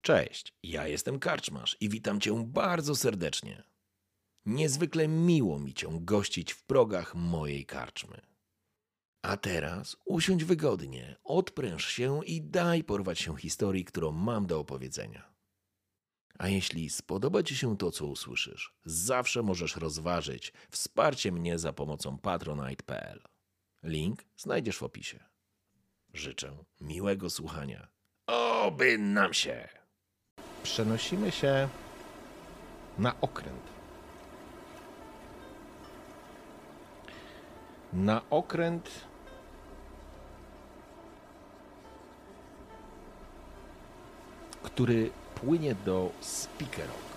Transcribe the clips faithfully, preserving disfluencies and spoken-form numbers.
Cześć, ja jestem Karczmarz i witam cię bardzo serdecznie. Niezwykle miło mi cię gościć w progach mojej karczmy. A teraz usiądź wygodnie, odpręż się i daj porwać się historii, którą mam do opowiedzenia. A jeśli spodoba ci się to, co usłyszysz, zawsze możesz rozważyć wsparcie mnie za pomocą patronite kropka p l. Link znajdziesz w opisie. Życzę miłego słuchania. Oby nam się! Przenosimy się na okręt. Na okręt, który płynie do Speaker Rock.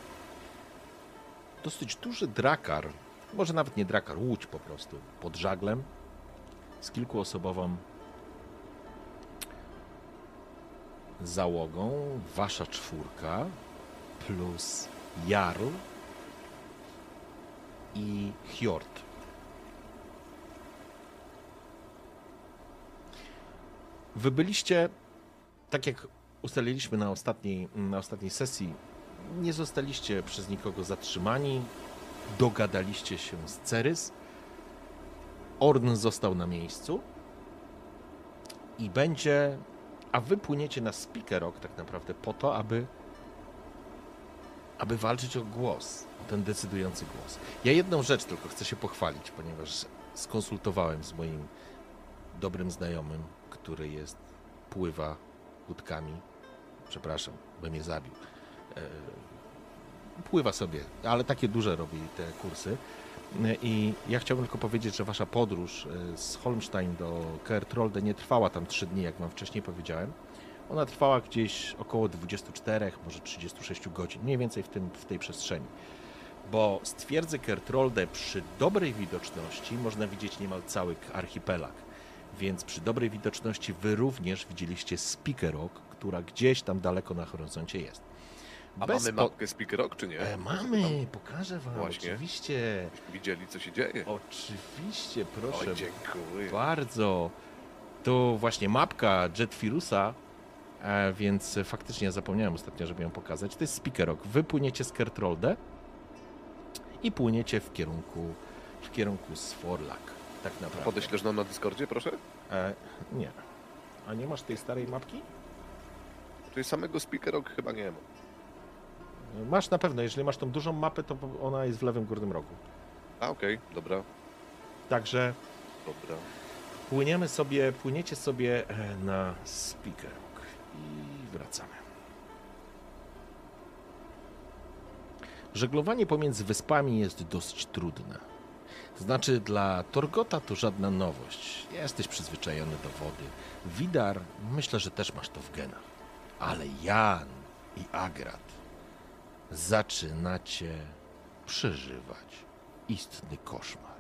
Dosyć duży drakar, może nawet nie drakar, łódź po prostu, pod żaglem, z kilkuosobową załogą, wasza czwórka, plus Jarl i Hjord. Wy byliście, tak jak ustaliliśmy na ostatniej, na ostatniej sesji, nie zostaliście przez nikogo zatrzymani, dogadaliście się z Cerys, Orn został na miejscu i będzie, a wy płyniecie na Speaker Rock tak naprawdę po to, aby, aby walczyć o głos, o ten decydujący głos. Ja jedną rzecz tylko chcę się pochwalić, ponieważ skonsultowałem z moim dobrym znajomym, który jest, pływa łódkami, przepraszam, by mnie zabił, e, pływa sobie, ale takie duże robi te kursy. I ja chciałbym tylko powiedzieć, że wasza podróż z Holmstein do Kertrolde nie trwała tam trzy dni, jak wam wcześniej powiedziałem. Ona trwała gdzieś około dwudziestu czterech, może trzydziestu sześciu godzin, mniej więcej w, tym, w tej przestrzeni. Bo z twierdzy Kertrolde przy dobrej widoczności można widzieć niemal cały archipelag. Więc przy dobrej widoczności wy również widzieliście Speaker Rock, która gdzieś tam daleko na horyzoncie jest. A Bez mamy mapkę Speaker Rock, czy nie? E, mamy, pokażę wam, Właśnie. oczywiście. Myśmy widzieli, co się dzieje. Oczywiście, proszę. Oj, dziękuję. Bardzo. To właśnie mapka Jetfirusa, e, więc faktycznie ja zapomniałem ostatnio, żeby ją pokazać. To jest Speaker Rock. Wy płyniecie z Kertrolde i płyniecie w kierunku, w kierunku Sforlak, tak naprawdę. Podeślesz nam na Discordzie, proszę? E, nie. A nie masz tej starej mapki? Czyli samego Speaker Rock chyba nie ma. Masz na pewno, jeżeli masz tą dużą mapę, to ona jest w lewym górnym rogu. A, okej, okay, dobra. Także Dobra. płyniemy sobie, płyniecie sobie na Speaker Rock i wracamy. Żeglowanie pomiędzy wyspami jest dosyć trudne. To znaczy dla Torgota to żadna nowość. Jesteś przyzwyczajony do wody. Widar, myślę, że też masz to w genach. Ale Jan i Agrat zaczynacie przeżywać istny koszmar.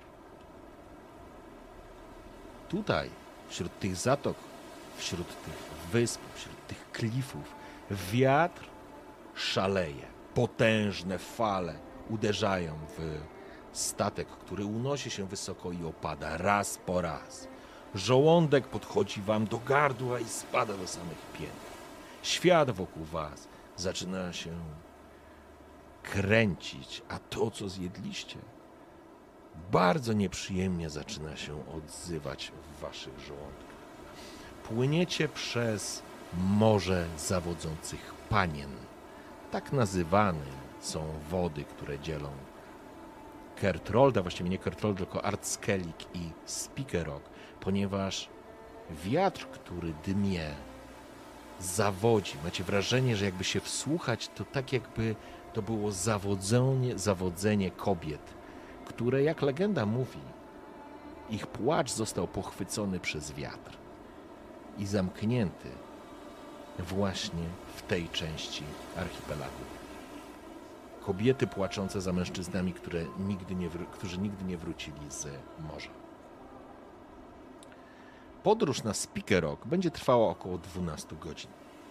Tutaj, wśród tych zatok, wśród tych wysp, wśród tych klifów, wiatr szaleje. Potężne fale uderzają w statek, który unosi się wysoko i opada raz po raz. Żołądek podchodzi wam do gardła i spada do samych pięt. Świat wokół was zaczyna się kręcić, a to, co zjedliście, bardzo nieprzyjemnie zaczyna się odzywać w waszych żołądkach. Płyniecie przez morze zawodzących panien. Tak nazywane są wody, które dzielą Kertrolda, właściwie nie Kertrolda, tylko Artskellig i Speaker Rock, ponieważ wiatr, który dmie, zawodzi. Macie wrażenie, że jakby się wsłuchać, to tak jakby to było zawodzenie, zawodzenie kobiet, które, jak legenda mówi, ich płacz został pochwycony przez wiatr i zamknięty właśnie w tej części archipelagu. Kobiety płaczące za mężczyznami, które nigdy nie wró- którzy nigdy nie wrócili z morza. Podróż na Speaker Rock będzie trwała około dwunastu godzin.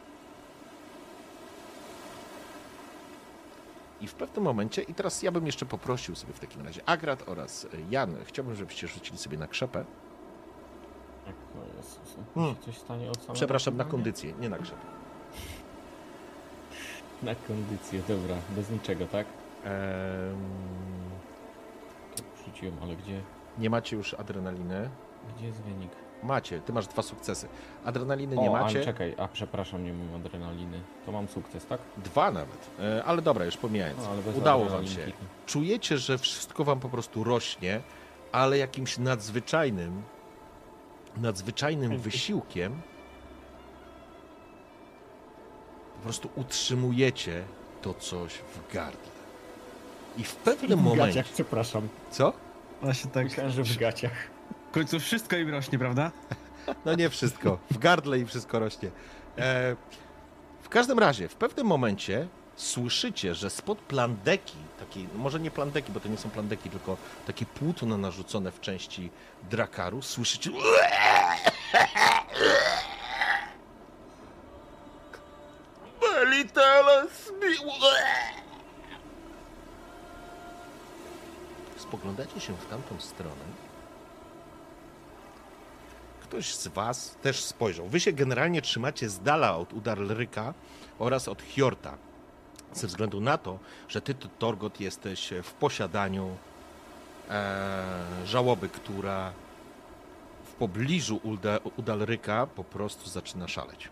I w pewnym momencie, i teraz ja bym jeszcze poprosił sobie w takim razie Agrat oraz Jan, chciałbym, żebyście rzucili sobie na krzepę. Jak to jest? Hmm. Coś stanie od samego Przepraszam, na początku? kondycję, nie na krzepę. Na kondycję, dobra. Bez niczego, tak? Em, Tak wrzuciłem, ale gdzie? nie macie już adrenaliny. Gdzie jest wynik? Macie, ty masz dwa sukcesy. Adrenaliny O, nie ale macie. czekaj, a przepraszam, nie mam adrenaliny. To mam sukces, tak? Dwa nawet. E, ale dobra, już pomijając. No, ale bez Udało wam adrenalinki. się. Czujecie, że wszystko wam po prostu rośnie, ale jakimś nadzwyczajnym, nadzwyczajnym wysiłkiem po prostu utrzymujecie to coś w gardle. I w pewnym W momencie... gaciach, przepraszam. Co? Właśnie tak. Myślałem, że w gaciach. W końcu wszystko im rośnie, prawda? No nie wszystko. W gardle i wszystko rośnie. E, w każdym razie, w pewnym momencie słyszycie, że spod plandeki, takiej, no może nie plandeki, bo to nie są plandeki, tylko takie płótno narzucone w części drakaru, słyszycie... Belitele zbił... Spoglądacie się w tamtą stronę. Ktoś z was też spojrzał. Wy się generalnie trzymacie z dala od Udalryka oraz od Hjorta. Ze względu na to, że ty, Torgot, jesteś w posiadaniu e, żałoby, która w pobliżu Uda, Udalryka po prostu zaczyna szaleć.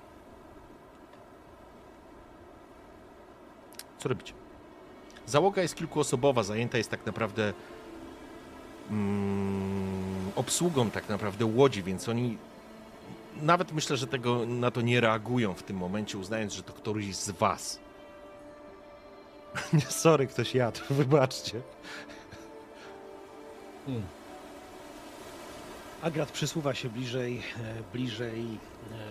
Co robicie? Załoga jest kilkuosobowa, zajęta jest tak naprawdę mm, obsługą tak naprawdę łodzi, więc oni nawet myślę, że tego, na to nie reagują w tym momencie, uznając, że to któryś z was. Nie, sorry, ktoś jadł, wybaczcie. Hmm. Agrat przysuwa się bliżej, e, bliżej, em,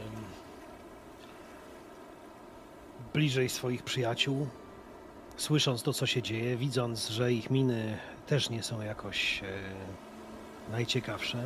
bliżej swoich przyjaciół, słysząc to, co się dzieje, widząc, że ich miny też nie są jakoś e, najciekawsze.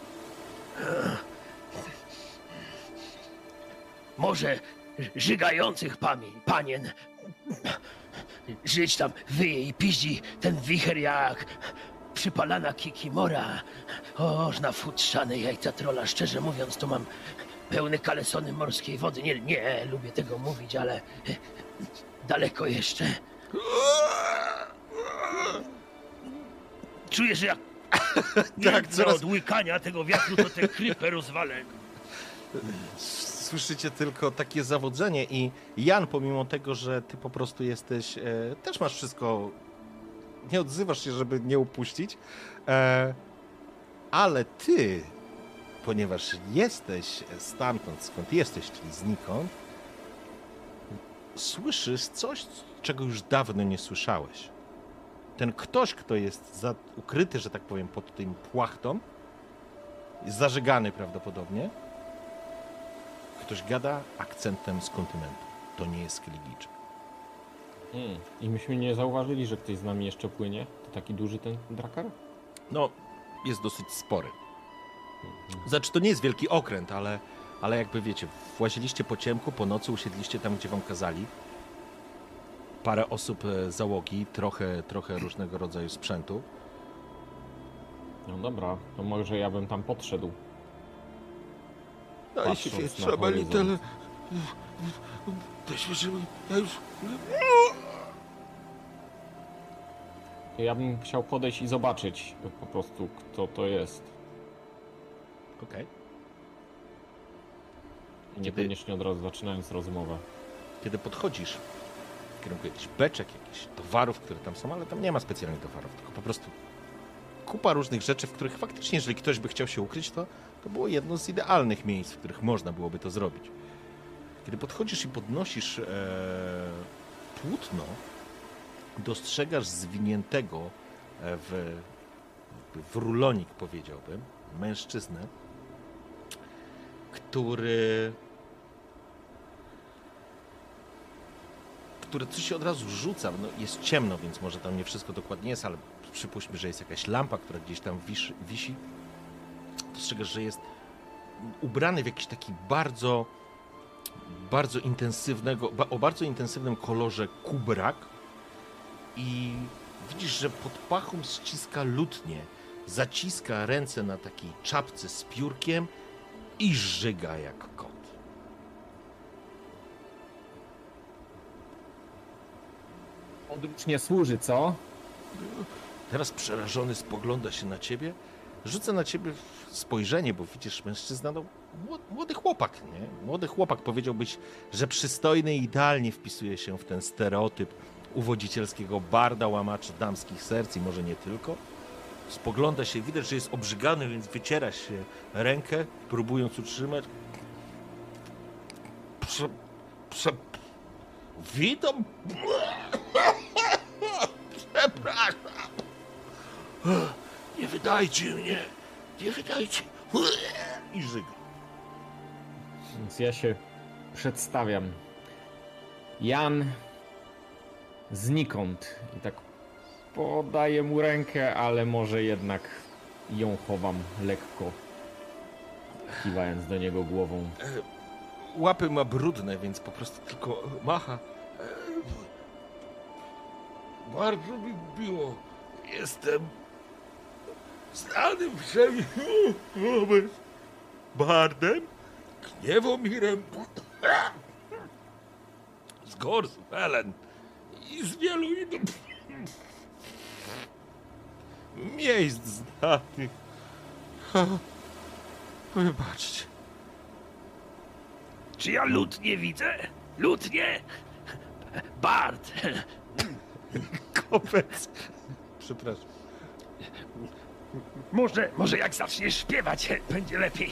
Może żygających pami, panien żyć tam wyje i piździ ten wicher jak przypalana kikimora. Oż na futrzane jajca trola, szczerze mówiąc, to mam pełne kalesony morskiej wody. Nie, nie lubię tego mówić, ale daleko jeszcze. Czuję, że jak Tak, tak, coraz- od łykania tego wiatru, to te krypę rozwalę. Słyszycie tylko takie zawodzenie i Jan, pomimo tego, że ty po prostu jesteś, e, też masz wszystko, nie odzywasz się, żeby nie upuścić, e, ale ty, ponieważ jesteś stamtąd, skąd jesteś, czyli znikąd, słyszysz coś, czego już dawno nie słyszałeś. Ten ktoś, kto jest za, ukryty, że tak powiem, pod tym płachtą, jest zażegany prawdopodobnie, ktoś gada akcentem z kontynentu. To nie jest Skelligijczyk. Hmm. I myśmy nie zauważyli, że ktoś z nami jeszcze płynie? To taki duży ten drakar? No, jest dosyć spory. Znaczy, to nie jest wielki okręt, ale, ale jakby wiecie, właziliście po ciemku, po nocy usiedliście tam, gdzie wam kazali. Parę osób e, załogi, trochę, trochę różnego rodzaju sprzętu. No dobra, to może ja bym tam podszedł. No Patrząc jeśli jest na trzeba, horyzont. litele... Weźmy, ja już... To ja bym chciał podejść i zobaczyć po prostu, kto to jest. Okej. Niekoniecznie od razu zaczynając rozmowę. Kiedy podchodzisz w kierunku jakichś beczek, jakichś towarów, które tam są, ale tam nie ma specjalnych towarów, tylko po prostu kupa różnych rzeczy, w których faktycznie, jeżeli ktoś by chciał się ukryć, to, to było jedno z idealnych miejsc, w których można byłoby to zrobić. Kiedy podchodzisz i podnosisz e, płótno, dostrzegasz zwiniętego w, w rulonik, powiedziałbym, mężczyznę, który które coś się od razu rzuca. No, jest ciemno, więc może tam nie wszystko dokładnie jest, ale przypuśćmy, że jest jakaś lampa, która gdzieś tam wisz, wisi. Dostrzegasz, że jest ubrany w jakiś taki bardzo, bardzo intensywnego, ba- o bardzo intensywnym kolorze kubrak i widzisz, że pod pachą ściska lutnię, zaciska ręce na takiej czapce z piórkiem i żyga jak kot. Podróż nie służy, co? Teraz przerażony spogląda się na ciebie. Rzucę na ciebie spojrzenie, bo widzisz mężczyzna, no mło- młody chłopak, nie? Młody chłopak, powiedziałbyś, że przystojny i idealnie wpisuje się w ten stereotyp uwodzicielskiego barda, łamacza damskich serc i może nie tylko. Spogląda się, widać, że jest obrzygany, więc wyciera się rękę, próbując utrzymać. Prze... Prze... Witam! Przepraszam! Nie wydajcie mnie! Nie wydajcie! I żyga. Więc ja się przedstawiam. Jan znikąd. I tak podaję mu rękę, ale może jednak ją chowam lekko, kiwając do niego głową. Łapy ma brudne, więc po prostu tylko macha. Bardzo mi miło. Jestem znanym przemiłowym bardem, Gniewomirem z Gorswellen i z wielu innych miejsc znanych. Wybaczcie. Czy ja lud nie widzę? Lud nie? Bart! Kopec. Przepraszam. Może, może jak zaczniesz śpiewać, będzie lepiej.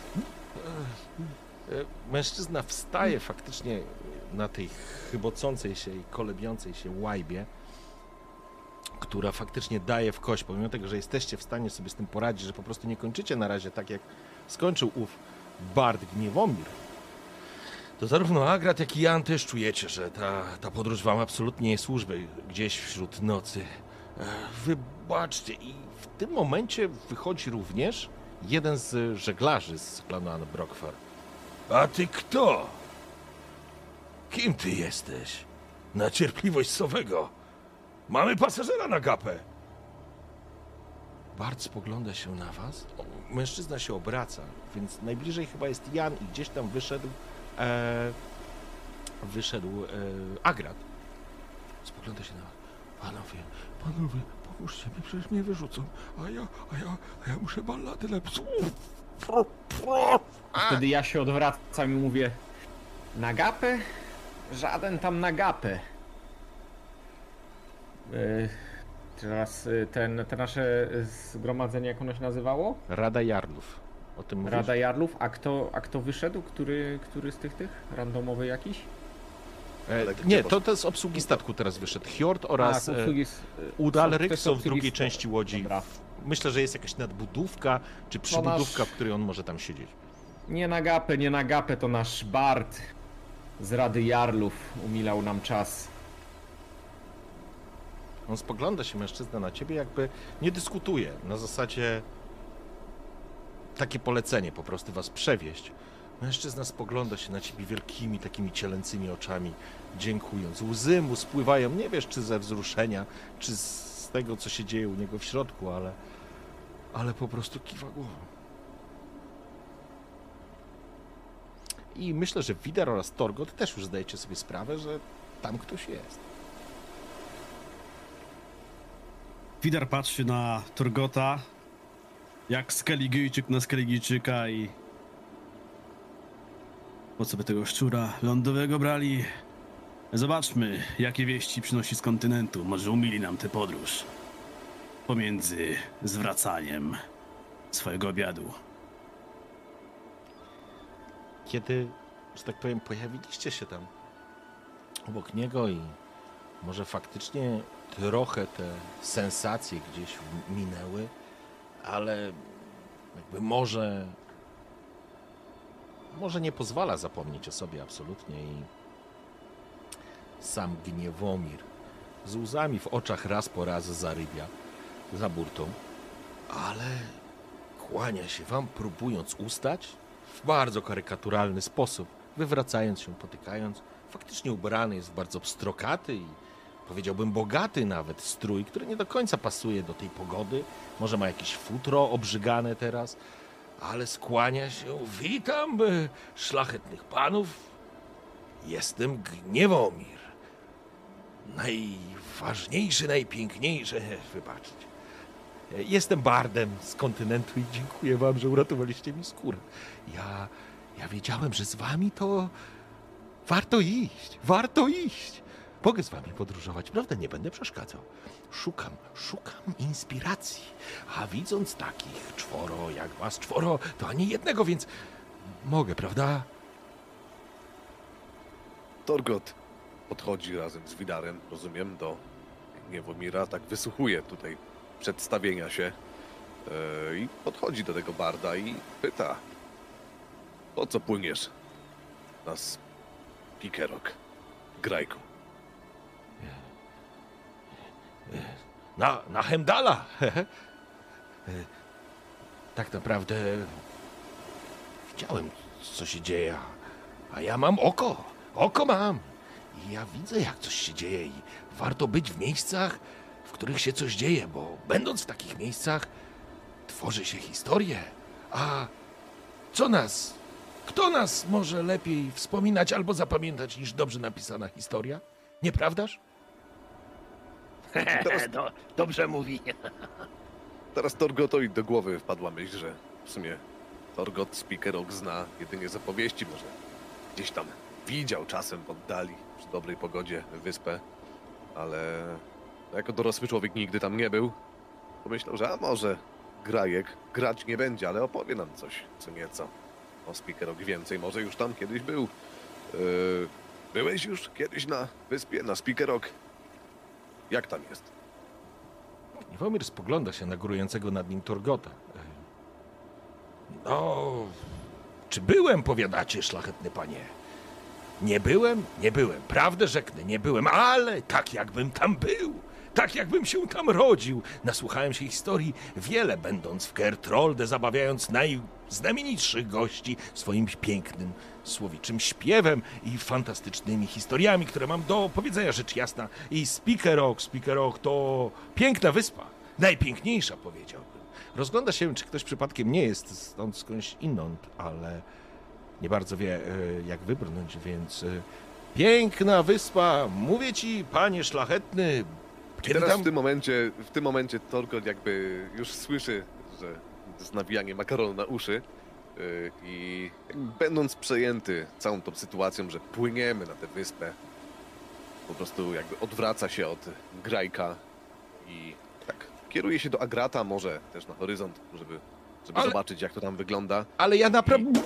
Mężczyzna wstaje faktycznie na tej chybocącej się i kolebiącej się łajbie, która faktycznie daje w kość, pomimo tego, że jesteście w stanie sobie z tym poradzić, że po prostu nie kończycie na razie tak, jak skończył ów bard Gniewomir. To zarówno Agrat, jak i Jan też czujecie, że ta, ta podróż wam absolutnie nie służy gdzieś wśród nocy. Wybaczcie, i w tym momencie wychodzi również jeden z żeglarzy z klanu Anbrokvar. A ty kto? Kim ty jesteś? Na cierpliwość Sowego. Mamy pasażera na gapę. Bart spogląda się na was. O, mężczyzna się obraca, więc najbliżej chyba jest Jan i gdzieś tam wyszedł e, wyszedł e, Agrat. Spogląda się na was. Panowie, panowie, pomóżcie mi, przecież mnie wyrzucą. A ja, a ja, a ja muszę ballady napisać. Wtedy ja się odwracam i mówię: na gapę? Żaden tam na gapę. Yy, teraz yy, ten, te nasze zgromadzenie, jak ono się nazywało? Rada Jarlów. O tym mówisz? Rada Jarlów. A kto, a kto wyszedł? Który, który z tych tych? Randomowy jakiś? E, Ale gdzie nie, poszedł? to, to z obsługi statku teraz wyszedł. Hjord oraz A, e, obsługi z- Udalryk to jest są w obsługi drugiej z- części łodzi. Dobra. Myślę, że jest jakaś nadbudówka czy przybudówka, nasz- w której on może tam siedzieć. Nie na gapę, nie na gapę, to nasz Bart z Rady Jarlów umilał nam czas. On spogląda się, mężczyzna, na ciebie, jakby nie dyskutuje. Na zasadzie takie polecenie, po prostu was przewieźć. Mężczyzna spogląda się na ciebie wielkimi, takimi cielęcymi oczami, dziękując. Łzy mu spływają, nie wiesz, czy ze wzruszenia, czy z tego, co się dzieje u niego w środku, ale, ale po prostu kiwa głową. I myślę, że Widar oraz Torgot też już zdajecie sobie sprawę, że tam ktoś jest. Widar patrzy na Torgota, jak Skelligijczyk na Skelligijczyka i... Po co by tego szczura lądowego brali? Zobaczmy, jakie wieści przynosi z kontynentu. Może umili nam tę podróż. Pomiędzy zwracaniem swojego obiadu. Kiedy, że tak powiem, pojawiliście się tam obok niego i może faktycznie trochę te sensacje gdzieś minęły, ale jakby może może nie pozwala zapomnieć o sobie absolutnie i sam Gniewomir z łzami w oczach raz po raz zarybia za burtą, ale kłania się wam, próbując ustać w bardzo karykaturalny sposób, wywracając się, potykając. Faktycznie ubrany jest w bardzo pstrokaty i powiedziałbym bogaty nawet strój, który nie do końca pasuje do tej pogody. Może ma jakieś futro obrzygane teraz, ale skłania się. Witam, e, szlachetnych panów. Jestem Gniewomir. najodważniejszy, najpiękniejszy. Wybaczcie. Jestem bardem z kontynentu i dziękuję wam, że uratowaliście mi skórę. Ja, ja wiedziałem, że z wami to warto iść, warto iść. Mogę z wami podróżować, prawda? Nie będę przeszkadzał. Szukam, szukam inspiracji. A widząc takich czworo jak was czworo, to ani jednego, więc mogę, prawda? Torgot podchodzi razem z Widarem, rozumiem, do Gniewomira, tak wysłuchuje tutaj przedstawienia się yy, i podchodzi do tego barda i pyta: po co płyniesz na Spikerok, Grajku? Na, na Hemdala. Tak naprawdę widziałem, co się dzieje, a- a ja mam oko. Oko mam. I ja widzę, jak coś się dzieje i warto być w miejscach, w których się coś dzieje, bo będąc w takich miejscach, tworzy się historię. A co nas, kto nas może lepiej wspominać albo zapamiętać niż dobrze napisana historia? Nieprawdaż? Do, dobrze mówi. Teraz Torgotowi do głowy wpadła myśl, że w sumie Torgot Spikerok zna jedynie z opowieści, może gdzieś tam widział czasem w oddali, przy dobrej pogodzie, wyspę, ale jako dorosły człowiek nigdy tam nie był. Pomyślał, że a może Grajek grać nie będzie, ale opowie nam coś, co nieco o Spikerok więcej. Może już tam kiedyś był. Yy, byłeś już kiedyś na wyspie, na Spikerok? Jak tam jest? Niewomir spogląda się na górującego nad nim Torgota. No, czy byłem, powiadacie, szlachetny panie? Nie byłem? Nie byłem. Prawdę rzeknę, nie byłem, ale tak jakbym tam był. Tak jakbym się tam rodził. Nasłuchałem się historii wiele, będąc w Kertrolde, zabawiając najznamienitszych gości swoim pięknym, słowiczym śpiewem i fantastycznymi historiami, które mam do opowiedzenia, rzecz jasna. I Spikerok, Spikerok to piękna wyspa. Najpiękniejsza, powiedziałbym. Rozgląda się, czy ktoś przypadkiem nie jest stąd skądś inąd, ale nie bardzo wie, e, jak wybrnąć, więc... e, Piękna wyspa, mówię ci, panie szlachetny. Kiedy Teraz tam... w tym momencie, w tym momencie Torgot jakby już słyszy, że to jest nawijanie makaronu na uszy yy, i jakby będąc przejęty całą tą sytuacją, że płyniemy na tę wyspę, po prostu jakby odwraca się od Grajka i tak kieruje się do Agrata, może też na horyzont, żeby, żeby Ale- zobaczyć, jak to tam wygląda. Ale ja naprawdę...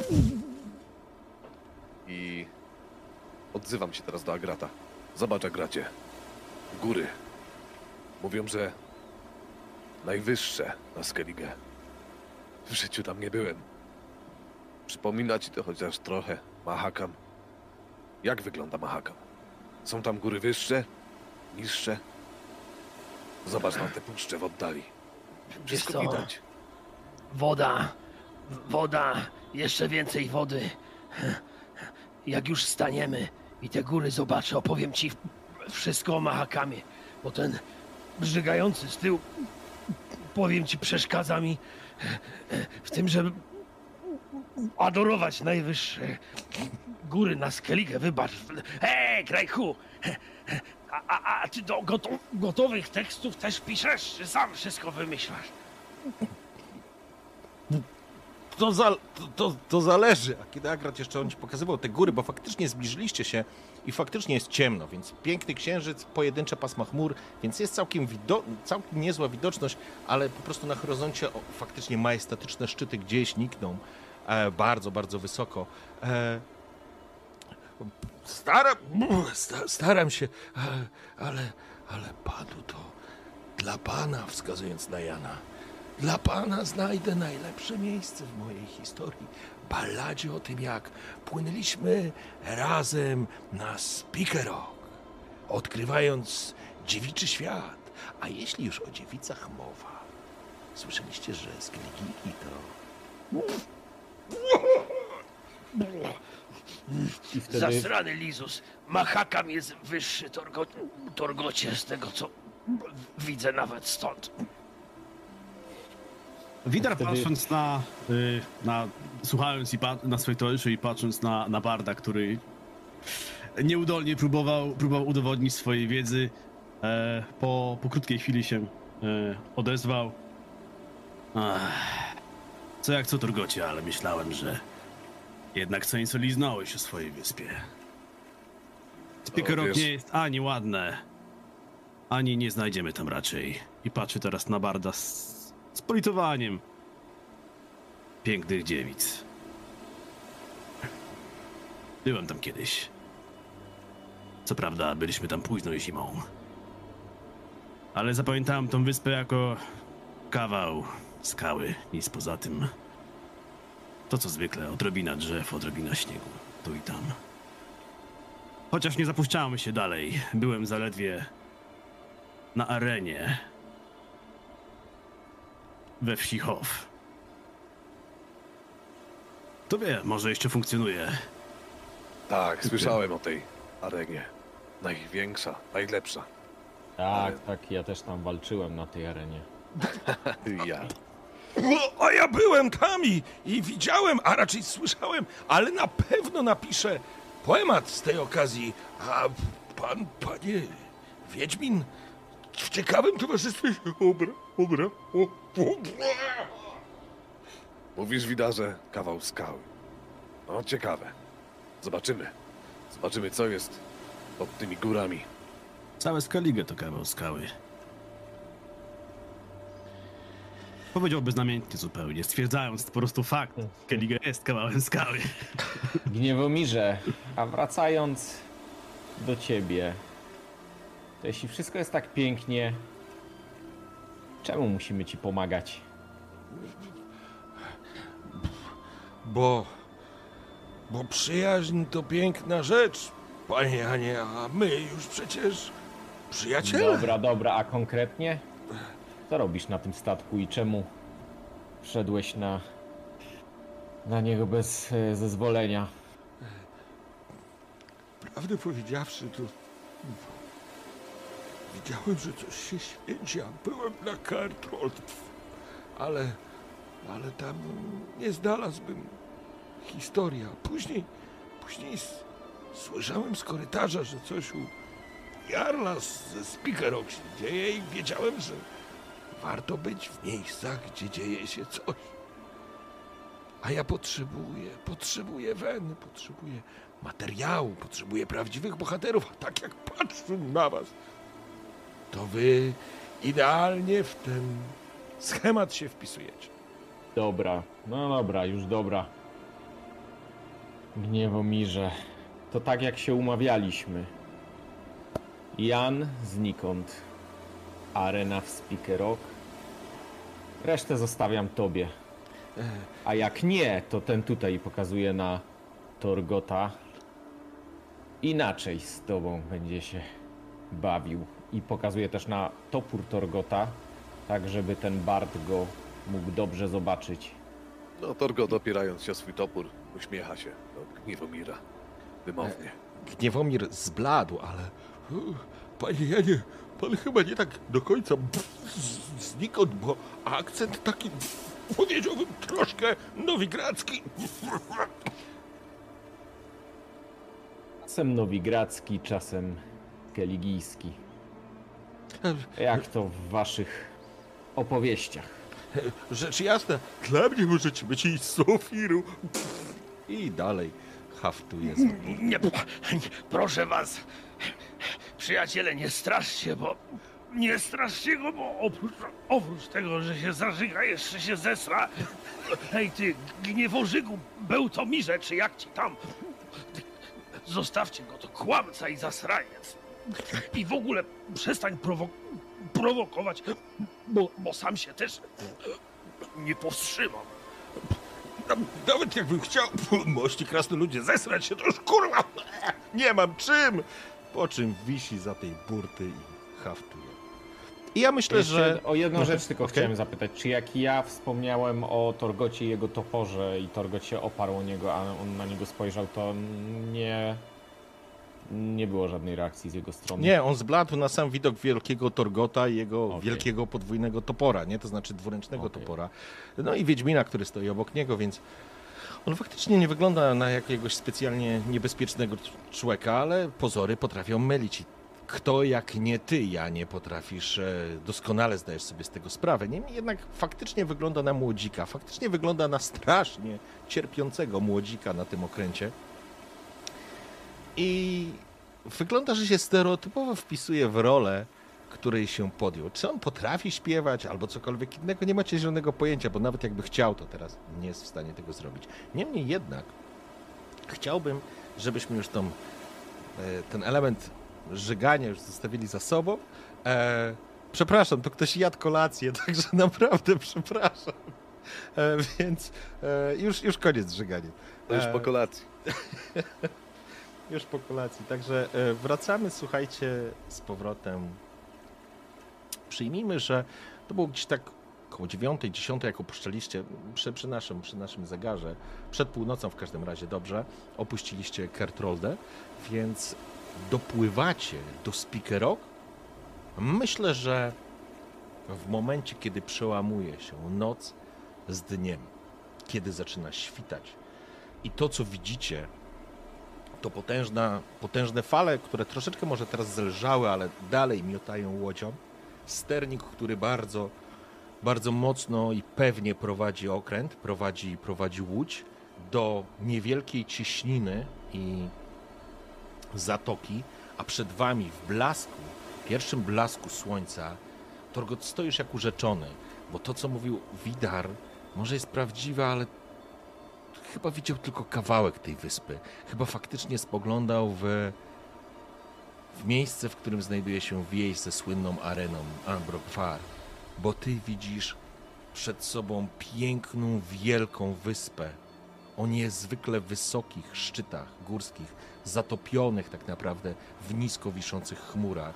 I odzywam się teraz do Agrata. Zobacz, Agracie. Góry. Mówią, że najwyższe na Skellige. W życiu tam nie byłem. Przypomina ci to chociaż trochę Mahakam. Jak wygląda Mahakam? Są tam góry wyższe? Niższe? Zobacz na te puszcze w oddali. Wszystko co? widać. Woda, woda, jeszcze więcej wody. Jak już staniemy i te góry zobaczę, opowiem ci wszystko o Mahakamie, bo ten brzygający z tyłu, powiem ci, przeszkadza mi w tym, żeby adorować najwyższe góry na Skellige. Wybacz. Hej, Grajku! A, a, a ty do goto- gotowych tekstów też piszesz, czy sam wszystko wymyślasz? To, za, to, to, to zależy. A kiedy Agrat jeszcze on ci pokazywał te góry, bo faktycznie zbliżyliście się i faktycznie jest ciemno, więc piękny księżyc, pojedyncze pasma chmur, więc jest całkiem, wido- całkiem niezła widoczność, ale po prostu na horyzoncie o, faktycznie majestatyczne szczyty gdzieś nikną e, bardzo, bardzo wysoko. E, staram, sta, staram się, ale, ale, ale panu to dla pana, wskazując na Jana. Dla pana znajdę najlepsze miejsce w mojej historii. Balladzie o tym, jak płynęliśmy razem na Spikerok, odkrywając dziewiczy świat. A jeśli już o dziewicach mowa, słyszeliście, że Skellige to... I wtedy Zasrany Lizus. Mahakam jest wyższy, Torgo- Torgocie, z tego co widzę nawet stąd. Widar Wtedy- patrząc na, y, na słuchając i pa, na swoich towarzyszy i patrząc na, na Barda, który nieudolnie próbował, próbował udowodnić swojej wiedzy, E, po, po krótkiej chwili się e, odezwał. Ach, co jak co, Torgocie, ale myślałem, że jednak co nieco liznąłeś o swojej wyspie. Spikerok wiesz- nie jest ani ładne, ani nie znajdziemy tam raczej. I patrzy teraz na Barda z, z politowaniem pięknych dziewic. Byłem tam kiedyś. Co prawda, byliśmy tam późno zimą. Ale zapamiętałem tą wyspę jako kawał skały. Nic poza tym. To co zwykle, odrobina drzew, odrobina śniegu. Tu i tam. Chociaż nie zapuszczałem się dalej. Byłem zaledwie na arenie we wsi Hof. To wie, może jeszcze funkcjonuje. Tak, słyszałem o tej arenie. Największa, najlepsza. Tak, Ale- tak, ja też tam walczyłem na tej arenie. Ja. O, a ja byłem tam i, i widziałem, a raczej słyszałem, ale na pewno napiszę poemat z tej okazji. A pan, panie Wiedźmin, w ciekawym towarzystwie się ubra, ubra, u- ubra. Mówisz, Widarze, kawał skały. No, ciekawe. Zobaczymy. Zobaczymy, co jest pod tymi górami. Całe Skellige to kawał skały. Powiedziałby znamiennie zupełnie, stwierdzając po prostu fakt. Skellige jest kawałem skały. Gniewomirze, a wracając do ciebie, to jeśli wszystko jest tak pięknie, czemu musimy ci pomagać? Bo, bo przyjaźń to piękna rzecz, panie Janie, a my już przecież przyjaciele. Dobra, dobra, a konkretnie? Co robisz na tym statku i czemu wszedłeś na, na niego bez e, zezwolenia? Prawdę powiedziawszy, to widziałem, że coś się święci, a byłem na Kartroltw, ale, ale tam nie znalazłbym historii. A później, później s- słyszałem z korytarza, że coś u Jarla z- ze Spikerok się dzieje i wiedziałem, że warto być w miejscach, gdzie dzieje się coś. A ja potrzebuję, potrzebuję weny, potrzebuję materiału, potrzebuję prawdziwych bohaterów, a tak jak patrzę na was, to wy idealnie w ten schemat się wpisujecie. Dobra, no dobra, już dobra. Gniewomirze, to tak jak się umawialiśmy. Jan znikąd, arena w Spikerok. Resztę zostawiam tobie. A jak nie, to ten tutaj pokazuje na Torgota. Inaczej z tobą będzie się bawił. I pokazuje też na topór Torgota, tak żeby ten Bard go mógł dobrze zobaczyć. No, Torgot, opierając się o swój topór, uśmiecha się do Gniewomira. Wymownie. Gniewomir zbladł, ale uh, panie Janie, pan chyba nie tak do końca z- znikąd, bo akcent taki, powiedziałbym, troszkę nowigradzki. Czasem nowigradzki, czasem keligijski. Jak to w waszych opowieściach. Rzecz jasna, dla mnie możecie być i z Sofiru. I dalej haftuje. Nie, nie, proszę was, przyjaciele, nie straszcie, bo... Nie straszcie go, bo oprócz, oprócz tego, że się zażyga, jeszcze się zesra. Hej ty, gniewożygu, bełtomirze, czy jak ci tam... Zostawcie go, to kłamca i zasraniec. I w ogóle przestań prowo prowokować, bo, bo sam się też nie powstrzymam. Nawet jakbym chciał, mości krasnoludzie, zesrać się, to już kurwa nie mam czym. Po czym wisi za tej burty i haftuje. I ja myślę, Jeszcze że... o jedną rzecz tylko Okej. chciałem zapytać. Czy jak ja wspomniałem o Torgocie i jego toporze i Torgot się oparł o niego, a on na niego spojrzał, to nie... Nie było żadnej reakcji z jego strony. Nie, on zbladł na sam widok wielkiego Torgota i jego Okej. wielkiego podwójnego topora, nie? To znaczy dwuręcznego Okej. topora. No i Wiedźmina, który stoi obok niego, więc on faktycznie nie wygląda na jakiegoś specjalnie niebezpiecznego człowieka, ale pozory potrafią mylić. I kto jak nie ty, Janie, potrafisz, e, doskonale zdajesz sobie z tego sprawę. Niemniej jednak faktycznie wygląda na młodzika, faktycznie wygląda na strasznie cierpiącego młodzika na tym okręcie. I wygląda, że się stereotypowo wpisuje w rolę, której się podjął. Czy on potrafi śpiewać albo cokolwiek innego, nie macie zielonego pojęcia, bo nawet jakby chciał, to teraz nie jest w stanie tego zrobić. Niemniej jednak chciałbym, żebyśmy już tą, ten element żygania już zostawili za sobą. E, przepraszam, to ktoś jadł kolację, także naprawdę przepraszam. E, więc e, już, już koniec żygania. To już po kolacji. Już po kolacji. Także e, wracamy, słuchajcie, z powrotem. Przyjmijmy, że to było gdzieś tak około dziewiątej, dziesiątej, jak opuszczaliście przy, przy, naszym, przy naszym zegarze, przed północą w każdym razie, dobrze, opuściliście Kertroldę, więc dopływacie do Speaker Rock. Myślę, że w momencie, kiedy przełamuje się noc z dniem, kiedy zaczyna świtać i to, co widzicie, to potężna, potężne fale, które troszeczkę może teraz zelżały, ale dalej miotają łodzią. Sternik, który bardzo, bardzo mocno i pewnie prowadzi okręt, prowadzi, prowadzi łódź do niewielkiej cieśniny i zatoki, a przed wami w blasku, pierwszym blasku słońca, Torgot, stoisz jak urzeczony, bo to, co mówił Widar, może jest prawdziwe, ale chyba widział tylko kawałek tej wyspy. Chyba faktycznie spoglądał w, w miejsce, w którym znajduje się wieś ze słynną areną Ambrokvar, bo ty widzisz przed sobą piękną, wielką wyspę o niezwykle wysokich szczytach górskich, zatopionych tak naprawdę w nisko wiszących chmurach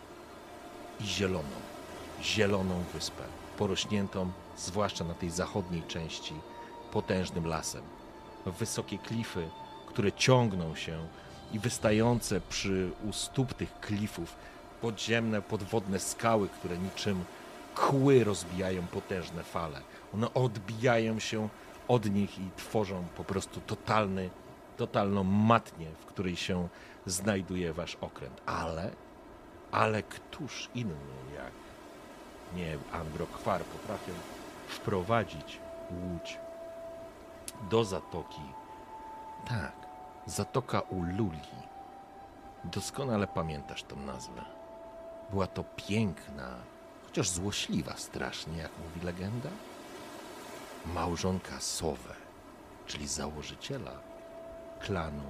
i zieloną, zieloną wyspę, porośniętą, zwłaszcza na tej zachodniej części, potężnym lasem. Wysokie klify, które ciągną się i wystające przy u stóp tych klifów podziemne, podwodne skały, które niczym kły rozbijają potężne fale. One odbijają się od nich i tworzą po prostu totalny, totalną matnię, w której się znajduje wasz okręt. Ale, ale któż inny jak nie Ambrokvar potrafią wprowadzić łódź do zatoki. Tak, Zatoka Ululi. Doskonale pamiętasz tę nazwę. Była to piękna, chociaż złośliwa strasznie, jak mówi legenda, małżonka Sowe, czyli założyciela klanu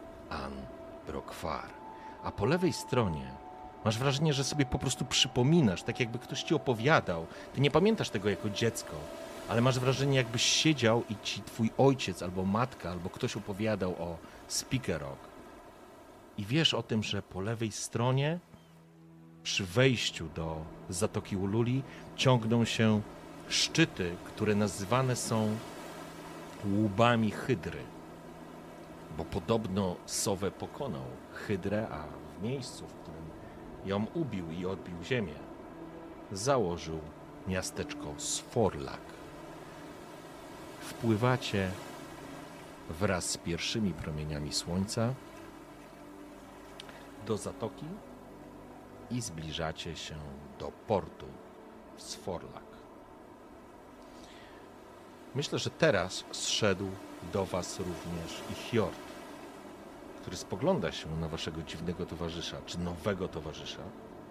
Ambrokvar. A po lewej stronie masz wrażenie, że sobie po prostu przypominasz, tak jakby ktoś ci opowiadał. Ty nie pamiętasz tego jako dziecko, ale masz wrażenie, jakbyś siedział i ci twój ojciec, albo matka, albo ktoś opowiadał o Speaker Rock. I wiesz o tym, że po lewej stronie, przy wejściu do Zatoki Ululi, ciągną się szczyty, które nazywane są łbami Hydry. Bo podobno Sowę pokonał Hydrę, a w miejscu, w którym ją ubił i odbił ziemię, założył miasteczko Sforlak. Wpływacie wraz z pierwszymi promieniami słońca do zatoki i zbliżacie się do portu w Sforlak. Myślę, że teraz zszedł do was również i Hjord, który spogląda się na waszego dziwnego towarzysza, czy nowego towarzysza.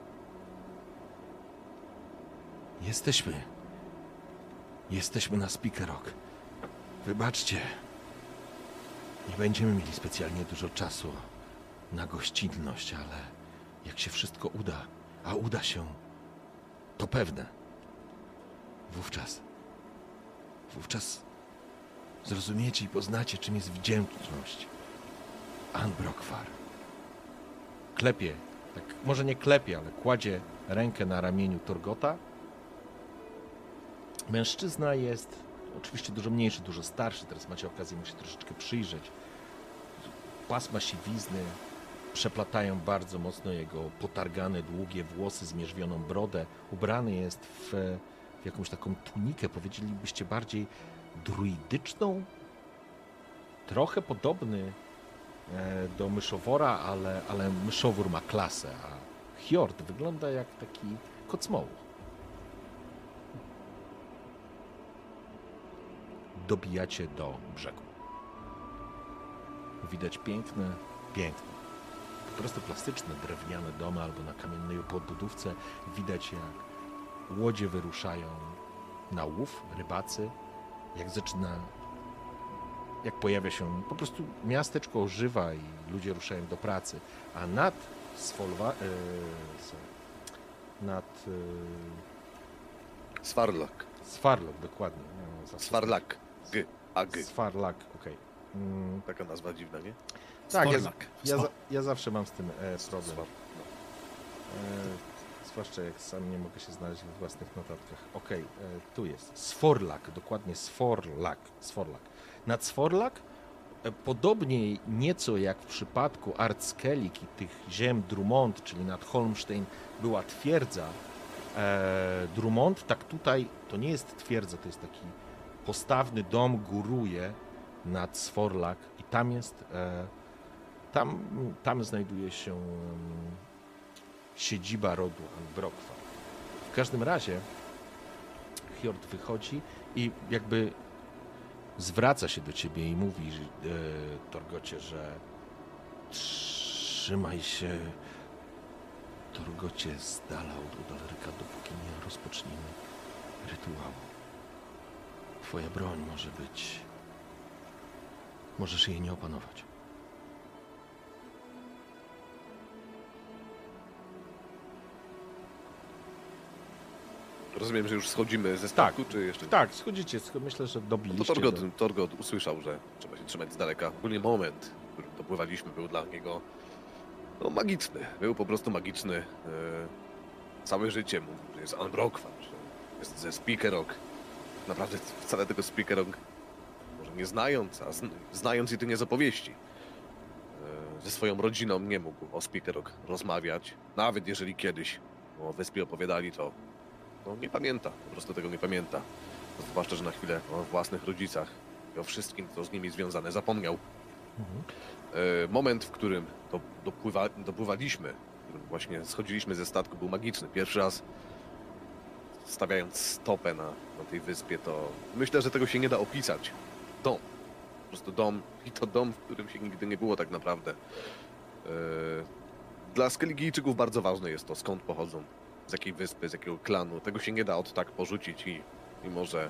Jesteśmy. Jesteśmy na Speaker Rock. Wybaczcie. Nie będziemy mieli specjalnie dużo czasu na gościnność, ale jak się wszystko uda, a uda się, to pewne. Wówczas, wówczas zrozumiecie i poznacie, czym jest wdzięczność. Ambrokvar. Klepie, tak może nie klepie, ale kładzie rękę na ramieniu Torgota. Mężczyzna jest oczywiście dużo mniejszy, dużo starszy. Teraz macie okazję mu się troszeczkę przyjrzeć. Pasma siwizny przeplatają bardzo mocno jego potargane, długie włosy, zmierzwioną brodę. Ubrany jest w, w jakąś taką tunikę, powiedzielibyście bardziej druidyczną. Trochę podobny do myszowora, ale, ale myszowór ma klasę, a Hjord wygląda jak taki kocmoł. Dobijacie do brzegu. Widać piękne, piękne, po prostu plastyczne, drewniane domy albo na kamiennej podbudówce. Widać, jak łodzie wyruszają na łów, rybacy, jak zaczyna, jak pojawia się, po prostu miasteczko ożywa i ludzie ruszają do pracy, a nad Svolwa, e, sorry, nad e, Svarlak. Svarlok, dokładnie. No, zawsze- Svarlak. G. A G. Svarlak, okej. Mm, Taka nazwa dziwna, nie? tak, ja, Sporlak. ja, O. za, ja zawsze mam z tym e, problem. Swar- no. E, zwłaszcza jak sam nie mogę się znaleźć we własnych notatkach. Okej, e, tu jest. Sforlak, dokładnie Sforlak. Sforlak. Nad Sforlak, e, podobnie nieco jak w przypadku Artskelik i tych ziem Drummond, czyli nad Holmstein, była twierdza e, Drummond, tak tutaj to nie jest twierdza, to jest taki postawny dom, góruje nad Sforlak i tam jest, e, tam, tam znajduje się em, siedziba rodu Anbrokwa. W każdym razie Hjord wychodzi i jakby zwraca się do ciebie i mówi, że, e, Torgocie, że trzymaj się, Torgocie, z dala od Udalryka, dopóki nie rozpoczniemy rytuału. Twoja broń może być... Możesz jej nie opanować. Rozumiem, że już schodzimy ze statku, czy jeszcze nie? Tak, schodzicie. sch- Myślę, że No dobiliście. to Torgot, do... Torgot usłyszał, że trzeba się trzymać z daleka. Ogólnie moment, w którym dopływaliśmy, był dla niego no, magiczny. Był po prostu magiczny. E, całe życie mówił, że jest Anbrokvar, że jest ze Spikerok. Naprawdę wcale tego Spikerok, może nie znając, a zn znając jedynie z opowieści, e, ze swoją rodziną nie mógł o Spikerok rozmawiać. Nawet jeżeli kiedyś o wyspie opowiadali, to no, nie pamięta, po prostu tego nie pamięta. Zwłaszcza, że na chwilę o własnych rodzicach i o wszystkim, co z nimi związane, zapomniał. Mhm. E, moment, w którym do, dopływa, dopływaliśmy, w którym właśnie schodziliśmy ze statku, był magiczny. Pierwszy raz stawiając stopę na, na tej wyspie, to myślę, że tego się nie da opisać. Dom. Po prostu dom i to dom, w którym się nigdy nie było tak naprawdę. E, dla Skelligijczyków bardzo ważne jest to, skąd pochodzą, z jakiej wyspy, z jakiego klanu. Tego się nie da od tak porzucić i mimo, że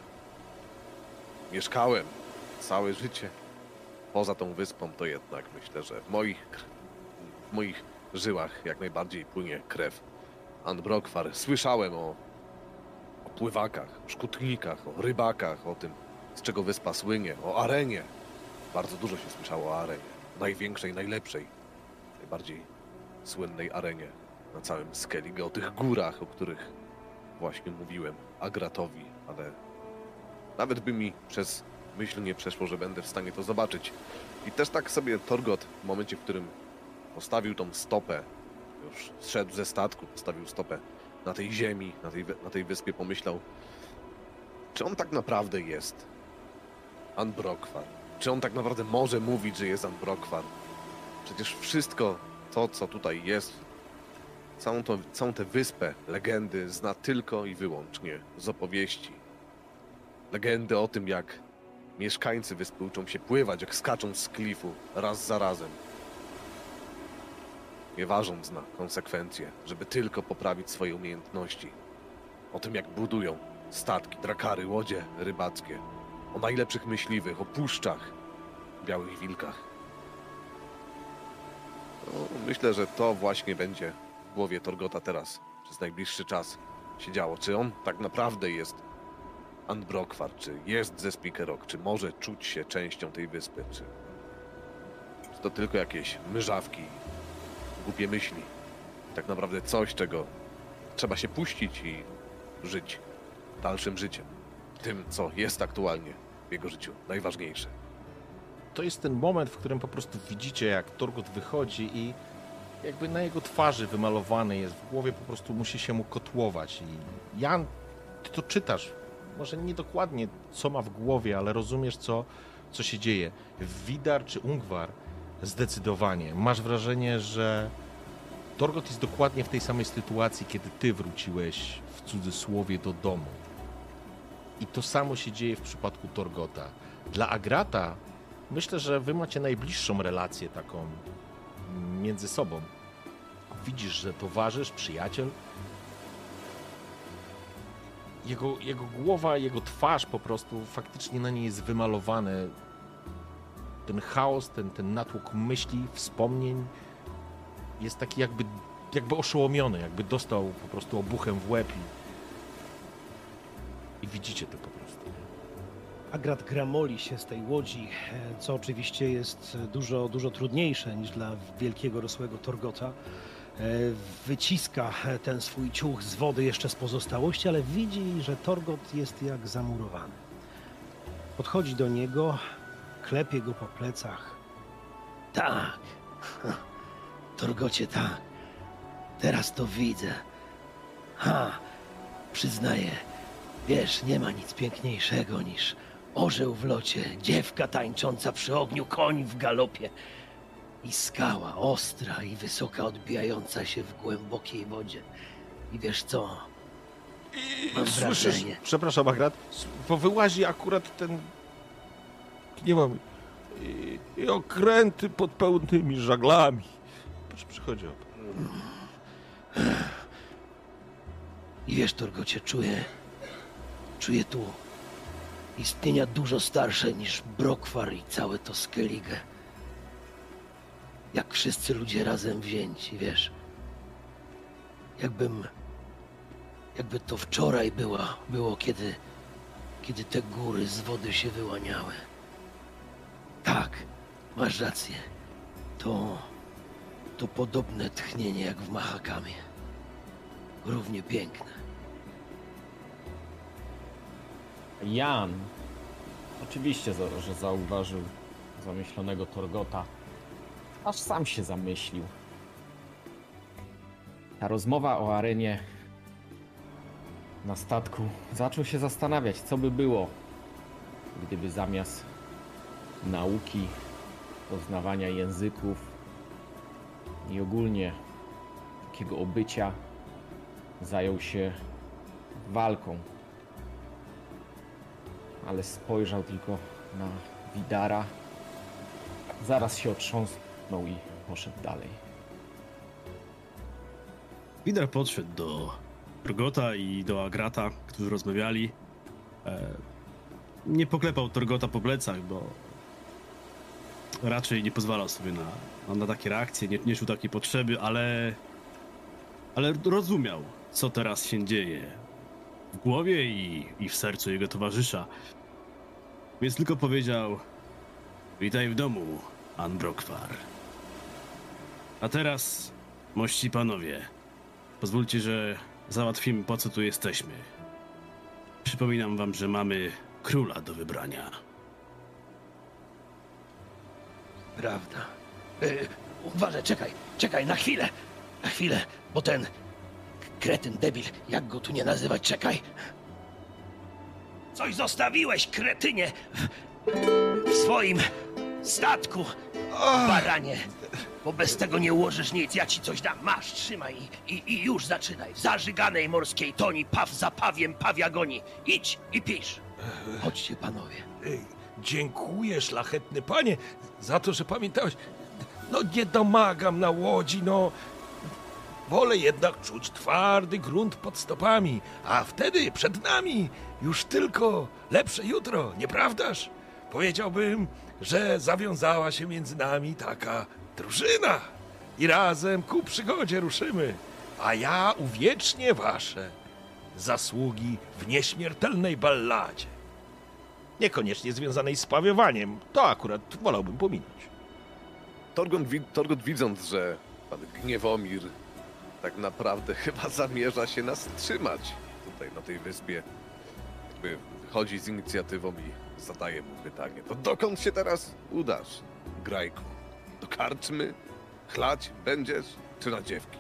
mieszkałem całe życie poza tą wyspą, to jednak myślę, że w moich, w moich żyłach jak najbardziej płynie krew Anbrokvar. Słyszałem o, o pływakach, o szkutnikach, o rybakach, o tym, z czego wyspa słynie, o arenie. Bardzo dużo się słyszało o arenie. Największej, najlepszej, najbardziej słynnej arenie na całym Skellige, o tych górach, o których właśnie mówiłem Agratowi, ale nawet by mi przez myśl nie przeszło, że będę w stanie to zobaczyć. I też tak sobie Torgot w momencie, w którym postawił tą stopę, już zszedł ze statku, postawił stopę na tej ziemi, na tej, na tej wyspie, pomyślał, czy on tak naprawdę jest Anbrokvar? Czy on tak naprawdę może mówić, że jest Anbrokvar? Przecież wszystko to, co tutaj jest, całą, to, całą tę wyspę, legendy zna tylko i wyłącznie z opowieści. Legendy o tym, jak mieszkańcy wyspy uczą się pływać, jak skaczą z klifu raz za razem. Nie ważąc na konsekwencje, żeby tylko poprawić swoje umiejętności. O tym, jak budują statki, drakary, łodzie rybackie. O najlepszych myśliwych, o puszczach, białych wilkach. No, myślę, że to właśnie będzie w głowie Torgota teraz przez najbliższy czas się działo. Czy on tak naprawdę jest Anbrokvar, czy jest ze Spikerok, czy może czuć się częścią tej wyspy, czy, czy to tylko jakieś myżawki, głupie myśli. Tak naprawdę coś, czego trzeba się puścić i żyć dalszym życiem. Tym, co jest aktualnie w jego życiu najważniejsze. To jest ten moment, w którym po prostu widzicie, jak Torgot wychodzi i jakby na jego twarzy wymalowany jest, w głowie po prostu musi się mu kotłować. I Jan, ty to czytasz, może nie dokładnie co ma w głowie, ale rozumiesz, co, co się dzieje. Widar czy Ungvar zdecydowanie. Masz wrażenie, że Torgot jest dokładnie w tej samej sytuacji, kiedy ty wróciłeś w cudzysłowie do domu. I to samo się dzieje w przypadku Torgota. Dla Agrata myślę, że wy macie najbliższą relację taką między sobą. Widzisz, że towarzysz, przyjaciel, jego, jego głowa, jego twarz po prostu faktycznie na niej jest wymalowane. Ten chaos, ten, ten natłok myśli, wspomnień jest taki jakby, jakby oszołomiony, jakby dostał po prostu obuchem w łeb i, i widzicie to po prostu. Agrat gramoli się z tej łodzi, e, co oczywiście jest dużo, dużo trudniejsze niż dla wielkiego, rosłego Torgota. E, Wyciska ten swój ciuch z wody jeszcze z pozostałości, ale widzi, że Torgot jest jak zamurowany. Podchodzi do niego, klepie go po plecach. Tak. Torgocie, tak. Teraz to widzę. Ha, przyznaję, wiesz, nie ma nic piękniejszego niż orzeł w locie, dziewka tańcząca przy ogniu, koń w galopie i skała ostra i wysoka, odbijająca się w głębokiej wodzie. I wiesz co? Mam Słyszysz, wrażenie. przepraszam Agrat, bo wyłazi akurat ten, nie mam, i, i okręty pod pełnymi żaglami. Proszę, przychodzi o to. I wiesz, Torgocie, czuję, czuję tu istnienia dużo starsze niż Brokwar i całe to Skellige. Jak wszyscy ludzie razem wzięci, wiesz. Jakbym, jakby to wczoraj była, było, kiedy, kiedy te góry z wody się wyłaniały. Tak, masz rację. To, to podobne tchnienie jak w Mahakamie. Równie piękne. Jan oczywiście, za- że zauważył zamyślonego Torgota, aż sam się zamyślił. Ta rozmowa o arenie na statku, zaczął się zastanawiać, co by było, gdyby zamiast nauki, poznawania języków i ogólnie takiego obycia zajął się walką. Ale spojrzał tylko na Widara, zaraz się otrząsnął i poszedł dalej. Widar podszedł do Torgota i do Agrata, którzy rozmawiali. E, nie poklepał Torgota po plecach, bo raczej nie pozwalał sobie na, na takie reakcje, nie, nie czuł takiej potrzeby, ale, ale rozumiał, co teraz się dzieje w głowie i, i w sercu jego towarzysza. Więc tylko powiedział: witaj w domu, An Brokwar. A teraz, mości panowie, pozwólcie, że załatwimy, po co tu jesteśmy. Przypominam wam, że mamy króla do wybrania. Prawda. Yy, uważaj, czekaj, czekaj, na chwilę. Na chwilę, bo ten kretyn debil, jak go tu nie nazywać, czekaj. Coś zostawiłeś, kretynie, w, w swoim statku, baranie. Bo bez tego nie ułożysz nic, ja ci coś dam. Masz, trzymaj i, i, i już zaczynaj. W zażyganej morskiej toni, paw za pawiem, pawia goni. Idź i pisz. Chodźcie, panowie. Ej, dziękuję, szlachetny panie, za to, że pamiętałeś. No nie domagam na łodzi, no. Wolę jednak czuć twardy grunt pod stopami, a wtedy przed nami już tylko lepsze jutro, nieprawdaż? Powiedziałbym, że zawiązała się między nami taka drużyna i razem ku przygodzie ruszymy, a ja uwiecznię wasze zasługi w nieśmiertelnej balladzie. Niekoniecznie związanej z pawiowaniem, to akurat wolałbym pominąć. Torgot, wi- Torgot widząc, że pan Gniewomir tak naprawdę chyba zamierza się nas trzymać tutaj na tej wyspie, jakby chodzi z inicjatywą i zadaje mu pytanie: to dokąd się teraz udasz, Grajku? Do karczmy? Chlać będziesz, czy na dziewki?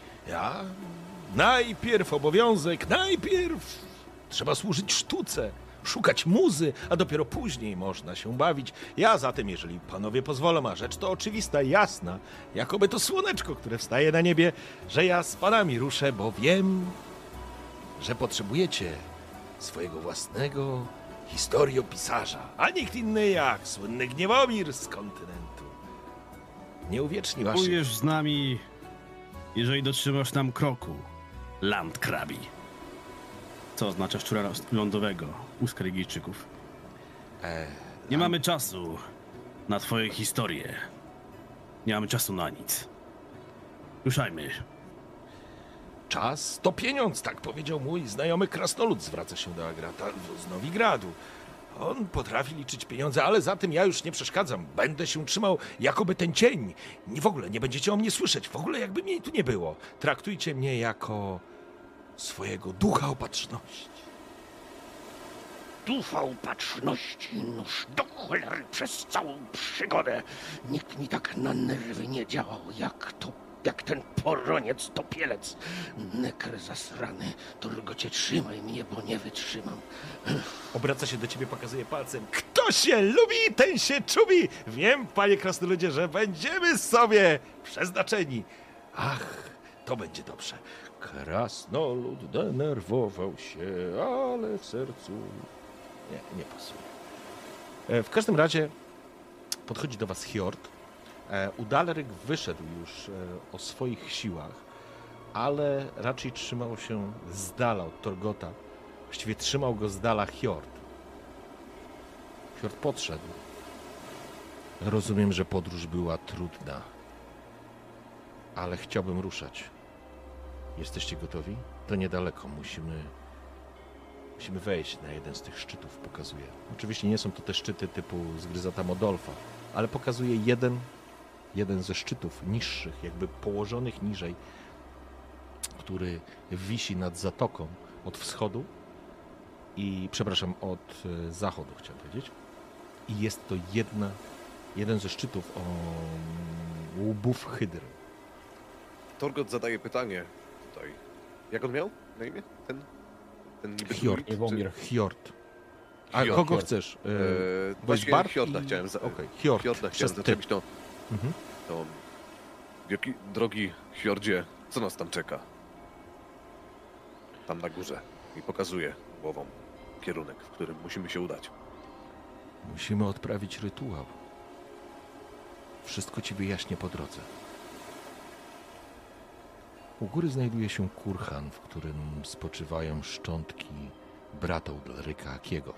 Ja? Najpierw obowiązek, najpierw trzeba służyć sztuce. szukać muzy, a dopiero później można się bawić. Ja zatem, jeżeli panowie pozwolą, a rzecz to oczywista i jasna, jakoby to słoneczko, które wstaje na niebie, że ja z panami ruszę, bo wiem, że potrzebujecie swojego własnego historiopisarza, a nikt inny jak słynny Gniewomir z kontynentu. Nie uwieczni waszych... Pójdziesz z nami, jeżeli dotrzymasz nam kroku, Landkrabi. Co oznacza szczura lądowego u Skrygijczyków. E, Nie mamy czasu na twoje historie. Nie mamy czasu na nic. Ruszajmy. Czas to pieniądz, tak powiedział mój znajomy krasnolud. Zwraca się do Agrata z Nowigradu. On potrafi liczyć pieniądze, ale za tym ja już nie przeszkadzam. Będę się trzymał jakoby ten cień. Nie, w ogóle nie będziecie o mnie słyszeć. W ogóle jakby mnie tu nie było. Traktujcie mnie jako swojego ducha opatrzności. Ducha upatrzności, nóż do cholery przez całą przygodę. Nikt mi tak na nerwy nie działał, jak to, jak ten poroniec topielec. Nekr zasrany, Torgocie, trzymaj mnie, bo nie wytrzymam. Obraca się do ciebie, pokazuje palcem. Kto się lubi, ten się czubi. Wiem, panie krasnoludzie, że będziemy sobie przeznaczeni. Ach, to będzie dobrze. Krasnolud denerwował się, ale w sercu... Nie, nie pasuje. E, w każdym razie podchodzi do was Hjord. E, Udalryk wyszedł już e, o swoich siłach, ale raczej trzymał się z dala od Torgota. Właściwie trzymał go z dala Hjord. Hjord podszedł. Rozumiem, że podróż była trudna, ale chciałbym ruszać. Jesteście gotowi? To niedaleko. Musimy, musimy wejść na jeden z tych szczytów, pokazuje. Oczywiście nie są to te szczyty typu Zgryzota Modolfa, ale pokazuje jeden, jeden ze szczytów niższych, jakby położonych niżej, który wisi nad zatoką od wschodu i, przepraszam, od zachodu, chciałem powiedzieć. I jest to jedna, jeden ze szczytów o łbów Hydry. Torgot zadaje pytanie tutaj. Jak on miał na imię? Ten, ten niby Hjord. druid, Niewomir. Hjord. A Hjord. kogo Hjord. chcesz? Eee, Bo jest właśnie Bart Hjorda i... chciałem za... Okej, Hjord. Hjorda Przez chciałem ty. zaczepić, to, Mhm. to... Wielki, drogi Hjordzie, co nas tam czeka? Tam na górze. I pokazuje głową kierunek, w którym musimy się udać. Musimy odprawić rytuał. Wszystko ci wyjaśnię po drodze. U góry znajduje się kurhan, w którym spoczywają szczątki brata Udalryka Akiego.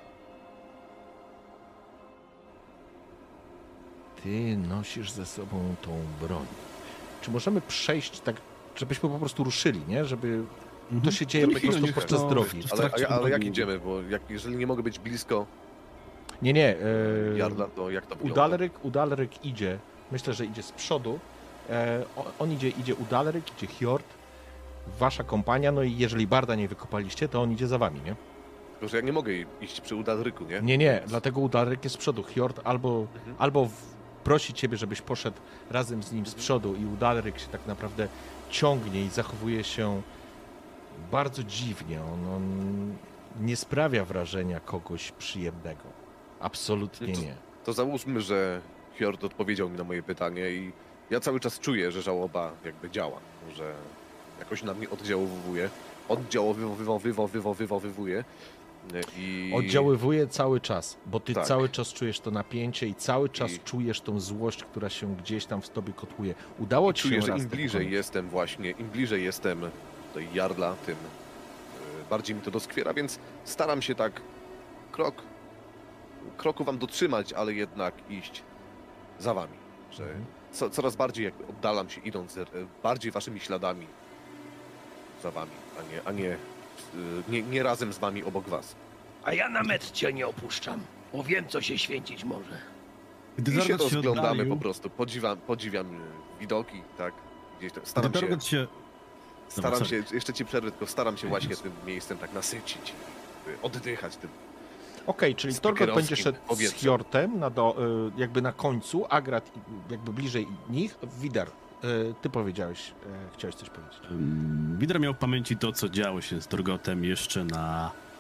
Ty nosisz ze sobą tą broń. Czy możemy przejść tak, żebyśmy po prostu ruszyli, nie? Żeby to się dzieje po Chwilę, prostu niech podczas to- drogi. w Ale, trakcie ale, ale jak drogi. idziemy? Bo jak, jeżeli nie mogę być blisko Nie, nie. E... Jarla, to jak to wygląda? Udalryk, Udalryk idzie, myślę, że idzie z przodu. E, on, on idzie, idzie Udalryk, idzie Hjord, wasza kompania, no i jeżeli Barda nie wykopaliście, to on idzie za wami, nie? Tylko, że ja nie mogę iść przy Udalryku, nie? Nie, nie, dlatego Udalryk jest z przodu. Hjord albo, Mhm. albo w, prosi ciebie, żebyś poszedł razem z nim z przodu i Udalryk się tak naprawdę ciągnie i zachowuje się bardzo dziwnie. On, on nie sprawia wrażenia kogoś przyjemnego. Absolutnie nie. To załóżmy, że Hjord odpowiedział mi na moje pytanie i ja cały czas czuję, że żałoba jakby działa, że jakoś na mnie oddziaływuje, oddziaływywowywowywowywowywuje i... Oddziaływuje cały czas, bo ty Tak. cały czas czujesz to napięcie i cały czas I- czujesz tą złość, która się gdzieś tam w tobie kotłuje. Udało ci Czuję, się że raz im to bliżej pokonać. jestem właśnie, im bliżej jestem do Jarla, tym y, bardziej mi to doskwiera, więc staram się tak krok, kroku wam dotrzymać, ale jednak iść za wami, że Mhm. co, coraz bardziej jakby oddalam się idąc y, bardziej waszymi śladami za wami, a nie, a nie, y, nie, nie razem z wami obok was. A ja na metr cię nie opuszczam, bo wiem, co się święcić może. Gdy I się Torgot się rozglądamy oddalił, po prostu, podziwiam, podziwiam y, widoki, tak, gdzieś tam, gdy staram się... Torgot się... Staram Dobra, się, jeszcze ci przerwę, tylko staram się właśnie tym miejscem tak nasycić, y, oddychać tym. Okej, czyli z Torgot będzie pikierowskim szedł z powietrzem. Hjortem na do, y, jakby na końcu, Agrat i- jakby bliżej nich. Widar, y, ty powiedziałeś, y, chciałeś coś powiedzieć. Widra miał w pamięci to, co działo się z Torgotem jeszcze na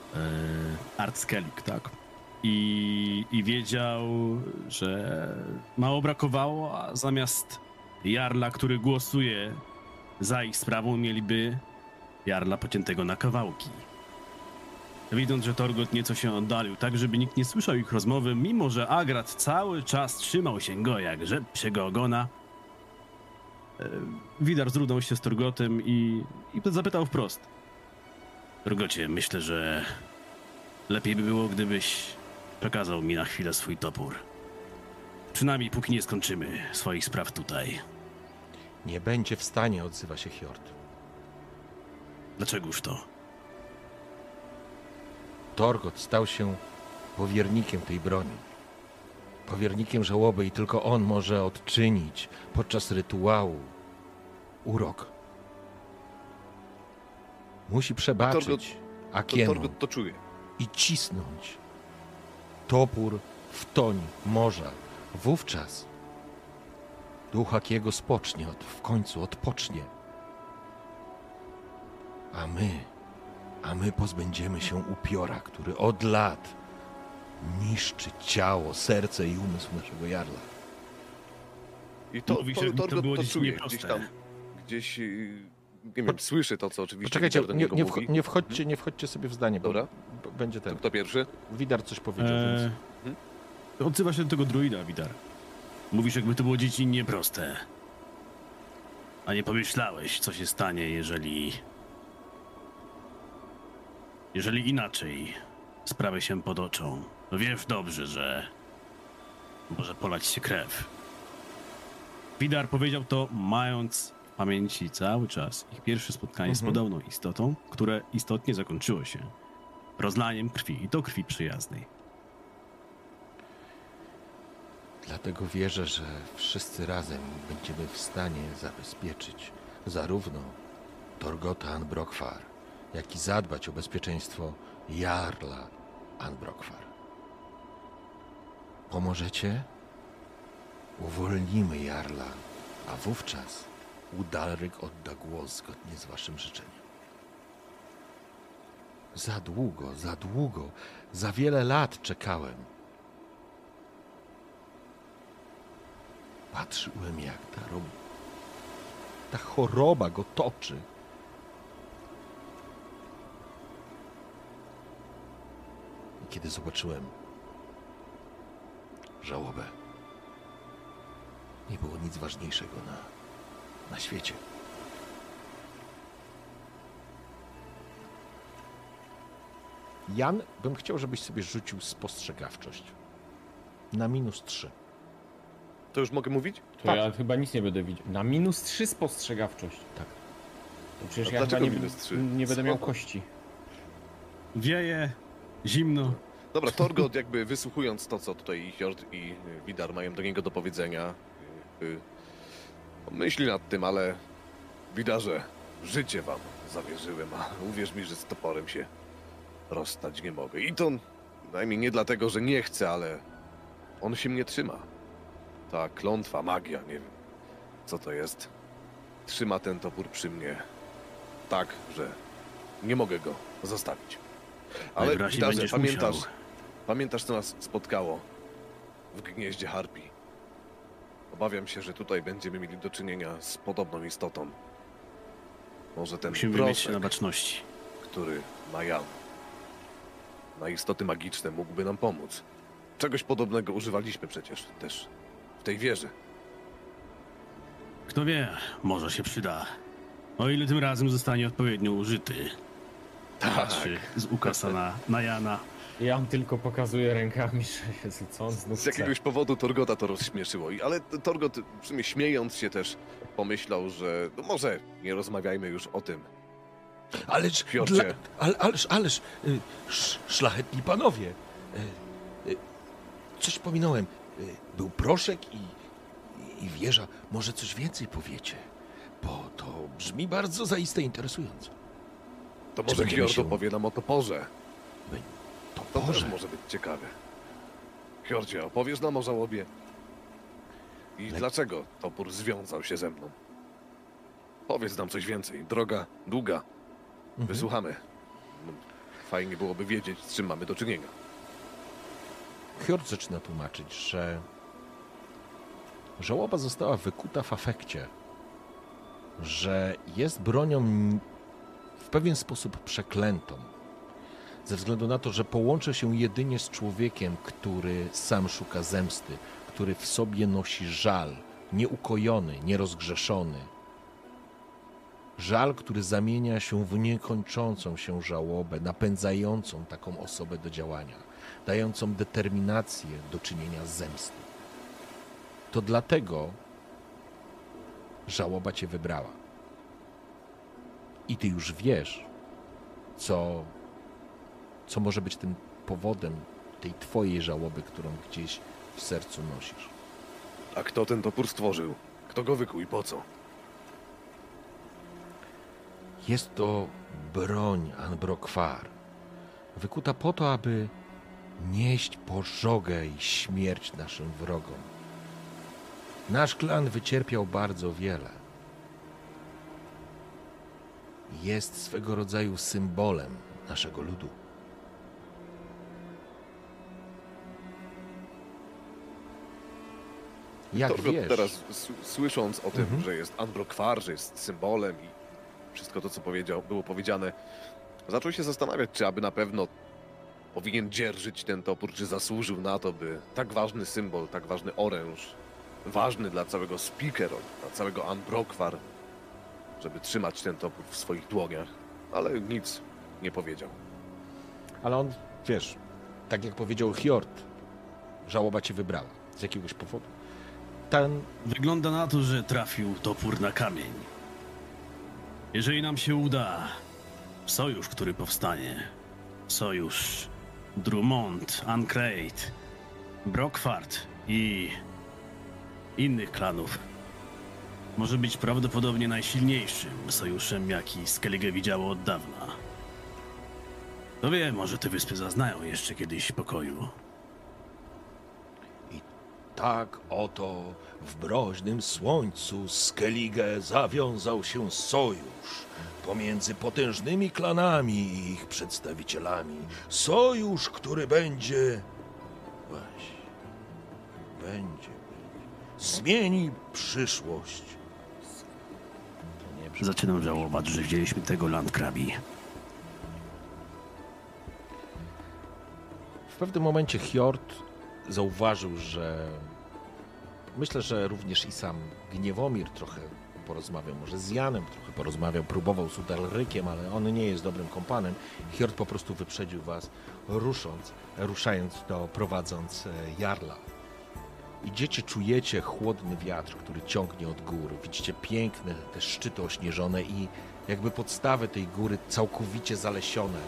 e, Artskellig, tak? I, I wiedział, że mało brakowało, a zamiast jarla, który głosuje za ich sprawą, mieliby jarla pociętego na kawałki. Widząc, że Torgot nieco się oddalił, tak żeby nikt nie słyszał ich rozmowy, mimo że Agrat cały czas trzymał się go jak rzep psiego ogona, e, Widar zrównał się z Torgotem i, i zapytał wprost. Torgocie, myślę, że lepiej by było, gdybyś przekazał mi na chwilę swój topór. Przynajmniej póki nie skończymy swoich spraw tutaj. Nie będzie w stanie, odzywa się Hjord. Dlaczegoż to? Torgot stał się powiernikiem tej broni. Powiernikiem żałoby i tylko on może odczynić podczas rytuału urok. Musi przebaczyć Torgot- To Akiemu Torgot to czuje. i cisnąć topór w toń morza. Wówczas duch Akiego spocznie, od, w końcu odpocznie. A my, a my pozbędziemy się upiora, który od lat niszczy ciało, serce i umysł naszego jarla. I to, Mówi to, się, że to Torgot było to dziś czuje. nieproste. Gdzieś tam, gdzieś, yy, nie wiem, słyszy to, co oczywiście Poczekajcie, Widar do nie, niego nie, mówi. wcho- nie, wchodźcie, nie wchodźcie sobie w zdanie, bo, Dobra. bo będzie To ten. kto pierwszy? Widar coś powiedział, Eee, więc... odzywa się do tego druida, Widar. Mówisz, jakby to było dzieci nieproste. A nie pomyślałeś, co się stanie, jeżeli... Jeżeli inaczej sprawy się potoczą. Wiesz dobrze, że może polać się krew. Widar powiedział to, mając w pamięci cały czas ich pierwsze spotkanie z Mhm. podobną istotą, które istotnie zakończyło się rozlaniem krwi, i to krwi przyjaznej. Dlatego wierzę, że wszyscy razem będziemy w stanie zabezpieczyć zarówno Torgota Anbrokfar, jak i zadbać o bezpieczeństwo Jarla Anbrokfar. Pomożecie? Uwolnimy Jarla, a wówczas Udalryk odda głos zgodnie z waszym życzeniem. Za długo, za długo, za wiele lat czekałem. Patrzyłem, jak ta, ro... ta choroba go toczy. I kiedy zobaczyłem żałobę, nie było nic ważniejszego na, na świecie. Jan, bym chciał, żebyś sobie rzucił spostrzegawczość. Na minus trzy. To już mogę mówić? To Tak. ja chyba nic nie będę widział. Na minus trzy spostrzegawczość. Tak. To przecież A ja chyba dlaczego nie, minus trzy? nie będę miał Słabo. kości. Wieje, zimno. Dobra, Torgot jakby wysłuchując to, co tutaj Hjord i Widar mają do niego do powiedzenia, yy, myśli nad tym, ale Widarze, życie wam zawierzyłem, a uwierz mi, że z toporem się rozstać nie mogę. I to najmniej nie dlatego, że nie chcę, ale on się mnie trzyma. Ta klątwa, magia, nie wiem, co to jest. Trzyma ten topór przy mnie tak, że nie mogę go zostawić. Ale Najwyraźniej Widarze, będziesz pamiętasz, musiał. pamiętasz, co nas spotkało w gnieździe Harpii? Obawiam się, że tutaj będziemy mieli do czynienia z podobną istotą. Może ten Musimy mieć się proszek, na baczności. który ma Jan, na istoty magiczne mógłby nam pomóc. Czegoś podobnego używaliśmy przecież też w tej wieży. Kto wie, może się przyda. O ile tym razem zostanie odpowiednio użyty. Patrzy z ukasa na, na Jana. Ja tylko pokazuję rękami, że Jezu, co on znów Z chce. jakiegoś powodu Torgota to rozśmieszyło. I- Ale Torgot, w sumie śmiejąc się też, pomyślał, że no może nie rozmawiajmy już o tym. Ależ, Piotrze. dla, ale, ależ, ależ, y, sz, szlachetni panowie, y, y, coś pominąłem. Y, był proszek i, i, i wieża. Może coś więcej powiecie, bo to brzmi bardzo zaiste interesująco. To Czy może będziemy Hjord się- opowie nam o toporze. My, to To Boże, też może być ciekawe. Hjordzie, opowiesz nam o żałobie? I Le- dlaczego topór związał się ze mną? Powiedz nam coś więcej. Droga długa. Mhm. Wysłuchamy. fajnie byłoby wiedzieć, z czym mamy do czynienia. Hjord zaczyna tłumaczyć, że żałoba została wykuta w afekcie, że jest bronią w pewien sposób przeklętą, ze względu na to, że połączy się jedynie z człowiekiem, który sam szuka zemsty, który w sobie nosi żal, nieukojony, nierozgrzeszony. Żal, który zamienia się w niekończącą się żałobę, napędzającą taką osobę do działania, dającą determinację do czynienia zemsty. To dlatego żałoba cię wybrała. I ty już wiesz, co, co może być tym powodem tej twojej żałoby, którą gdzieś w sercu nosisz. A kto ten topór stworzył? Kto go wykuł i po co? Jest to broń Anbrokwar, wykuta po to, aby nieść pożogę i śmierć naszym wrogom. Nasz klan wycierpiał bardzo wiele. Jest swego rodzaju symbolem naszego ludu. Jak Torgot wiesz, teraz s- słysząc o tym, Mhm. że jest Anbrokwar, że jest symbolem i wszystko to, co powiedział, było powiedziane, zaczął się zastanawiać, czy aby na pewno powinien dzierżyć ten topór, czy zasłużył na to, by tak ważny symbol, tak ważny oręż, ważny dla całego Speakeron, dla całego Anbrokwar, żeby trzymać ten topór w swoich dłoniach, ale nic nie powiedział. ale on, wiesz, tak jak powiedział Hjord, żałoba cię wybrała z jakiegoś powodu. Ten Wygląda na to, że trafił topór na kamień. Jeżeli nam się uda, sojusz, który powstanie, sojusz Drummond, Ancrate, Brockwart i innych klanów, może być prawdopodobnie najsilniejszym sojuszem, jaki Skellige widziało od dawna. Kto wie, może te wyspy zaznają jeszcze kiedyś pokoju. Tak oto w mroźnym słońcu Skellige zawiązał się sojusz pomiędzy potężnymi klanami i ich przedstawicielami. Sojusz, który będzie... Właśnie, będzie, zmieni przyszłość. To nie przy... Zaczynam żałować, że wzięliśmy tego Landgrabi. W pewnym momencie Hjord zauważył, że myślę, że również i sam Gniewomir trochę porozmawiał, może z Janem trochę porozmawiał, próbował z Udalrykiem, ale on nie jest dobrym kompanem. Hjord po prostu wyprzedził was, rusząc, ruszając do, prowadząc Jarla. Idziecie, czujecie chłodny wiatr, który ciągnie od gór. Widzicie piękne te szczyty ośnieżone i jakby podstawy tej góry całkowicie zalesione.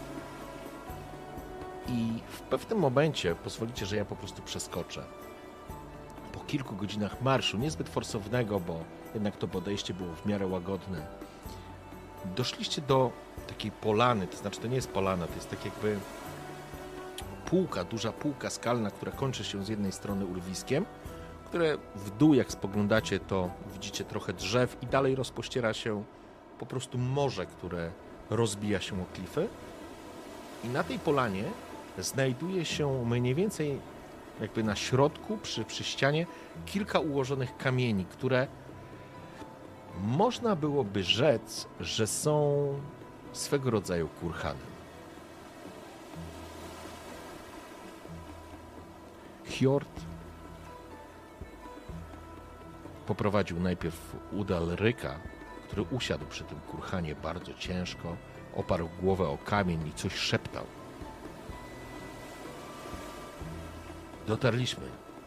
I w pewnym momencie pozwolicie, że ja po prostu przeskoczę. Po kilku godzinach marszu, niezbyt forsownego, bo jednak to podejście było w miarę łagodne, doszliście do takiej polany, to znaczy to nie jest polana, to jest tak jakby półka, duża półka skalna, która kończy się z jednej strony urwiskiem, które w dół, jak spoglądacie, to widzicie trochę drzew i dalej rozpościera się po prostu morze, które rozbija się o klify. I na tej polanie znajduje się mniej więcej jakby na środku, przy, przy ścianie, kilka ułożonych kamieni, które można byłoby rzec, że są swego rodzaju kurhanem. Hjord poprowadził najpierw Udalryka, który usiadł przy tym kurhanie bardzo ciężko, oparł głowę o kamień i coś szeptał. Dotarliśmy.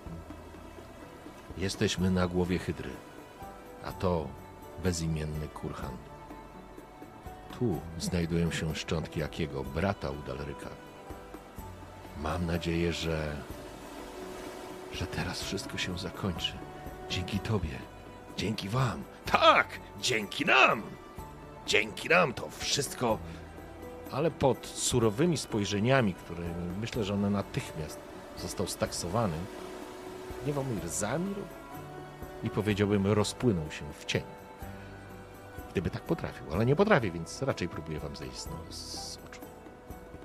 Jesteśmy na głowie hydry, a to bezimienny kurhan. Tu znajdują się szczątki Akiego, brata Udalryka. Mam nadzieję, że że teraz wszystko się zakończy. Dzięki tobie, dzięki wam. Tak, dzięki nam. Dzięki nam to wszystko. Ale pod surowymi spojrzeniami, które myślę, że one natychmiast został staksowany, Gniewomir zamilkł i powiedziałbym, rozpłynął się w cień. Gdyby tak potrafił, ale nie potrafię, więc raczej próbuję wam zejść z, z oczu.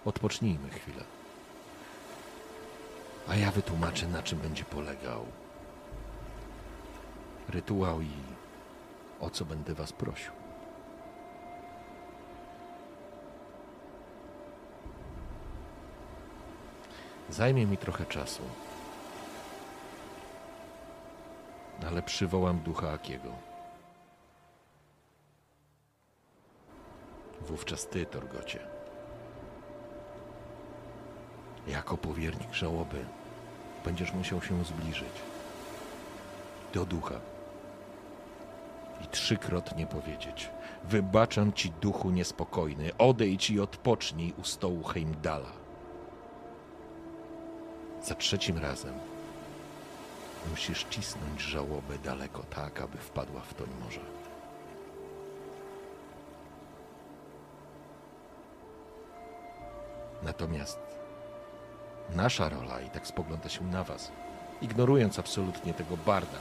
Odpocznijmy chwilę. A ja wytłumaczę, na czym będzie polegał rytuał i o co będę was prosił. Zajmie mi trochę czasu, ale przywołam ducha Akiego. Wówczas ty, Torgocie, jako powiernik żałoby, będziesz musiał się zbliżyć do ducha i trzykrotnie powiedzieć: wybaczam ci, duchu niespokojny, odejdź i odpocznij u stołu Heimdala. Za trzecim razem musisz cisnąć żałobę daleko, tak aby wpadła w toń morza. Natomiast nasza rola i tak spogląda się na was, ignorując absolutnie tego barda.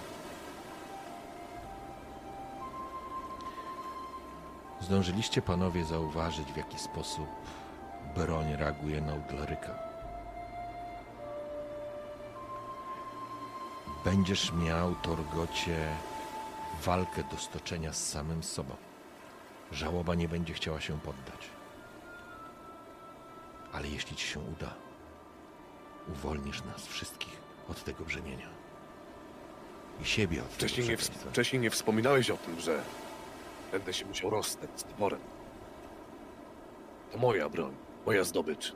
Zdążyliście panowie zauważyć, w jaki sposób broń reaguje na Udlaryka. Będziesz miał, Torgocie, walkę do stoczenia z samym sobą. Żałoba nie będzie chciała się poddać. Ale jeśli ci się uda, uwolnisz nas wszystkich od tego brzemienia. I siebie od Wcześniej tego nie, przekleństwa. wcześniej nie wspominałeś o tym, że będę się musiał rozstać z tworem. To moja broń, moja zdobycz.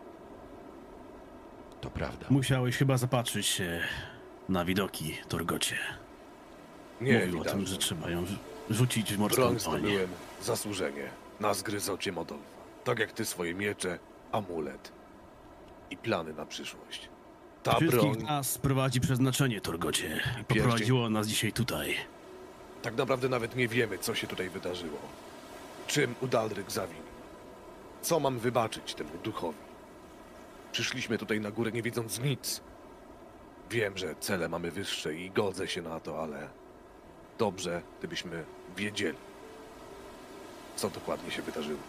To prawda. Musiałeś chyba zapatrzyć się na widoki, Torgocie. Nie, Mówił o tym, Widarze. że trzeba ją rzu- rzucić w morską Broń toń. zdobyłem zasłużenie na zgryzocie Modolfa. Tak jak ty swoje miecze, amulet i plany na przyszłość. Ta Wszystkich broń nas prowadzi przeznaczenie, Torgocie. Poprowadziło nas dzisiaj tutaj. tak naprawdę nawet nie wiemy, co się tutaj wydarzyło. Czym Udalryk zawinił. Co mam wybaczyć temu duchowi? Przyszliśmy tutaj na górę nie wiedząc nic. Wiem, że cele mamy wyższe i godzę się na to, ale dobrze, gdybyśmy wiedzieli, co dokładnie się wydarzyło.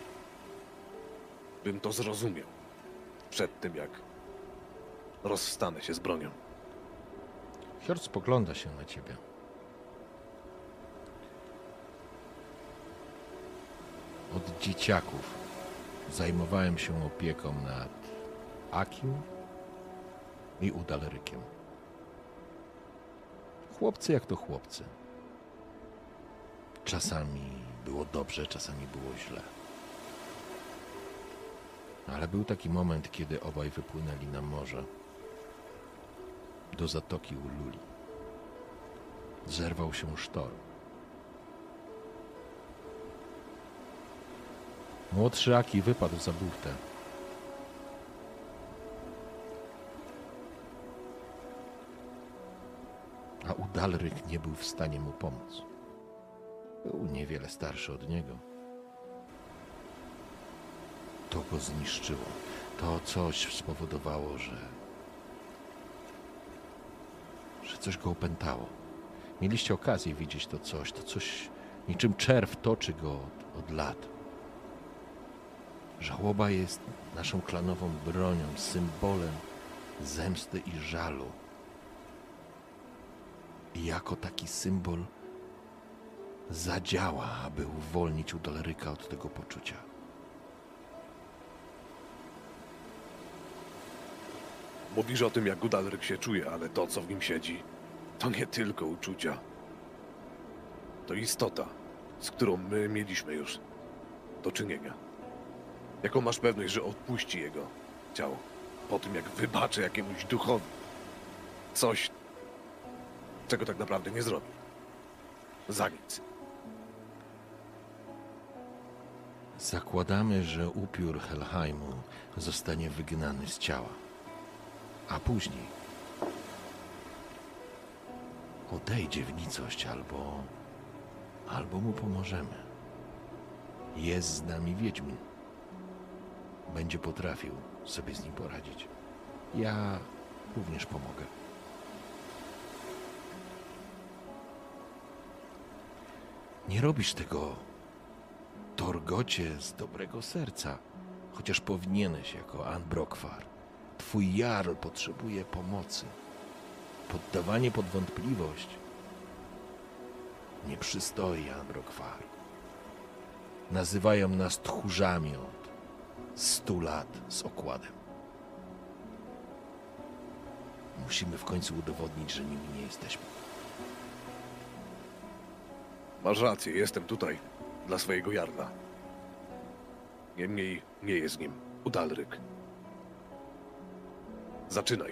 Bym to zrozumiał przed tym, jak rozstanę się z bronią. Hjord spogląda się na ciebie. Od dzieciaków zajmowałem się opieką nad Akim i Udalrykiem. Chłopcy jak to chłopcy. Czasami było dobrze, czasami było źle. Ale był taki moment, kiedy obaj wypłynęli na morze, do zatoki Ululi. Zerwał się sztorm. Młodszy Aki wypadł za buchtę. A Udalryk nie był w stanie mu pomóc. Był niewiele starszy od niego. To go zniszczyło. To coś spowodowało, że... że coś go opętało. Mieliście okazję widzieć to coś. To coś niczym czerw toczy go od, od lat. Żałoba jest naszą klanową bronią, symbolem zemsty i żalu. I jako taki symbol zadziała, aby uwolnić Udalryka od tego poczucia. Mówisz o tym, jak Udalryk się czuje, ale to, co w nim siedzi, to nie tylko uczucia. To istota, z którą my mieliśmy już do czynienia. Jaką masz pewność, że odpuści jego ciało po tym, jak wybaczy jakiemuś duchowi coś, czego tak naprawdę nie zrobił. Za nic. Zakładamy, że upiór Helheimu zostanie wygnany z ciała, a później odejdzie w nicość albo, albo mu pomożemy. Jest z nami Wiedźmin. Będzie potrafił sobie z nim poradzić. Ja również pomogę. Nie robisz tego, Torgocie, z dobrego serca. chociaż powinieneś jako Anbrokwar. Twój jarl potrzebuje pomocy. Poddawanie pod wątpliwość nie przystoi, Anbrokwar. Nazywają nas tchórzami od stu lat z okładem. Musimy w końcu udowodnić, że nimi nie jesteśmy. Masz rację, jestem tutaj dla swojego jarla. Niemniej nie jest nim Udalryk. Zaczynaj.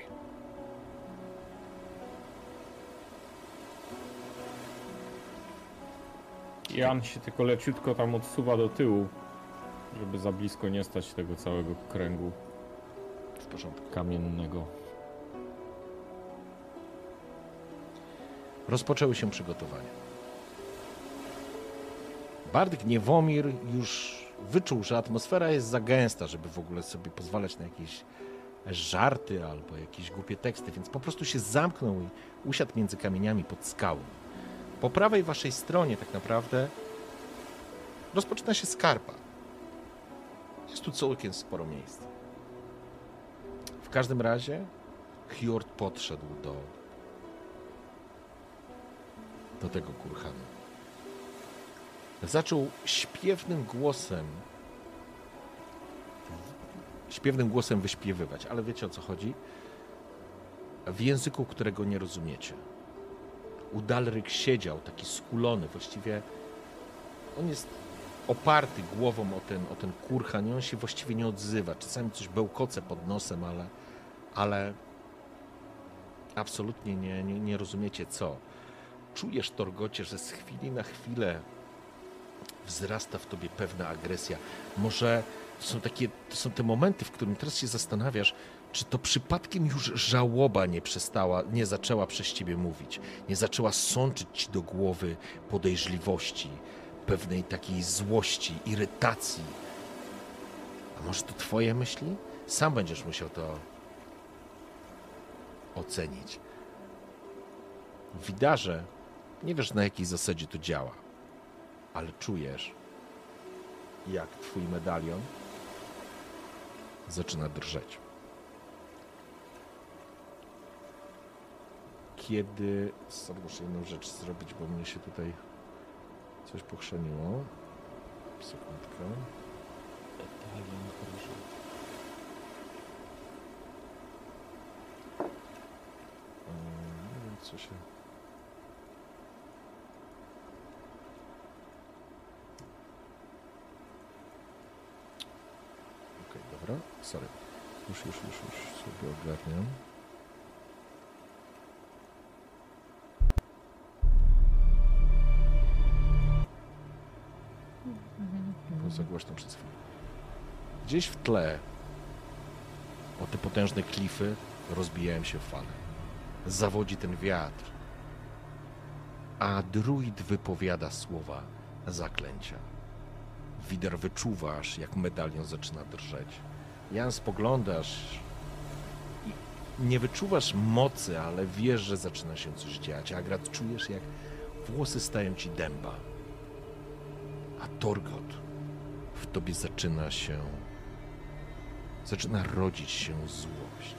Jan się tylko leciutko tam odsuwa do tyłu, żeby za blisko nie stać tego całego kręgu W porządku. kamiennego. Rozpoczęły się przygotowania. Bard Gniewomir już wyczuł, że atmosfera jest za gęsta, żeby w ogóle sobie pozwalać na jakieś żarty albo jakieś głupie teksty, więc po prostu się zamknął i usiadł między kamieniami pod skałą. Po prawej waszej stronie tak naprawdę rozpoczyna się skarpa. Jest tu całkiem sporo miejsc. W każdym razie Hjord podszedł do do tego kurhanu. Zaczął śpiewnym głosem śpiewnym głosem wyśpiewywać, ale wiecie, o co chodzi? W języku, którego nie rozumiecie. Udalryk siedział, taki skulony, właściwie on jest oparty głową o ten, o ten kurhan i on się właściwie nie odzywa. Czasami coś bełkoce pod nosem, ale, ale absolutnie nie, nie, nie rozumiecie co. Czujesz, Torgocie, że z chwili na chwilę wzrasta w tobie pewna agresja. Może to są takie, to są te momenty, w którym teraz się zastanawiasz, czy to przypadkiem już żałoba nie przestała, nie zaczęła przez ciebie mówić, nie zaczęła sączyć ci do głowy podejrzliwości, pewnej takiej złości, irytacji. A może to twoje myśli? Sam będziesz musiał to ocenić. Widarze, nie wiesz, na jakiej zasadzie to działa, ale czujesz, jak twój medalion zaczyna drżeć. Kiedy... Sorry, muszę jedną rzecz zrobić, bo mnie się tutaj coś pochrzeniło. Sekundkę. Nie wiem, co się... Okej, dobra. Sorry. Już, już, już, już sobie ogarniam. Było za głośno przez chwilę. Gdzieś w tle o te potężne klify rozbijają się fale. Zawodzi ten wiatr, a druid wypowiada słowa zaklęcia. Widar wyczuwasz, jak medalion zaczyna drżeć. Jan, spoglądasz i nie wyczuwasz mocy, ale wiesz, że zaczyna się coś dziać. Agrat, czujesz, jak włosy stają ci dęba. A Torgot, w tobie zaczyna się, zaczyna rodzić się złość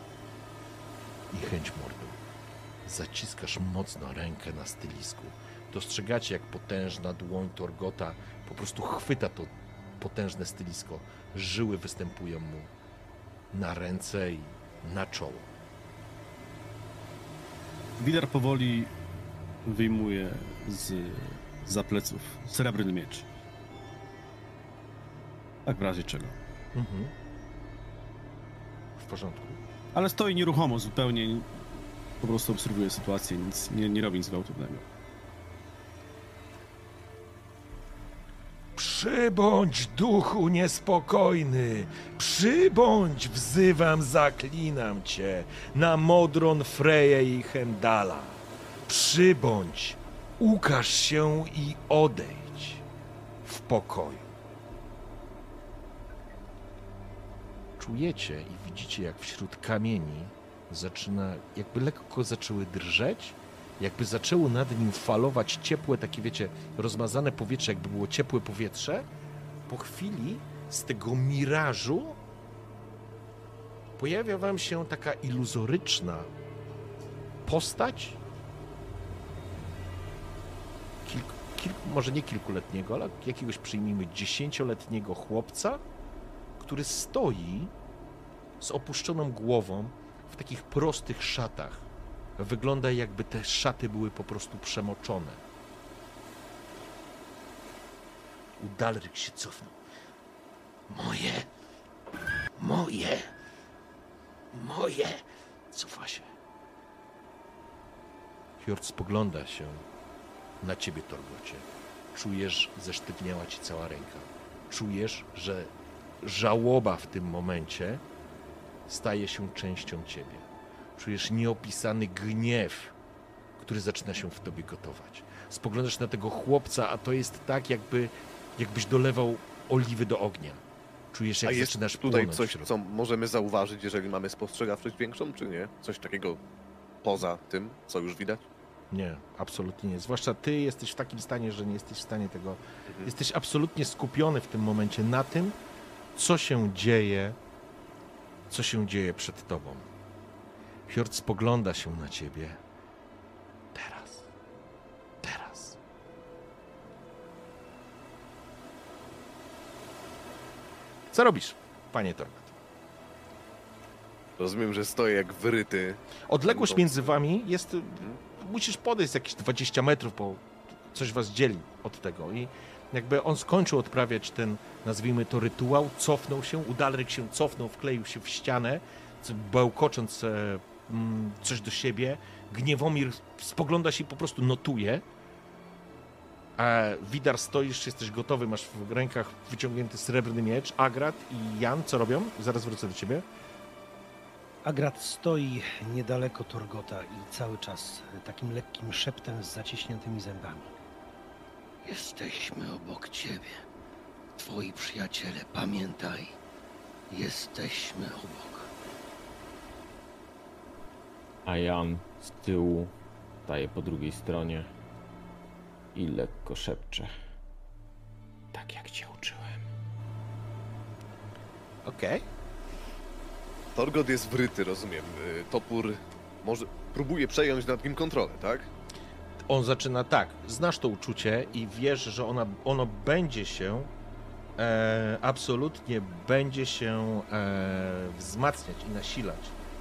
i chęć mordu. Zaciskasz mocno rękę na stylisku. Dostrzegacie, jak potężna dłoń Torgota po prostu chwyta to potężne stylisko. Żyły występują mu na ręce i na czoło. Widar powoli wyjmuje z za pleców srebrny miecz. Tak w razie czego. Mhm. W porządku. Ale stoi nieruchomo zupełnie, po prostu obserwuje sytuację, nic nie, nie robi nic gwałtownego. Przybądź, duchu niespokojny, przybądź, wzywam, zaklinam cię, na Modron, Freję i Hemdala. Przybądź, ukaż się i odejdź w pokoju. Czujecie i widzicie, jak wśród kamieni zaczyna, jakby lekko zaczęły drżeć, jakby zaczęło nad nim falować ciepłe, takie wiecie, rozmazane powietrze, jakby było ciepłe powietrze. Po chwili z tego mirażu pojawia wam się taka iluzoryczna postać kilku, kilku, może nie kilkuletniego, ale jakiegoś, przyjmijmy, dziesięcioletniego chłopca, który stoi z opuszczoną głową w takich prostych szatach. Wygląda, jakby te szaty były po prostu przemoczone. Udalryk się cofnął. Moje, moje, moje. Cofa się. Hjord spogląda się na ciebie, Torgocie. Czujesz, zesztywniała ci cała ręka. Czujesz, że żałoba w tym momencie staje się częścią ciebie. Czujesz nieopisany gniew, który zaczyna się w tobie gotować. Spoglądasz na tego chłopca, a to jest tak, jakby, jakbyś dolewał oliwy do ognia. Czujesz, jak A jest zaczynasz tutaj płonąć w coś, środku. co możemy zauważyć, jeżeli mamy spostrzegawczość większą, czy nie? Coś takiego poza tym, co już widać? Nie, absolutnie nie. Zwłaszcza ty jesteś w takim stanie, że nie jesteś w stanie tego... Mhm. Jesteś absolutnie skupiony w tym momencie na tym, co się dzieje, co się dzieje przed tobą. Hjord spogląda się na ciebie. Teraz. Teraz. Co robisz, panie Torgot? Rozumiem, że stoję jak wyryty. Odległość Będący- między wami jest... Musisz podejść jakieś dwadzieścia metrów, bo coś was dzieli od tego. I jakby on skończył odprawiać ten, nazwijmy to, rytuał, cofnął się, Udalryk się cofnął, wkleił się w ścianę, c- bełkocząc e, mm, coś do siebie. Gniewomir spogląda się i po prostu notuje. A Widar, stoisz, jesteś gotowy, masz w rękach wyciągnięty srebrny miecz. Agrat i Jan, co robią? Zaraz wrócę do ciebie. Agrat stoi niedaleko Torgota i cały czas takim lekkim szeptem z zaciśniętymi zębami. Jesteśmy obok ciebie. Twoi przyjaciele, pamiętaj. Jesteśmy obok. A Jan z tyłu staje po drugiej stronie i lekko szepcze. Tak jak cię uczyłem. Okej. Torgot jest wryty, rozumiem. Y, Topór może próbuje przejąć nad nim kontrolę, tak? On zaczyna tak, znasz to uczucie i wiesz, że ona, ono będzie się, e, absolutnie będzie się e, wzmacniać i nasilać.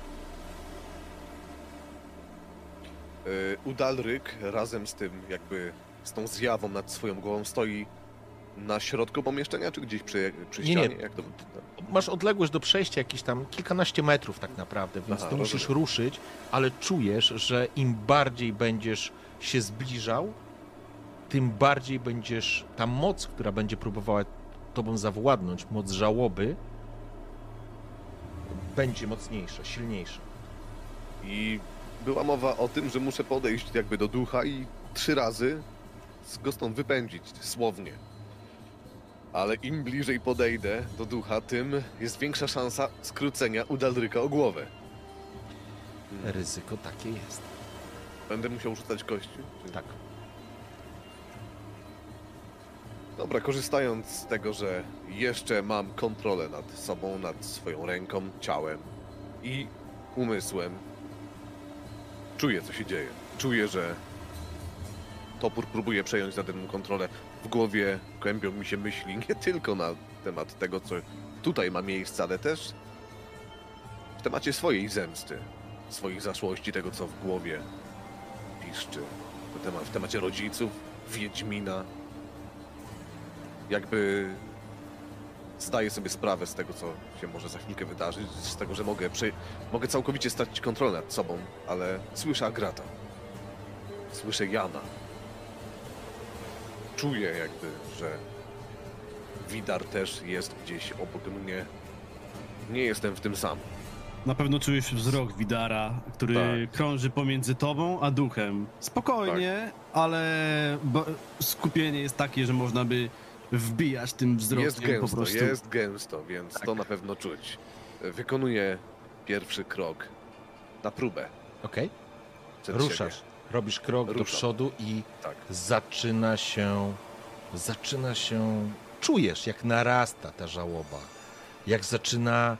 Y, Udalryk razem z tym, jakby z tą zjawą nad swoją głową stoi na środku pomieszczenia, czy gdzieś przy, przy Nie, nie. ścianie? Jak to... Masz odległość do przejścia jakieś tam kilkanaście metrów tak naprawdę, więc Aha, ty musisz rozumiem. ruszyć, ale czujesz, że im bardziej będziesz się zbliżał, tym bardziej będziesz, ta moc, która będzie próbowała tobą zawładnąć, moc żałoby, będzie mocniejsza, silniejsza. I była mowa o tym, że muszę podejść jakby do ducha i trzy razy go stąd wypędzić, słownie. Ale im bliżej podejdę do ducha, tym jest większa szansa skrócenia Udalryka o głowę. Ryzyko takie jest. Będę musiał rzucać kości? Czy... Tak. Dobra, korzystając z tego, że jeszcze mam kontrolę nad sobą, nad swoją ręką, ciałem i umysłem, czuję, co się dzieje. Czuję, że topór próbuje przejąć nade mną kontrolę. W głowie kłębią mi się myśli nie tylko na temat tego, co tutaj ma miejsce, ale też w temacie swojej zemsty, swoich zaszłości, tego, co w głowie piszczy. W temat- W temacie rodziców, Wiedźmina. Jakby zdaję sobie sprawę z tego, co się może za chwilkę wydarzyć, z tego, że mogę, przy... mogę całkowicie stracić kontrolę nad sobą, ale słyszę Agrata. Słyszę Jana. Czuję jakby, że Widar też jest gdzieś obok mnie. Nie jestem w tym sam. Na pewno czujesz wzrok Widara, który Tak. krąży pomiędzy tobą a duchem. Spokojnie, ale bo skupienie jest takie, że można by wbijać tym wzrokiem Jest gęsto, po prostu. jest gęsto, więc to na pewno czuć. Wykonuję pierwszy krok na próbę. Okej? Przed Ruszasz. siebie. Robisz krok do Ruszam. przodu i Tak. zaczyna się, zaczyna się czujesz, jak narasta ta żałoba, jak zaczyna,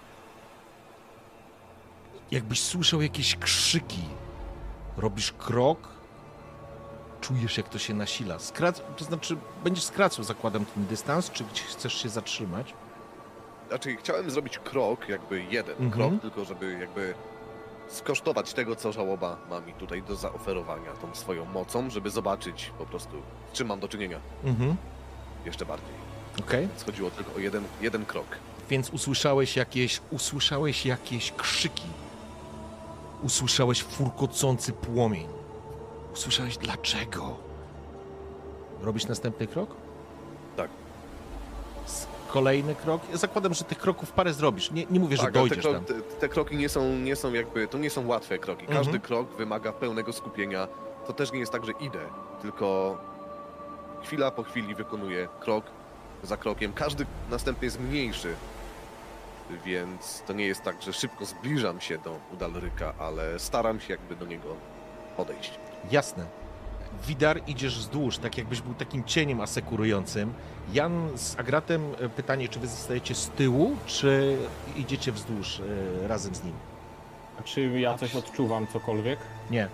jakbyś słyszał jakieś krzyki. Robisz krok, czujesz, jak to się nasila. Skrac... To znaczy, będziesz skracał, zakładam, ten dystans, czy gdzieś chcesz się zatrzymać? Znaczy, chciałem zrobić krok, jakby jeden Mhm. krok, tylko żeby jakby skosztować tego, co żałoba ma mi tutaj do zaoferowania tą swoją mocą, żeby zobaczyć po prostu, z czym mam do czynienia Mhm, jeszcze bardziej. okej. Więc chodziło tylko o jeden, jeden krok. Więc usłyszałeś jakieś, usłyszałeś jakieś krzyki. Usłyszałeś furkocący płomień. Usłyszałeś dlaczego. Robisz następny krok? Tak. S- Kolejny krok? Ja zakładam, że tych kroków parę zrobisz. Nie, nie mówię, że Tak, ale te, dojdziesz krok, tam. te, te kroki nie są, nie są jakby, to nie są łatwe kroki. Każdy Mhm. krok wymaga pełnego skupienia. To też nie jest tak, że idę, tylko chwila po chwili wykonuję krok za krokiem. Każdy następny jest mniejszy, więc to nie jest tak, że szybko zbliżam się do Udalryka, ale staram się jakby do niego podejść. Jasne. Widar, idziesz wzdłuż, tak jakbyś był takim cieniem asekurującym. Jan z Agratem, e, pytanie, czy wy zostajecie z tyłu, czy idziecie wzdłuż e, razem z nim? A czy ja coś odczuwam, cokolwiek? Nie.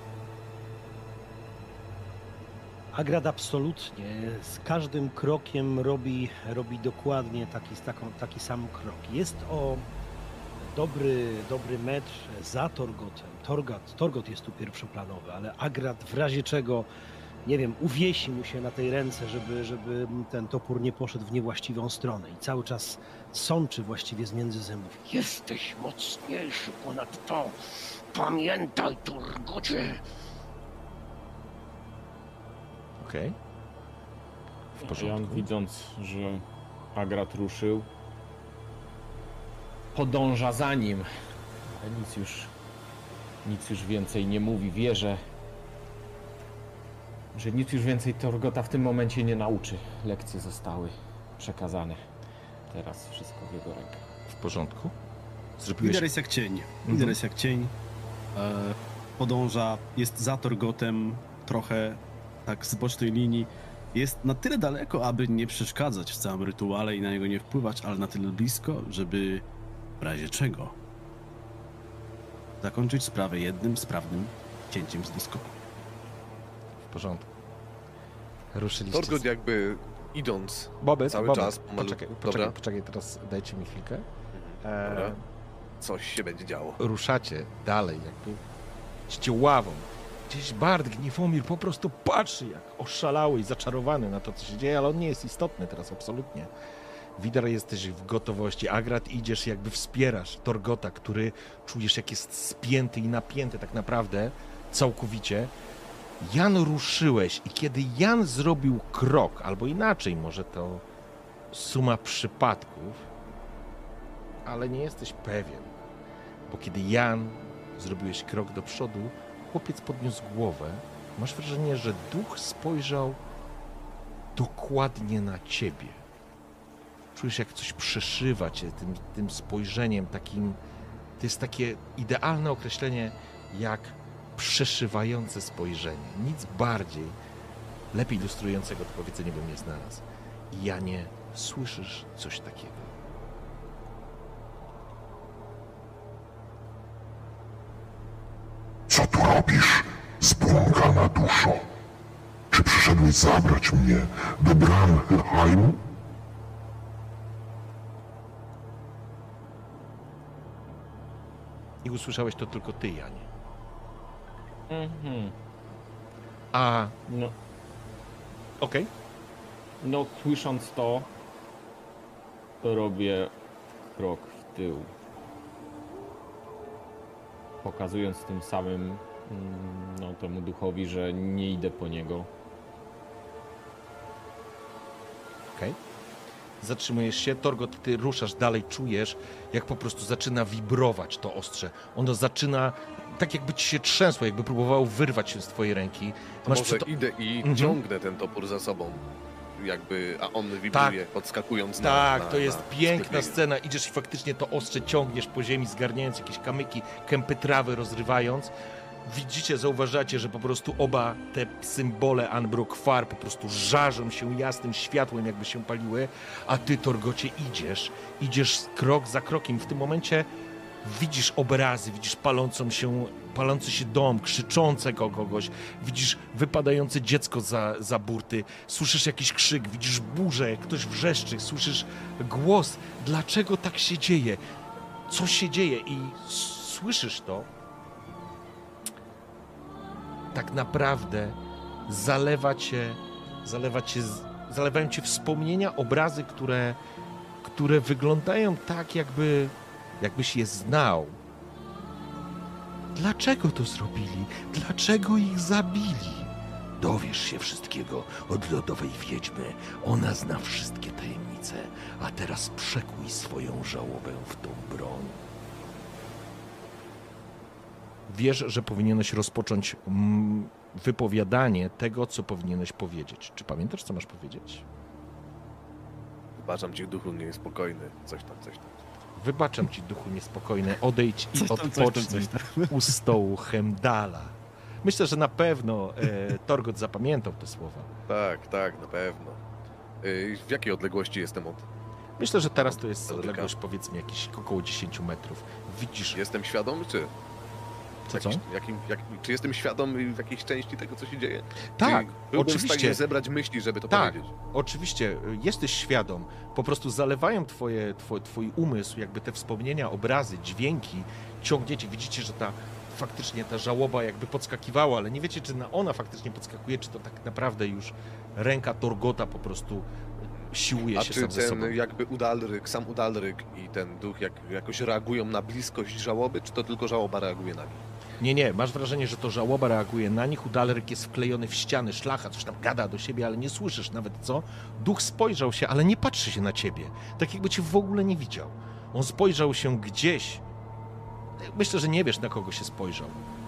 Agrad absolutnie z każdym krokiem robi, robi dokładnie taki, taką, taki sam krok. Jest o dobry, dobry metr za Torgotem. Torgot, Torgot jest tu pierwszoplanowy, ale Agrad w razie czego, nie wiem, uwiesi mu się na tej ręce, żeby, żeby ten topór nie poszedł w niewłaściwą stronę i cały czas sączy właściwie z między zębów. Jesteś mocniejszy ponad to. Pamiętaj, Turgocie. Okej. W porządku. Jan, widząc, że Agrat ruszył, podąża za nim, ale nic już, nic już więcej nie mówi. Wie, że, że nic już więcej Torgota w tym momencie nie nauczy. Lekcje zostały przekazane. Teraz wszystko w jego rękach. W porządku. Zrobiłeś... Lider jest jak cień. Mhm. Lider jest jak cień. E, podąża, jest za Torgotem, trochę tak z bocznej linii. Jest na tyle daleko, aby nie przeszkadzać w całym rytuale i na niego nie wpływać, ale na tyle blisko, żeby w razie czego zakończyć sprawę jednym sprawnym cięciem z dysku. W porządku. Ruszyliście. Torgot jakby idąc Bobek, cały Bobek. czas pomalutku. Poczekaj, Dobra. poczekaj, poczekaj, teraz dajcie mi chwilkę. E, Dobra. Coś się będzie działo. ruszacie dalej, jakby idziecie ławą. Gdzieś Bart Gniewomir po prostu patrzy jak oszalały i zaczarowany na to, co się dzieje, ale on nie jest istotny teraz, absolutnie. Widar, jesteś w gotowości. Agrat, idziesz, jakby wspierasz Torgota, który czujesz, jak jest spięty i napięty tak naprawdę całkowicie. Jan, ruszyłeś i kiedy Jan zrobił krok, albo inaczej, może to suma przypadków, ale nie jesteś pewien, bo kiedy Jan zrobiłeś krok do przodu, chłopiec podniósł głowę. Masz wrażenie, że duch spojrzał dokładnie na ciebie. Czujesz, jak coś przeszywa cię tym, tym spojrzeniem takim. To jest takie idealne określenie jak przeszywające spojrzenie. Nic bardziej, lepiej ilustrującego to powiedzenie bym nie znalazł. Janie, słyszysz coś takiego. Co tu robisz, zbłąkana duszo? Czy przyszedłeś zabrać mnie do bram Helheimu? I usłyszałeś to tylko ty, Janie. Mhm. A, No, okej. no, słysząc to, robię krok w tył. Pokazując tym samym mm, no, temu duchowi, że nie idę po niego. Okej. Zatrzymujesz się, Torgot, ty ruszasz dalej, czujesz, jak po prostu zaczyna wibrować to ostrze. Ono zaczyna, tak jakby ci się trzęsło, jakby próbowało wyrwać się z twojej ręki. Może przy to- idę i Mhm. ciągnę ten topór za sobą. Jakby, a on wibruje, podskakując na Tak, na, to jest na piękna sklepienie. scena. Idziesz i faktycznie to ostrze ciągniesz po ziemi, zgarniając jakieś kamyki, kępy trawy rozrywając. widzicie, zauważacie, że po prostu oba te symbole Anbrok-Far po prostu żarzą się jasnym światłem, jakby się paliły, a ty, Torgocie, idziesz, idziesz krok za krokiem. W tym momencie widzisz obrazy, widzisz palącą się, palący się dom, krzyczącego kogoś, widzisz wypadające dziecko za, za burty, słyszysz jakiś krzyk, widzisz burzę, ktoś wrzeszczy, słyszysz głos. Dlaczego tak się dzieje? Co się dzieje? I słyszysz to. Tak naprawdę zalewa cię, zalewa cię, zalewają cię wspomnienia, obrazy, które, które wyglądają tak, jakby, jakbyś je znał. Dlaczego to zrobili? Dlaczego ich zabili? Dowiesz się wszystkiego od lodowej wiedźmy. Ona zna wszystkie tajemnice, a teraz przekuj swoją żałobę w tą broń. Wiesz, że powinieneś rozpocząć mm, wypowiadanie tego, co powinieneś powiedzieć. Czy pamiętasz, co masz powiedzieć? Wybaczam ci, duchu niespokojny. Coś tam, coś tam. Wybaczam ci, duchu niespokojny. Odejdź i Coś tam, coś tam, odpocznij coś tam. u stołu Hemdala. Myślę, że na pewno e, Torgot zapamiętał te słowa. Tak, tak, na pewno. Yy, w jakiej odległości jestem od... Myślę, że teraz to jest Daleka. odległość, powiedzmy, jakieś około dziesięć metrów. Widzisz... Jestem świadom, czy... Co, co? Jakiś, jakim, jak, czy jestem świadom w jakiejś części tego, co się dzieje? Tak, czy byłbym w oczywiście. stanie zebrać myśli, żeby to Tak, powiedzieć? oczywiście, jesteś świadom. Po prostu zalewają twoje, twój, twój umysł, jakby te wspomnienia, obrazy, dźwięki, ciągniecie. Widzicie, że ta faktycznie ta żałoba jakby podskakiwała, ale nie wiecie, czy na ona faktycznie podskakuje, czy to tak naprawdę już ręka Torgota po prostu siłuje A się czy sam ze sobą. ten jakby Udalryk, sam Udalryk i ten duch jak, jakoś reagują na bliskość żałoby, czy to tylko żałoba reaguje na nich? Nie, nie, masz wrażenie, że to żałoba reaguje na nich, Udalryk jest wklejony w ściany, szlacha, coś tam gada do siebie, ale nie słyszysz nawet co. Duch spojrzał się, ale nie patrzy się na ciebie, tak jakby cię w ogóle nie widział. On spojrzał się gdzieś. Myślę, że nie wiesz, na kogo się spojrzał.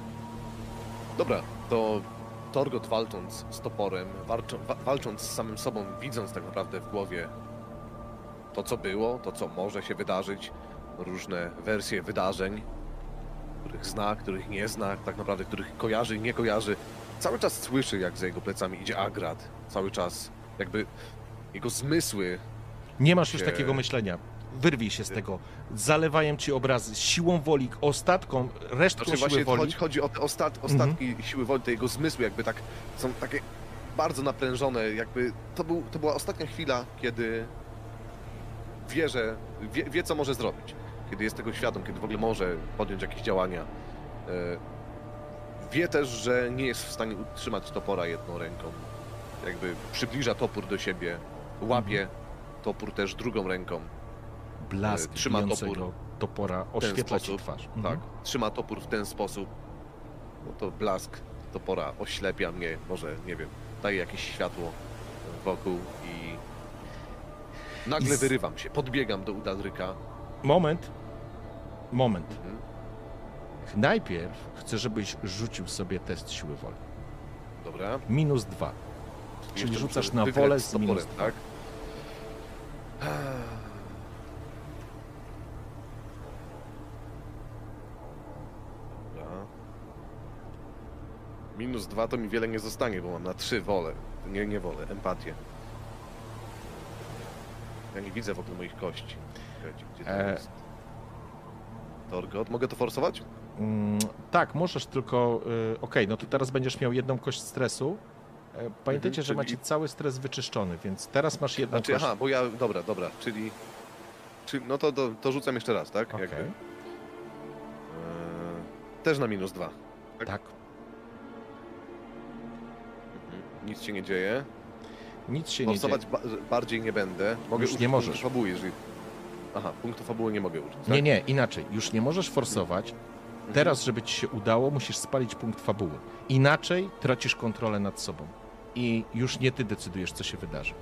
Dobra, to Torgot walcząc z toporem, walczą, wa, walcząc z samym sobą, widząc tak naprawdę w głowie to, co było, to, co może się wydarzyć, różne wersje wydarzeń, których zna, których nie zna, tak naprawdę których kojarzy i nie kojarzy. Cały czas słyszy, jak za jego plecami idzie Agrad. Cały czas jakby jego zmysły... Nie masz już się- takiego myślenia. Wyrwij się z tego. Zalewają ci obrazy siłą woli, ostatką, resztką Znaczy siły właśnie woli. chodzi, chodzi o te ostat, ostatki siły woli, te jego zmysły jakby tak są takie bardzo naprężone, jakby to, był, to była ostatnia chwila, kiedy wie, że wie, wie co może zrobić, kiedy jest tego świadom, kiedy w ogóle może podjąć jakieś działania. E, Wie też, że nie jest w stanie utrzymać topora jedną ręką, jakby przybliża topór do siebie, łapie topór też drugą ręką. Blask trzyma bijącego topór topora w ten oświetla ci sposób. twarz. Tak, Mhm. trzyma topór w ten sposób. No to blask topora oślepia mnie, może, nie wiem, daje jakieś światło wokół i nagle I z- wyrywam się, podbiegam do Udalryka. Moment. Moment. Mhm. Najpierw chcę, żebyś rzucił sobie test siły woli. Dobra. Minus dwa. Czyli Jeszcze rzucasz muszę na wygrać wolę z z toporem, minus dwa. tak? Dobra. Minus dwa to mi wiele nie zostanie, bo mam na trzy wolę. Nie, nie wolę, empatię. Ja nie widzę w ogóle moich kości. Gdzie, gdzie to E. jest? Torgot, mogę to forsować? Mm, tak, możesz tylko... Y, Okej, no to teraz będziesz miał jedną kość stresu. E, Pamiętajcie, Mhm, że czyli- macie cały stres wyczyszczony, więc teraz masz jedną Znaczy, kość. aha, bo ja, dobra, dobra, czyli... Czy, no to, to, to rzucam jeszcze raz, tak? Okej. Jakby. Eee, też na minus dwa. tak? Tak. Mhm. Nic się nie dzieje. Nic się nie dzieje. Forsować ba bardziej nie będę. Mogę Już użyć nie punktu możesz. fabuły, jeżeli... Aha, punktu fabuły nie mogę użyć, tak? Nie, nie, inaczej. Już nie możesz forsować. Mhm. Teraz, żeby ci się udało, musisz spalić punkt fabuły. Inaczej tracisz kontrolę nad sobą. I już nie ty decydujesz, co się wydarzy.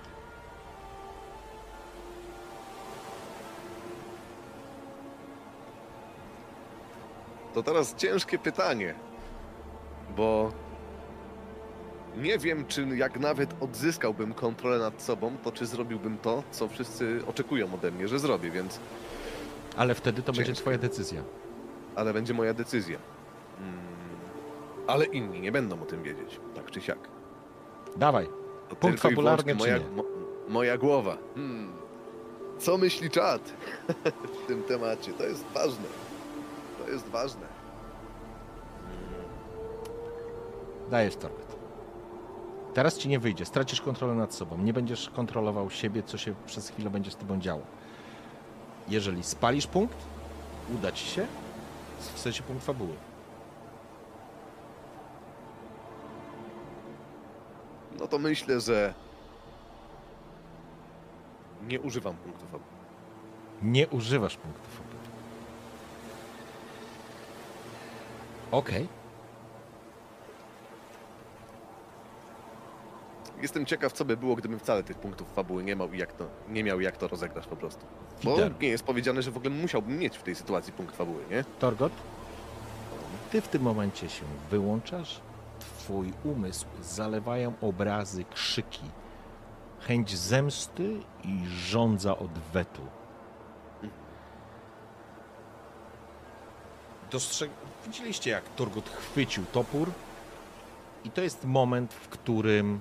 To teraz ciężkie pytanie, bo nie wiem, czy jak nawet odzyskałbym kontrolę nad sobą, to czy zrobiłbym to, co wszyscy oczekują ode mnie, że zrobię, więc... Ale wtedy to będzie Ciężko. twoja decyzja. Ale będzie moja decyzja. Hmm. Ale inni nie będą o tym wiedzieć, tak czy siak. Dawaj. To Punkt tylko i fabularny wyłącznie czy moja, nie? mo, moja głowa. Hmm. Co myśli czat w tym temacie? To jest ważne. To jest ważne. Dajesz Torgot. Teraz ci nie wyjdzie. Stracisz kontrolę nad sobą. Nie będziesz kontrolował siebie, co się przez chwilę będzie z tobą działo. Jeżeli spalisz punkt, uda ci się, w sensie punkt fabuły. No to myślę, że nie używam punktów fabuły. Nie używasz punktów fabuły. Okej. Jestem ciekaw, co by było, gdybym wcale tych punktów fabuły nie miał i jak to, nie miał, jak to rozegrać po prostu. Bo Wider. nie jest powiedziane, że w ogóle musiałbym mieć w tej sytuacji punkt fabuły, nie? Torgot, ty w tym momencie się wyłączasz, twój umysł zalewają obrazy, krzyki, chęć zemsty i żądza odwetu. Dostrzeg... Widzieliście, jak Torgot chwycił topór i to jest moment, w którym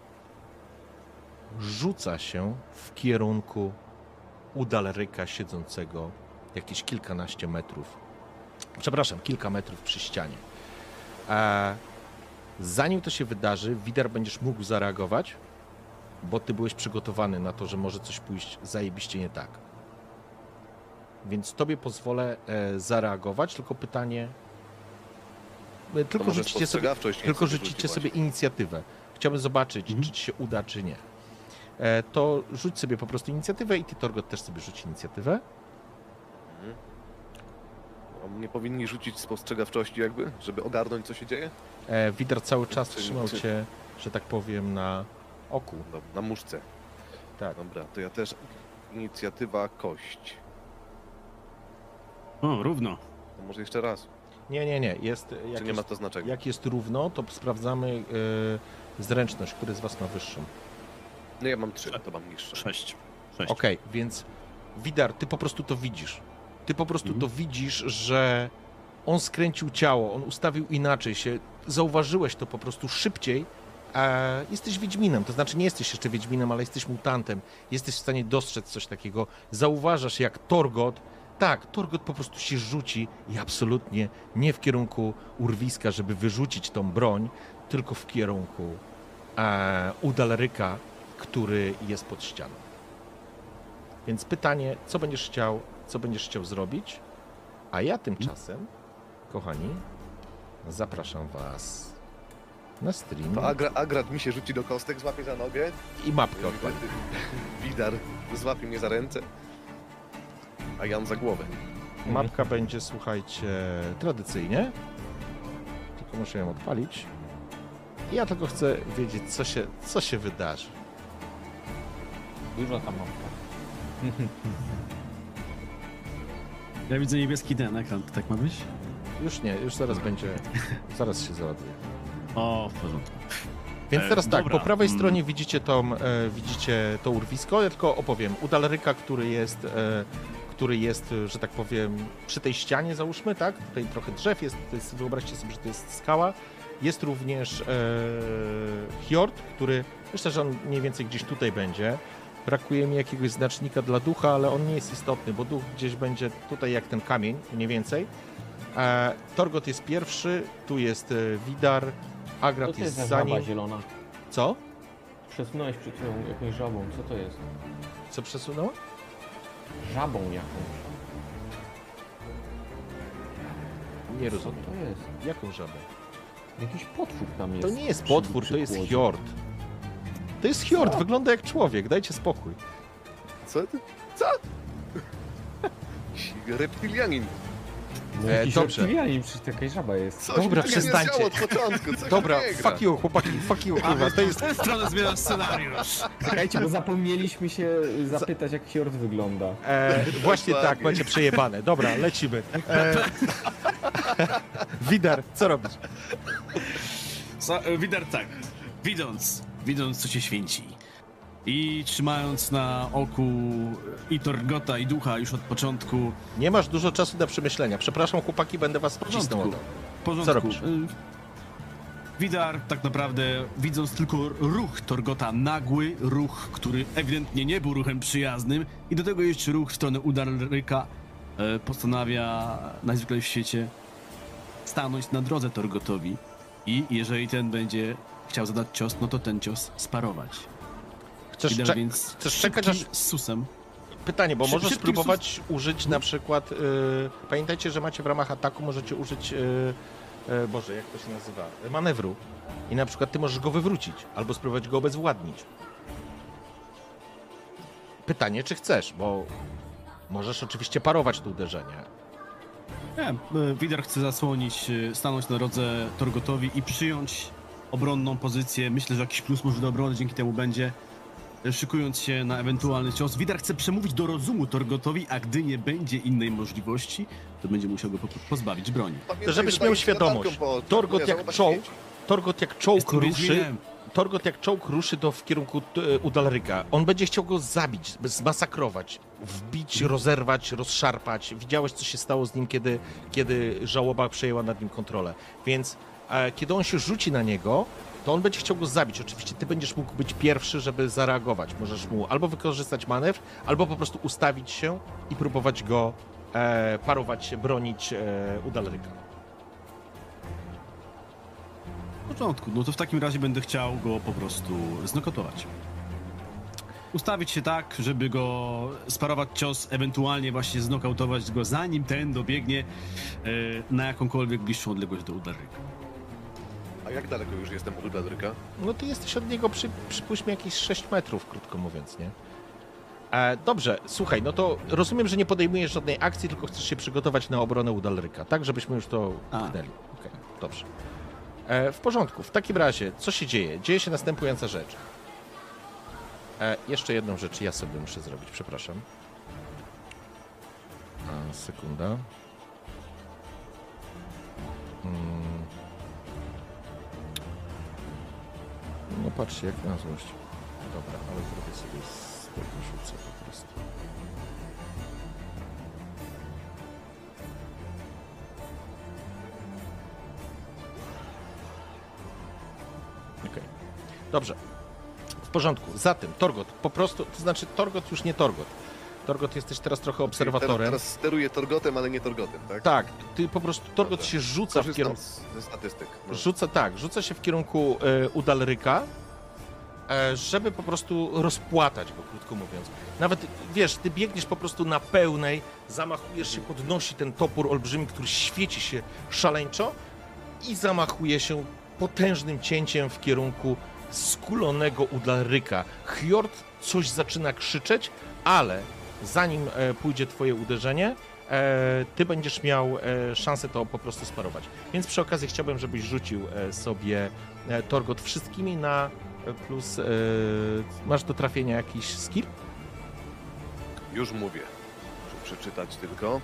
rzuca się w kierunku Udalryka siedzącego jakieś kilkanaście metrów. Przepraszam, kilka metrów przy ścianie. A zanim to się wydarzy, Widar będziesz mógł zareagować, bo ty byłeś przygotowany na to, że może coś pójść zajebiście nie tak. Więc tobie pozwolę e, zareagować, tylko pytanie... E, tylko może rzucicie sobie, spostrzegawczość niech tylko sobie rzucicie rzuci sobie właśnie. inicjatywę. Chciałbym zobaczyć, Mhm. czy ci się uda, czy nie. E, to rzuć sobie po prostu inicjatywę i ty, Torgot, też sobie rzuć inicjatywę. A nie powinni rzucić spostrzegawczości jakby, żeby ogarnąć, co się dzieje? E, Widar cały czas Czy- trzymał czy- cię, że tak powiem, na oku. No, na muszce. Tak. Dobra, to ja też inicjatywa kość. O, równo. To może jeszcze raz. Nie, nie, nie. Jest, Czy jak, nie jest, ma to znaczenia? jak jest równo, to sprawdzamy e, zręczność, który z was ma wyższą. No ja mam trzy, to mam niższe. Sześć. Sześć. Okej, więc Widar, ty po prostu to widzisz. Ty po prostu Mhm. to widzisz, że on skręcił ciało, on ustawił inaczej się. Zauważyłeś to po prostu szybciej. E, jesteś Wiedźminem, to znaczy nie jesteś jeszcze Wiedźminem, ale jesteś mutantem. Jesteś w stanie dostrzec coś takiego. Zauważasz, jak Torgot, tak, Torgot po prostu się rzuci i absolutnie nie w kierunku urwiska, żeby wyrzucić tą broń, tylko w kierunku e, Udalryka, który jest pod ścianą. Więc pytanie, co będziesz chciał, co będziesz chciał zrobić? A ja tymczasem, kochani, zapraszam was na stream To Agra, Agrat mi się rzuci do kostek, złapie za nogę. i mapkę odpali. Widar złapie mnie za ręce. A Jan za głowę. Mapka będzie, słuchajcie, tradycyjnie. Tylko muszę ją odpalić. I ja tylko chcę wiedzieć, co się, co się wydarzy. Dużo tam mapka. Ja widzę niebieski ten ekran, to tak ma być? Już nie, już zaraz będzie, zaraz się załaduje. O, w porządku. Więc E, teraz tak, dobra. po prawej Mm. stronie widzicie, tą, e, widzicie to urwisko. Ja tylko opowiem. Udalryka, który jest, e, który jest, e, że tak powiem, przy tej ścianie, załóżmy, tak? Tutaj trochę drzew jest, to jest wyobraźcie sobie, że to jest skała. Jest również e, Hjord, który, myślę, że on mniej więcej gdzieś tutaj będzie. Brakuje mi jakiegoś znacznika dla ducha, ale on nie jest istotny, bo duch gdzieś będzie tutaj jak ten kamień, mniej więcej. E, Torgot jest pierwszy, tu jest e, Widar, Co Agrat to jest jest za za nim. żaba zielona? Co? Przesunąłeś przed chwilą jakąś żabą, co to jest? Co przesunął? Żabą jakąś. Nie Co rozumiem. to jest? Jaką żabę? Jakiś potwór tam jest. To nie jest przy- potwór, przy to jest kłodzie. Hjord. To jest Hjord, Co? wygląda jak człowiek, dajcie spokój. Co ty? Co? Reptilianin. No E, jakiś dobrze. reptilianin, przecież taka żaba jest. Co Dobra, się nie przestańcie. działo od początku? Co Dobra, się nie gra? fuck you, chłopaki, fuck you, kurwa, to jest... W tę stronę zmienia scenariusz. Czekajcie, bo zapomnieliśmy się zapytać, jak Hjord wygląda. E, właśnie tak, Dokładnie. macie przejebane. Dobra, lecimy. E, Widar, co robisz? So, e, Widar tak, widząc, widząc co się święci i trzymając na oku i Torgota i ducha już od początku, Nie masz dużo czasu na przemyślenia. Przepraszam, chłopaki, będę was w pocisnął. porządku, o to. w porządku. Co robisz? Y, Widar tak naprawdę, widząc tylko ruch Torgota, nagły ruch, który ewidentnie nie był ruchem przyjaznym i do tego jeszcze ruch w stronę Udalryka, e, postanawia najzwyczajniej w świecie stanąć na drodze Torgotowi i jeżeli ten będzie chciał zadać cios, no to ten cios sparować. Chcesz, Widar cze- więc chcesz czekać aż... z susem. Pytanie, bo Szy- możesz szybkim spróbować użyć na przykład... Yy, pamiętajcie, że macie w ramach ataku, możecie użyć... Yy, yy, Boże, jak to się nazywa? Manewru. I na przykład ty możesz go wywrócić, albo spróbować go obezwładnić. Pytanie, czy chcesz, bo możesz oczywiście parować to uderzenie. Nie, e, Widar chce zasłonić, e, stanąć na drodze Torgotowi i przyjąć obronną pozycję. Myślę, że jakiś plus może do obrony dzięki temu będzie, e, szykując się na ewentualny cios. Widar chce przemówić do rozumu Torgotowi, a gdy nie będzie innej możliwości, to będzie musiał go po prostu pozbawić broni. Pamiętaj, Żebyś że miał daje ci świadomość, latarką po oczach, Torgot nie, jak zobacz czołg, świeci. Torgot jak czołg Jestem ruszy, Wiedźminem. Torgot jak czołg ruszy to w kierunku e, Udalryka. On będzie chciał go zabić, zmasakrować, wbić, rozerwać, rozszarpać. Widziałeś, co się stało z nim, kiedy, kiedy żałoba przejęła nad nim kontrolę. Więc e, kiedy on się rzuci na niego, to on będzie chciał go zabić. Oczywiście ty będziesz mógł być pierwszy, żeby zareagować. Możesz mu albo wykorzystać manewr, albo po prostu ustawić się i próbować go e, parować się, bronić e, Udalryka. W porządku, no to w takim razie będę chciał go po prostu znokautować. Ustawić się tak, żeby go sparować cios, ewentualnie właśnie znokautować go, zanim ten dobiegnie e, na jakąkolwiek bliższą odległość do Udalryka. A jak daleko już jestem od Udalryka? No ty jesteś od niego, przy, przypuśćmy, jakieś sześć metrów, krótko mówiąc, nie? E, dobrze, słuchaj, no to rozumiem, że nie podejmujesz żadnej akcji, tylko chcesz się przygotować na obronę Udalryka, tak? Żebyśmy już to A. pchnęli. Okej, dobrze. E, w porządku, w takim razie, co się dzieje? Dzieje się następująca rzecz. E, jeszcze jedną rzecz ja sobie muszę zrobić, przepraszam. A, sekunda. Hmm. No patrzcie, jak na złość. Dobra, ale zrobię sobie z tego rzucę po prostu. Okej. Dobrze. W porządku. Zatem Torgot po prostu, to znaczy Torgot już nie Torgot. Torgot jesteś teraz trochę obserwatorem. Teraz, teraz steruję Torgotem, ale nie Torgotem, tak? Tak, ty po prostu Torgot Dobra. się rzuca w Korzystam kierunku. z, ze statystyk. No. Rzuca, tak, rzuca się w kierunku e, Udalryka, e, żeby po prostu rozpłatać go, krótko mówiąc. Nawet, wiesz, ty biegniesz po prostu na pełnej, zamachujesz się, podnosi ten topór olbrzymi, który świeci się szaleńczo i zamachuje się potężnym cięciem w kierunku skulonego Udalryka. Hjord coś zaczyna krzyczeć, ale zanim e, pójdzie twoje uderzenie, e, ty będziesz miał e, szansę to po prostu sparować. Więc przy okazji chciałbym, żebyś rzucił e, sobie e, Torgot wszystkimi na e, plus... E, masz do trafienia jakiś skill? Już mówię. Muszę przeczytać tylko.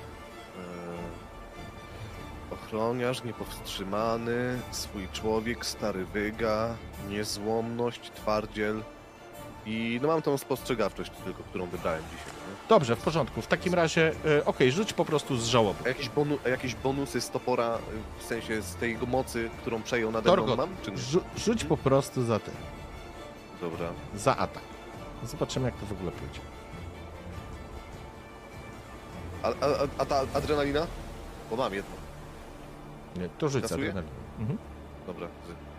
Eee, ochroniarz, niepowstrzymany, swój człowiek, stary wyga, niezłomność, twardziel i no mam tą spostrzegawczość tylko, którą wybrałem dzisiaj. Nie? Dobrze, w porządku. W takim razie, e, okej, rzuć po prostu z żałobą. A jakieś, bonu, a jakieś bonusy z topora, y, w sensie z tej mocy, którą przejął nade mną Torgot, mam, czy nie? rzu- rzuć po prostu za ten, Dobra. za atak. Zobaczymy, jak to w ogóle pójdzie. A, a, a ta adrenalina? Bo mam jedną. Nie, to rzuć za Kasuję? adrenalinę. Mhm. Dobra. z-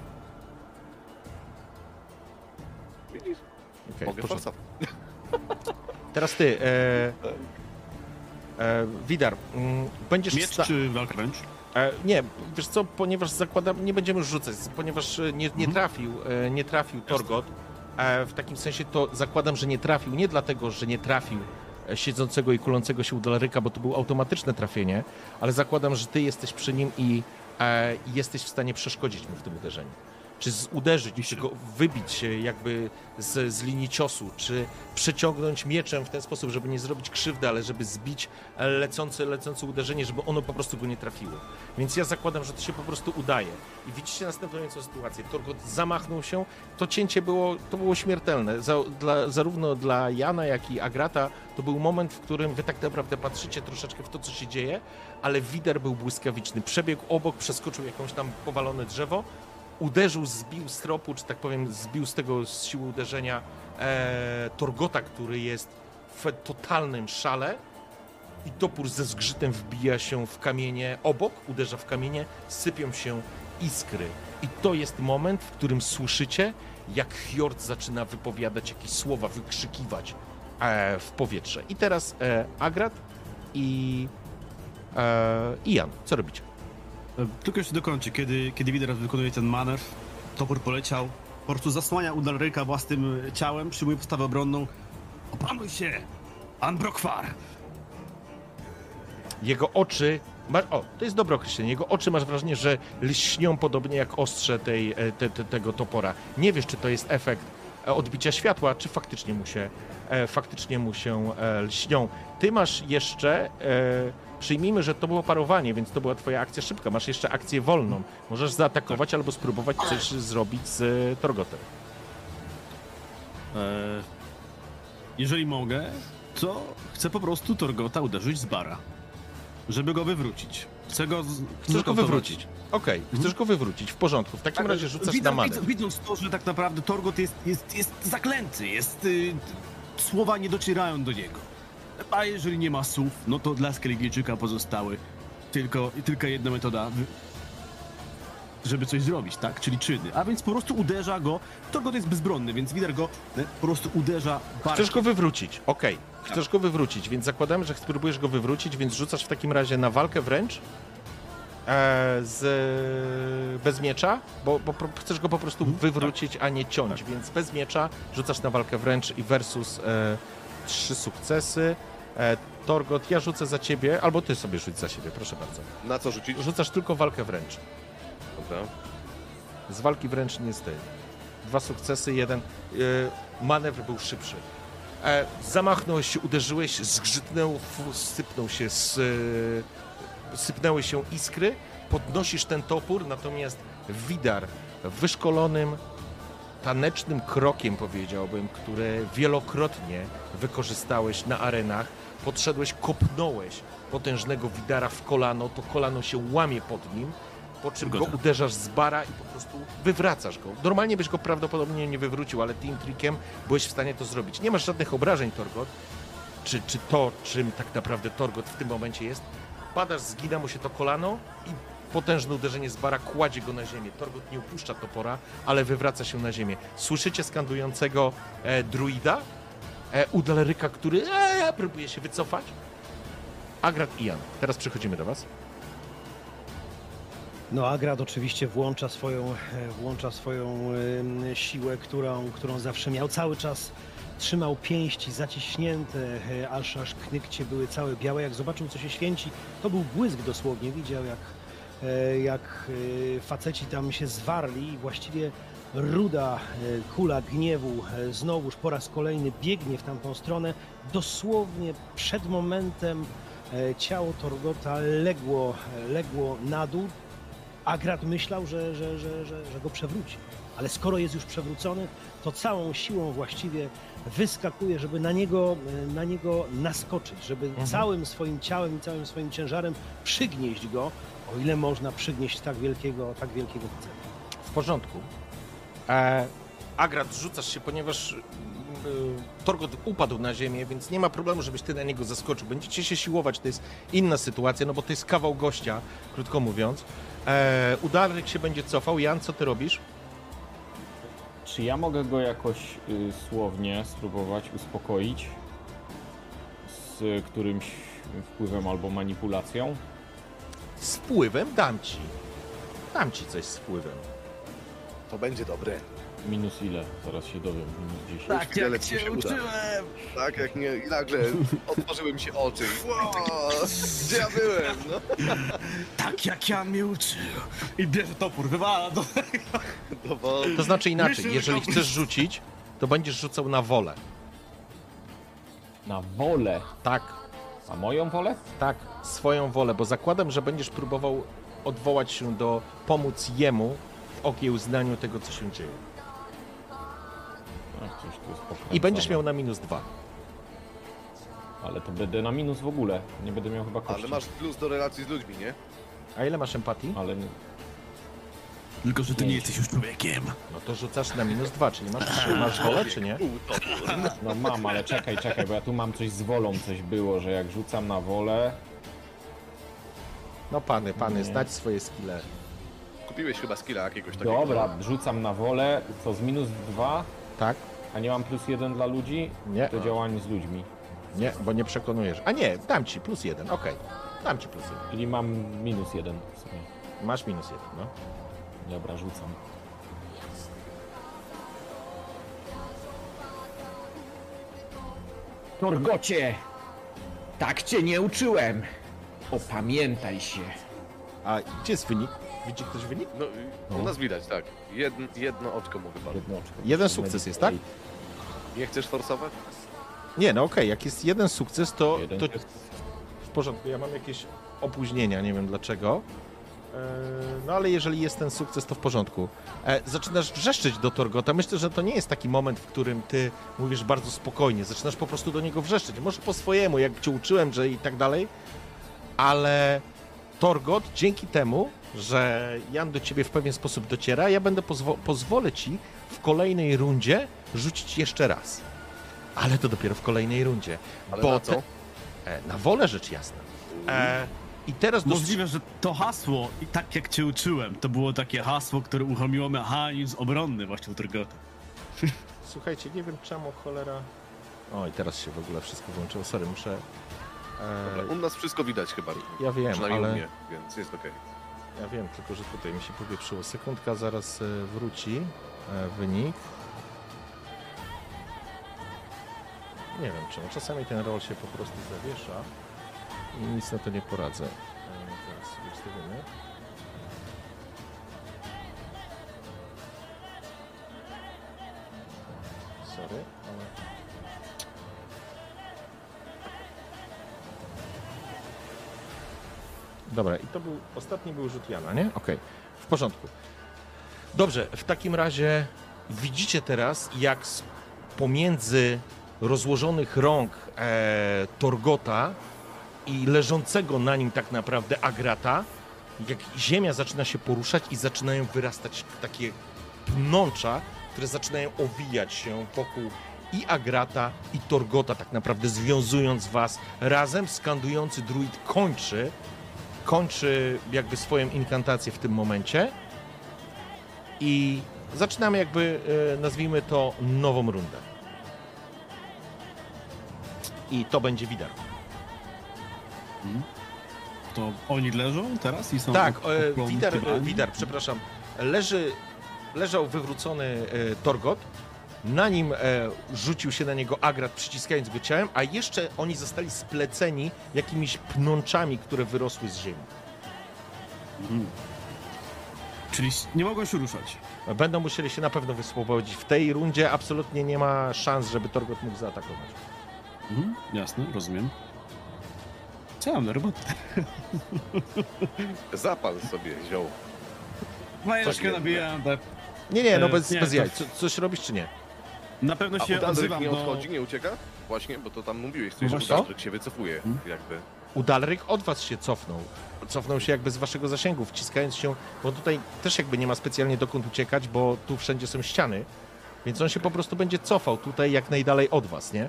Widzisz? Okej, w Mogę porządku. forsa. Teraz ty, e, e, Widar, mm, będziesz... Miecz sta- czy walka wręcz? e, nie, wiesz co, ponieważ zakładam, nie będziemy już rzucać, ponieważ e, nie, nie trafił, e, nie trafił Torgot, e, w takim sensie to zakładam, że nie trafił, nie dlatego, że nie trafił e, siedzącego i kulącego się Udalryka, bo to było automatyczne trafienie, ale zakładam, że ty jesteś przy nim i e, i jesteś w stanie przeszkodzić mu w tym uderzeniu. Czy z, uderzyć, czy go wybić się jakby z, z linii ciosu, czy przeciągnąć mieczem w ten sposób, żeby nie zrobić krzywdy, ale żeby zbić lecące, lecące uderzenie, żeby ono po prostu go nie trafiło. Więc ja zakładam, że to się po prostu udaje. I widzicie następującą sytuację. Torgot zamachnął się, to cięcie było, to było śmiertelne. Za, dla, zarówno dla Jana, jak i Agrata to był moment, w którym wy tak naprawdę patrzycie troszeczkę w to, co się dzieje, ale Widar był błyskawiczny. Przebiegł obok, przeskoczył jakąś tam powalone drzewo uderzył, zbił z tropu, czy tak powiem, zbił z tego z siły uderzenia e, Torgota, który jest w totalnym szale i topór ze zgrzytem wbija się w kamienie obok, uderza w kamienie, sypią się iskry. I to jest moment, w którym słyszycie, jak Hjord zaczyna wypowiadać jakieś słowa, wykrzykiwać e, w powietrze. I teraz e, Agrat i, e, i Jan, co robicie? E, Tylko jeszcze dokończę. Kiedy, kiedy Wider wykonuje ten manewr, topór poleciał, po prostu zasłania Udalryka własnym ciałem, przyjmuje postawę obronną. Opanuj się! Anbrokwar! Jego oczy, ma, o, to jest dobre określenie, jego oczy masz wrażenie, że lśnią podobnie jak ostrze tej, e, te, te, tego topora. Nie wiesz, czy to jest efekt e, odbicia światła, czy faktycznie mu się, e, faktycznie mu się e, lśnią. Ty masz jeszcze, e, przyjmijmy, że to było parowanie, więc to była twoja akcja szybka, masz jeszcze akcję wolną. Możesz zaatakować albo spróbować coś zrobić z e, Torgotem. E, jeżeli mogę, to chcę po prostu Torgota uderzyć z bara, żeby go wywrócić. Chcę go... Z... Chcesz go wywrócić. Okej, okay, chcesz go wywrócić, w porządku. W takim Tak, razie rzucasz widząc, na manę. widząc, widząc to, że tak naprawdę Torgot jest, jest, jest zaklęty, jest... Y, słowa nie docierają do niego. A jeżeli nie ma słów, no to dla Skelligijczyka pozostały tylko, tylko jedna metoda, wy- żeby coś zrobić, tak? Czyli czyny. A więc po prostu uderza go. Torgot jest bezbronny, więc Wider go y, po prostu uderza bardzo. Chcesz go wywrócić, okej. Okay. Chcesz go wywrócić, więc zakładamy, że spróbujesz go wywrócić, więc rzucasz w takim razie na walkę wręcz e, z, bez miecza, bo, bo pro- chcesz go po prostu wywrócić, a nie ciąć, więc bez miecza rzucasz na walkę wręcz i versus e, trzy sukcesy. E, Torgot, ja rzucę za ciebie, albo ty sobie rzuć za siebie, proszę bardzo. Na co rzucić? Rzucasz tylko walkę wręcz. Dobra. Z walki wręcz nie stoi. Dwa sukcesy, jeden. Yy, manewr był szybszy. E, zamachnąłeś się, uderzyłeś, zgrzytnął, fu, sypnął się, z, yy, sypnęły się iskry, podnosisz ten topór, natomiast Widar wyszkolonym, tanecznym krokiem, powiedziałbym, które wielokrotnie wykorzystałeś na arenach, podszedłeś, kopnąłeś potężnego Widara w kolano, to kolano się łamie pod nim, po czym go uderzasz z bara i po prostu wywracasz go. Normalnie byś go prawdopodobnie nie wywrócił, ale tym trikiem byłeś w stanie to zrobić. Nie masz żadnych obrażeń, Torgot, czy, czy to, czym tak naprawdę Torgot w tym momencie jest. Padasz, zgina mu się to kolano i potężne uderzenie z bara kładzie go na ziemię. Torgot nie upuszcza topora, ale wywraca się na ziemię. Słyszycie skandującego e, druida, e, Udalryka, który e, próbuje się wycofać. Agrat i Jan, teraz przechodzimy do was. No, Agrad oczywiście włącza swoją, e, włącza swoją e, siłę, którą, którą zawsze miał. Cały czas trzymał pięści zaciśnięte, e, aż, aż knykcie były całe białe. Jak zobaczył, co się święci, to był błysk dosłownie. Widział, jak, e, jak e, faceci tam się zwarli i właściwie ruda e, kula gniewu e, znowuż po raz kolejny biegnie w tamtą stronę. Dosłownie przed momentem e, ciało Torgota legło, e, legło na dół. Agrad myślał, że, że, że, że, że go przewróci, ale skoro jest już przewrócony, to całą siłą właściwie wyskakuje, żeby na niego, na niego naskoczyć, żeby Mhm. całym swoim ciałem i całym swoim ciężarem przygnieść go, o ile można przygnieść tak wielkiego, tak wielkiego chcenia. W porządku. E, Agrad, rzucasz się, ponieważ y, Torgot upadł na ziemię, więc nie ma problemu, żebyś ty na niego zaskoczył. Będziecie się siłować, to jest inna sytuacja, no bo to jest kawał gościa, krótko mówiąc. E, Udalryk się będzie cofał. Jan, co ty robisz? Czy ja mogę go jakoś y, słownie spróbować uspokoić z którymś wpływem albo manipulacją? Z wpływem dam ci. Dam ci coś z wpływem. To będzie dobre. Minus ile? Zaraz się dowiem. Minus dziesięć. Tak Wiele jak ci cię się uda. uczyłem! Tak jak nie, i nagle otworzyły mi się oczy. Wow, gdzie ja byłem? No. Tak jak ja mnie uczył! I bierze topór, wywala do... No bo To znaczy inaczej, Myślę, jeżeli że- chcesz rzucić, to będziesz rzucał na wolę. Na wolę. Tak, A moją wolę? tak, swoją wolę, bo zakładam, że będziesz próbował odwołać się do, pomóc jemu w okiełznaniu tego, co się dzieje. Ach, coś tu jest I pokręcone. będziesz miał na minus dwa. Ale to będę na minus w ogóle. Nie będę miał chyba kości. ale masz plus do relacji z ludźmi, nie? A ile masz empatii? Ale nie... Tylko, że ty nie jesteś już człowiekiem. No to rzucasz na minus dwa, czyli masz trzy. Masz wolę, czy nie? No mam, ale czekaj, czekaj, bo ja tu mam coś z wolą, coś było, że jak rzucam na wolę... No pany, pany, Nie. znać swoje skille. Kupiłeś chyba skilla jakiegoś takiego. Dobra, rzucam na wolę, co z minus dwa, Tak? a nie mam plus jeden dla ludzi? Nie. To działanie z ludźmi. Nie, bo nie przekonujesz. A nie, dam ci plus jeden, okej. Dam ci plus jeden. Czyli mam minus jeden w sumie. Masz minus jeden, no. Dobra, rzucam. Torgocie! Tak cię nie uczyłem! Opamiętaj się. A gdzie jest wynik? Widzi ktoś wynik? No, u nas widać, tak. Jedno, jedno oczko mu wypadło. Jedno oczko. Jeden sukces jest, tak? Nie chcesz forsować? Nie, no okej, jak jest jeden sukces, to, Jeden to sukces. w porządku. Ja mam jakieś opóźnienia, nie wiem dlaczego. E, No ale jeżeli jest ten sukces, to w porządku. E, Zaczynasz wrzeszczeć do Torgota. Myślę, że to nie jest taki moment, w którym ty mówisz bardzo spokojnie. Zaczynasz po prostu do niego wrzeszczeć. Może po swojemu, jak cię uczyłem, że i tak dalej. Ale Torgot, dzięki temu, że Jan do ciebie w pewien sposób dociera, ja będę pozwo- pozwolę ci w kolejnej rundzie rzucić jeszcze raz. Ale to dopiero w kolejnej rundzie. Ale bo na co? te- e, na wolę rzecz jasna. E, I teraz dos- Możliwe, że to hasło, i tak jak cię uczyłem, to było takie hasło, które uruchomiło mechanizm obronny właśnie u Torgota. Słuchajcie, nie wiem czemu cholera... Oj, teraz się w ogóle wszystko włączyło. Sorry, muszę... E, Dobra, u nas wszystko widać chyba. ja wiem, Przynajmniej ale... u mnie, więc jest okej. Ja wiem, tylko że tutaj mi się powieprzyło. Sekundka, zaraz e, wróci e, wynik. Nie wiem czemu. Czasami ten roll się po prostu zawiesza i nic na to nie poradzę. E, teraz sobie wstawimy. Sorry, ale... Dobra, i to był, ostatni był rzut Jana, nie? Okej, w porządku. Dobrze, w takim razie widzicie teraz, jak z pomiędzy rozłożonych rąk e, Torgota i leżącego na nim tak naprawdę Agrata, jak ziemia zaczyna się poruszać i zaczynają wyrastać takie pnącza, które zaczynają owijać się wokół i Agrata, i Torgota, tak naprawdę związując was razem. Skandujący druid kończy kończy jakby swoją inkantację w tym momencie i zaczynamy jakby, e, nazwijmy to, nową rundę. I to będzie Widar. To oni leżą teraz i są... Tak, op- e, oplątywani? Widar, e, Widar, przepraszam, leży, leżał wywrócony e, Torgot, na nim e, rzucił się na niego Agrat, przyciskając go ciałem, a jeszcze oni zostali spleceni jakimiś pnączami, które wyrosły z ziemi. Czyli nie mogą się ruszać. Będą musieli się na pewno wyswobodzić. W tej rundzie absolutnie nie ma szans, żeby Torgot mógł zaatakować. Mhm, jasne, rozumiem. Co mam na robotę? Zapal sobie zioło. Majeczkę nabijam, tak. Nie, nie, no E, bez, nie, bez to- jaj. Co, coś robisz czy nie? Na pewno A się Udalryk odzywam nie do... odchodzi, nie ucieka? Właśnie, bo to tam mówiłeś coś, No że właśnie. Udalryk się wycofuje. Jakby. Udalryk od was się cofnął. Cofnął się jakby z waszego zasięgu, wciskając się, bo tutaj też jakby nie ma specjalnie dokąd uciekać, bo tu wszędzie są ściany, więc on się po prostu będzie cofał tutaj jak najdalej od was, nie?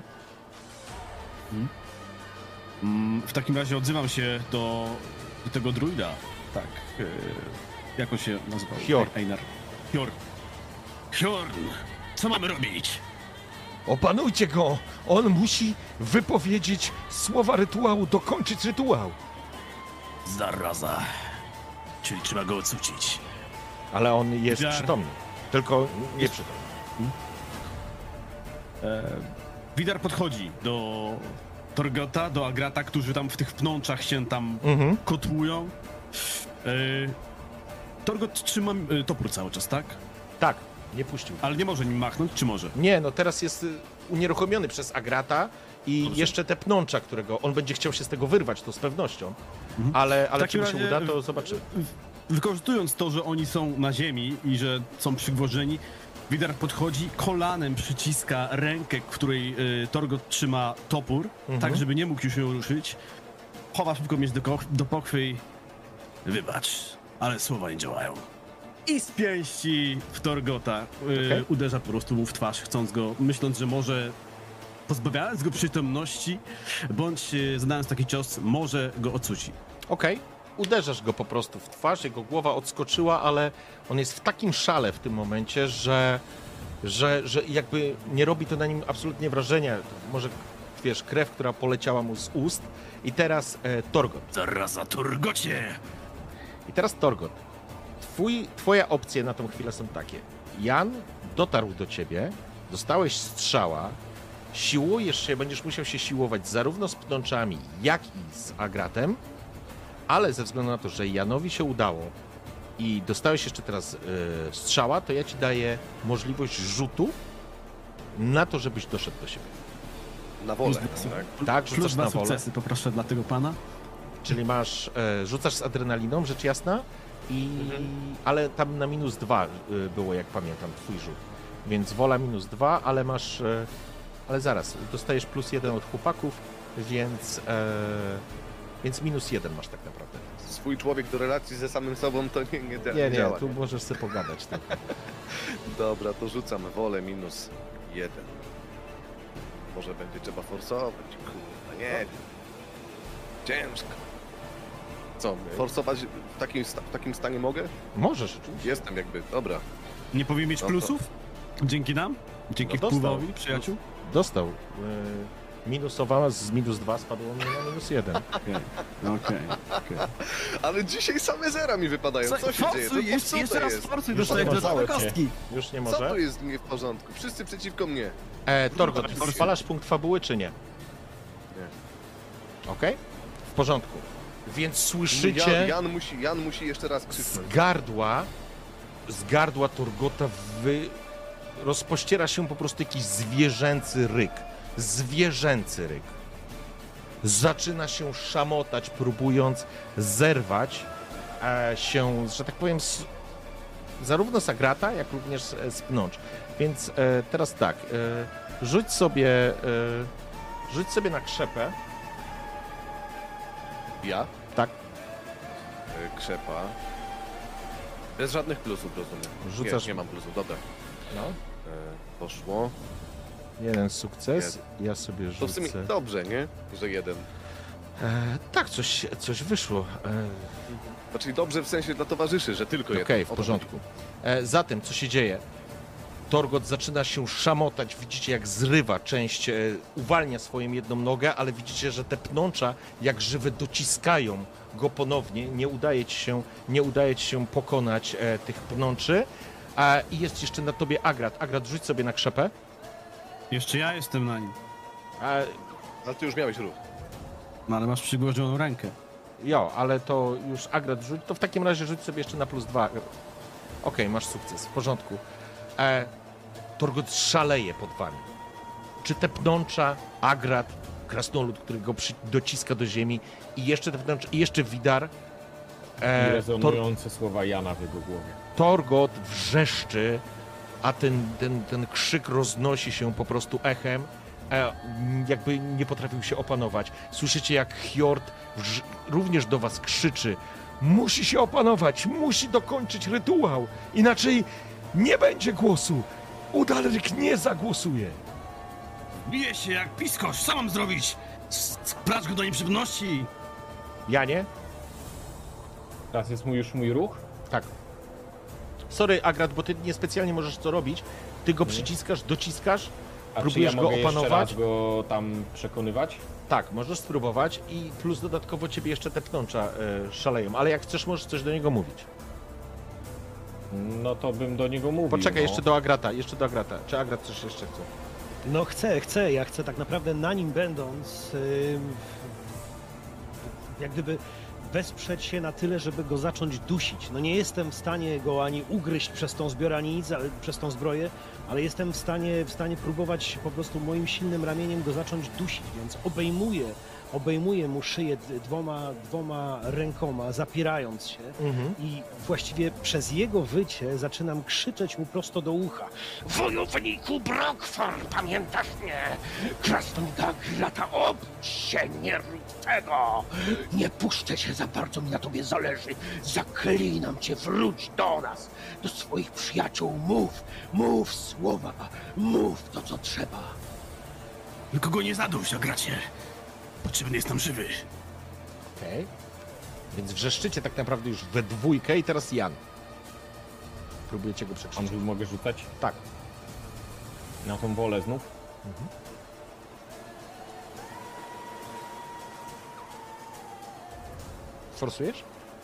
Mm, W takim razie odzywam się do, do tego druida. Tak. e, Jak on się nazywał? Hjorn. Einar. Hjorn. Hjorn! Co mamy robić? Opanujcie go! On musi wypowiedzieć słowa rytuału, dokończyć rytuał. Zaraza. Czyli trzeba go ocucić. Ale on jest Jar. przytomny, tylko nie przytomny. Widar podchodzi do Torgota, do Agrata, którzy tam w tych pnączach się tam Mhm. kotłują. E, Torgot trzyma e, topór cały czas, tak? Tak, nie puścił. Ale nie może nim machnąć, czy może? Nie, no teraz jest y, unieruchomiony przez Agrata i Dobrze. jeszcze te pnącza, którego on będzie chciał się z tego wyrwać, to z pewnością. Ale, ale W czy takim mu się razie, uda, to w- zobaczymy. Wykorzystując to, że oni są na ziemi i że są przygwożdżeni, Widar podchodzi, kolanem przyciska rękę, w której y, Torgot trzyma topór, Mhm. tak żeby nie mógł już ją ruszyć. Chowa szybko mieć do, ko- do pochwy i... Wybacz, ale słowa nie działają. i z pięści w Torgota yy, Okej. uderza po prostu mu w twarz, chcąc go, myśląc, że może pozbawiając go przytomności, bądź yy, zadając taki cios, może go ocuci. Okej, uderzasz go po prostu w twarz, jego głowa odskoczyła, ale on jest w takim szale w tym momencie, że, że, że jakby nie robi to na nim absolutnie wrażenia. Może, wiesz, krew, która poleciała mu z ust. I teraz e, Torgot. Zaraza Torgocie! I teraz Torgot. Twój, twoje opcje na tą chwilę są takie. Jan dotarł do ciebie, dostałeś strzała, siłujesz się, będziesz musiał się siłować zarówno z pnączami, jak i z Agratem, ale ze względu na to, że Janowi się udało i dostałeś jeszcze teraz y, strzała, to ja ci daję możliwość rzutu na to, żebyś doszedł do siebie. Na wolę, Plus- tak? Tak, Plus rzucasz dwa na wolę, sukcesy poproszę dla tego pana. czyli masz, e, rzucasz z adrenaliną, rzecz jasna, i, ale tam na minus dwa y, było, jak pamiętam, twój rzut. Więc wola minus dwa, ale masz, e, ale zaraz, dostajesz plus jeden od chłopaków, więc, e, więc minus jeden masz tak naprawdę. Swój człowiek do relacji ze samym sobą to nie, nie, dzia- Nie, nie, działa. tu możesz sobie pogadać. Tak. Dobra, to rzucam wolę minus jeden. Może będzie trzeba forsować, kurwa, nie wiem. Ciężko. Co, forsować w takim, sta- w takim stanie mogę? Możesz, oczywiście. Jestem jakby, dobra. Nie powinien mieć No to- plusów? Dzięki nam? Dzięki No dostał. wpływowi przyjaciół? Dostał. E, minusowała z minus dwa, spadło mnie na minus jeden. Okej, okej, okej. Ale dzisiaj same zera mi wypadają, co się dzieje? To, Forsuj, co jeszcze, to jeszcze raz jest? forsuj, Już dostajesz nie do ma kostki. Już nie Co może. to jest nie w porządku? Wszyscy przeciwko mnie. E, Torgot, Forsuj. spalasz punkt fabuły, czy nie? Nie. Okej? W porządku. Więc Jan, słyszycie Jan, musi, Jan musi jeszcze raz z krzyknąć. gardła, z gardła Torgota wy... rozpościera się po prostu jakiś zwierzęcy ryk. Zwierzęcy ryk. Zaczyna się szamotać, próbując zerwać e, się, że tak powiem, z, zarówno z Agrata, jak również z, z pnącz. Więc e, teraz tak, e, rzuć sobie, e, rzuć sobie na krzepę. Ja? Tak, Y, Krzepa. Bez żadnych plusów, rozumiem. Rzucasz- Nie, nie mam plusów, dobra. no. E, poszło. Jeden sukces. Ja sobie To w sumie rzucę. dobrze, nie? Że jeden. E, tak, coś, coś wyszło. E, Znaczy dobrze w sensie dla towarzyszy, że tylko jeden. Okej, O w to porządku. E, zatem, co się dzieje? Torgot zaczyna się szamotać, widzicie jak zrywa część, e, uwalnia swoją jedną nogę, ale widzicie, że te pnącza jak żywe dociskają go ponownie, nie udaje ci się, nie udaje ci się pokonać e, tych pnączy. A, I jest jeszcze na tobie Agrat. Agrat, rzuć sobie na krzepę. Jeszcze ja jestem na nim. A, Ale ty już miałeś ruch. No ale masz przygłożoną rękę. jo, ale to już Agrat rzuć, to w takim razie rzuć sobie jeszcze na plus dwa. Okej, masz sukces, w porządku. E, Torgot szaleje pod wami. Czy te pnącza, Agrat, krasnolud, który go przy, dociska do ziemi i jeszcze te pnącza, i jeszcze Widar. I E, Tor, rezonujące słowa Jana w jego głowie. Torgot wrzeszczy, a ten, ten, ten krzyk roznosi się po prostu echem, e, jakby nie potrafił się opanować. Słyszycie, jak Hjord wrz- również do was krzyczy: musi się opanować, musi dokończyć rytuał, inaczej nie będzie głosu. Udalryk nie zagłosuje. Bije się jak piskosz, co mam zrobić? Sprać go do nieprzytomności. Janie? Teraz jest mój, już mój ruch. Tak. Sorry, Agrat, bo ty niespecjalnie możesz co robić. Ty go przyciskasz, dociskasz, A próbujesz czy ja go mogę opanować. jeszcze raz go tam przekonywać? Tak, możesz spróbować i plus dodatkowo ciebie jeszcze te pnącza y, szaleją, ale jak chcesz, możesz coś do niego mówić. No to bym do niego mówił. Poczekaj, no. jeszcze do Agrata, jeszcze do Agrata. Czy Agrat coś jeszcze chce? No chcę, chcę, ja chcę tak naprawdę na nim będąc, ym, jak gdyby wesprzeć się na tyle, żeby go zacząć dusić. No nie jestem w stanie go ani ugryźć przez tą zbiorę, ani nic, ale przez tą zbroję, ale jestem w stanie, w stanie próbować po prostu moim silnym ramieniem go zacząć dusić, więc obejmuję, obejmuję mu szyję d- dwoma, dwoma rękoma, zapierając się Mhm. i właściwie przez jego wycie zaczynam krzyczeć mu prosto do ucha. Wojowniku Brokwar, pamiętasz mnie? Krasnoluda Grata, obudź się, nie rób tego! Nie puszczę cię za bardzo mi na tobie zależy. Zaklinam cię, wróć do nas, do swoich przyjaciół. Mów, mów słowa, mów to, co trzeba. Tylko go nie zaduś, Agracie. Potrzebny jest nam żywy. Okej. Więc wrzeszczycie tak naprawdę już we dwójkę i teraz Jan. Próbujecie go przekrzyczeć. Andrzej, mogę rzucać? Tak. Na tą wolę znów? Forsujesz?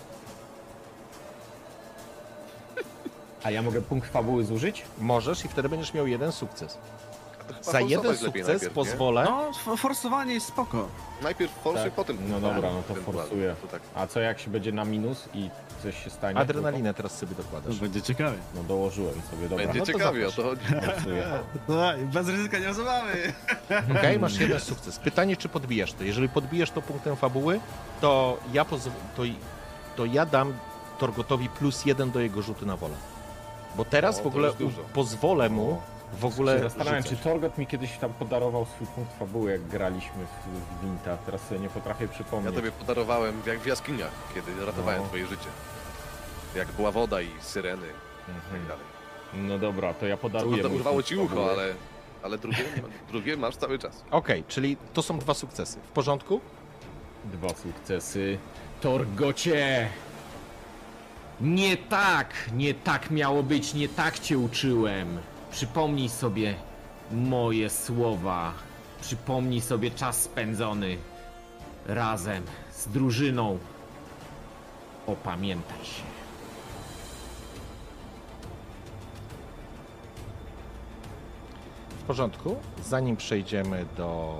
A ja mogę punkt fabuły zużyć? Możesz i wtedy będziesz miał jeden sukces. A to chyba Za jeden forsować lepiej sukces najpierw, nie? pozwolę. No, f- forsowanie jest spoko. Najpierw forsuj, Tak. potem... No dobra, no to ewentualnie. forsuję. To tak. A co jak się będzie na minus i coś się stanie? Adrenalinę teraz sobie To dokładasz. będzie ciekawe. No dołożyłem sobie, dobra. Będzie no to ciekawie, o zapraszam. to chodzi. Forsuję. No, bez ryzyka nie osobamy. Okej, masz jeden sukces. Pytanie, czy podbijasz to. Jeżeli podbijesz to punktem fabuły, to ja, poz- to, to ja dam Torgotowi plus jeden do jego rzutu na wolę. Bo teraz O, w to ogóle już dużo. u- pozwolę mu w Się ogóle zastanawiam, czy rzucać. Torgot mi kiedyś tam podarował swój punkt fabuły, jak graliśmy w, w Winta. Teraz sobie nie potrafię Ja przypomnieć. tobie podarowałem jak w jaskiniach, kiedy ratowałem No. twoje życie. Jak była woda i syreny i Mhm. tak dalej. No dobra, to ja Co podaruję. prawda mój urwało punkt ci ucho, fabuły. ale, ale drugie, drugie masz cały czas. Okej, czyli to są dwa sukcesy. W porządku? Dwa sukcesy. Torgocie! Nie tak! Nie tak miało być, nie tak cię uczyłem. Przypomnij sobie moje słowa. Przypomnij sobie czas spędzony razem z drużyną. Opamiętaj się. W porządku. Zanim przejdziemy do...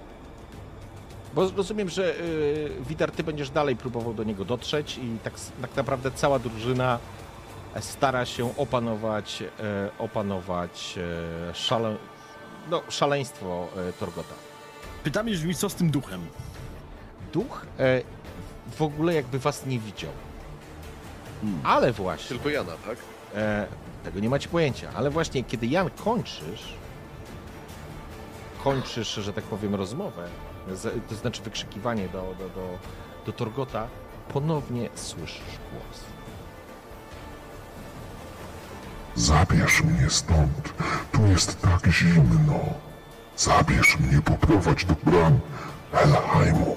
Bo rozumiem, że yy, Widar, ty będziesz dalej próbował do niego dotrzeć i tak, s- tak naprawdę cała drużyna stara się opanować, e, opanować e, szale... no, szaleństwo e, Torgota. Pytanie brzmi, co z tym duchem? Duch e, w ogóle jakby was nie widział. Ale właśnie... Tylko Jana, tak? E, tego nie macie pojęcia, ale właśnie kiedy Jan kończysz, kończysz, że tak powiem, rozmowę, z, to znaczy wykrzykiwanie do, do, do, do Torgota, ponownie słyszysz głos. Zabierz mnie stąd. Tu jest tak zimno. Zabierz mnie, poprowadź do bram Helheimu.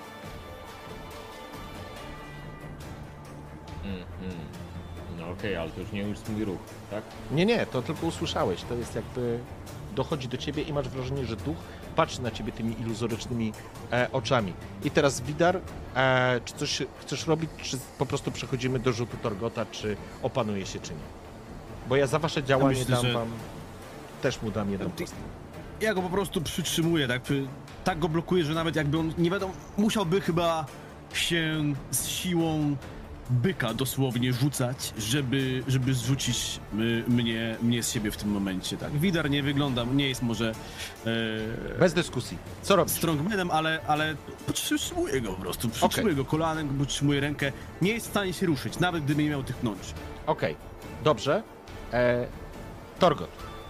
No okej, ale to już nie już mój ruch, tak? Nie, nie, to tylko usłyszałeś, to jest jakby, dochodzi do ciebie i masz wrażenie, że duch patrzy na ciebie tymi iluzorycznymi e, oczami. I teraz Widar, e, czy coś chcesz robić, czy po prostu przechodzimy do rzutu Torgota, czy opanuje się, czy nie? Bo ja za wasze działanie myślę, dam że- wam, też mu dam jedną Ty- kostkę. Ja go po prostu przytrzymuję, tak, przy- tak go blokuję, że nawet jakby on, nie wiadomo, musiałby chyba się z siłą byka dosłownie rzucać, żeby, żeby zrzucić y, mnie, mnie z siebie w tym momencie, tak. Widar nie wygląda, nie jest może e, Bez dyskusji. Co robisz? strongmanem, ale, ale przytrzymuję go po prostu, przytrzymuję go kolanem, przytrzymuję rękę, nie jest w stanie się ruszyć, nawet gdyby nie miał tychnąć. Okej, dobrze. E, Torgot,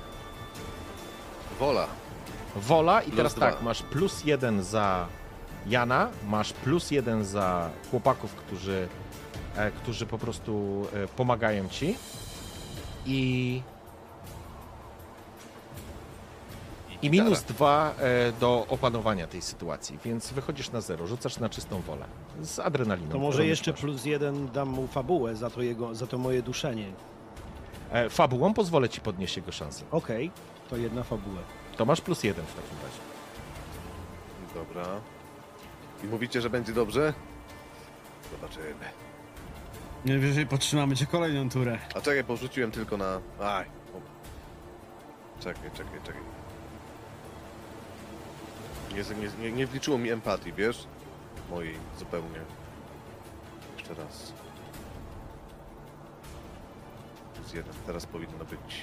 Wola. wola i Plus teraz dwa. tak, masz plus jeden za Jana, masz plus jeden za chłopaków, którzy, e, którzy po prostu e, pomagają ci i i minus dwa e, do opanowania tej sytuacji, więc wychodzisz na zero, rzucasz na czystą wolę z adrenaliną. To może którą jeszcze masz. plus jeden dam mu fabułę za to, jego, za to moje duszenie. E, fabułą pozwolę ci podnieść jego szansę. Okej, to jedna fabuła. To masz plus jeden w takim razie. Dobra. I mówicie, że będzie dobrze? Zobaczymy. Najwyżej podtrzymamy cię kolejną turę. A czekaj, bo rzuciłem tylko na... Aj. O. Czekaj, czekaj, czekaj. Nie, z- nie, nie, nie wliczyło mi empatii, wiesz? Mojej zupełnie. Jeszcze raz. Plus jeden. Teraz powinno być...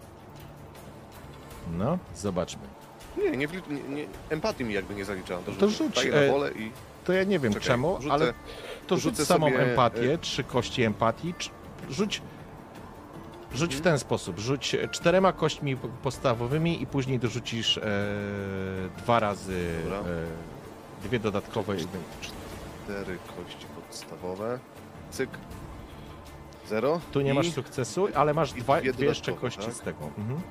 No, zobaczmy. Nie, nie, wli... nie, nie empatii mi jakby nie zaliczałem. To, To rzucę. rzuć, Daję na e, wolę i... To ja nie wiem Czekaj, czemu, rzucę- ale to rzuć rzucę samą sobie, empatię, e, trzy kości empatii, cz- rzuć, rzuć w Mhm. ten sposób, rzuć czterema kośćmi po- podstawowymi i później dorzucisz e, dwa razy Dobra. e, dwie dodatkowe. Cztery kości podstawowe. Cyk. Zero. Tu nie I... masz sukcesu, ale masz i dwa, dwie dwie jeszcze dodatkowe, kości tak? z tego. Mhm.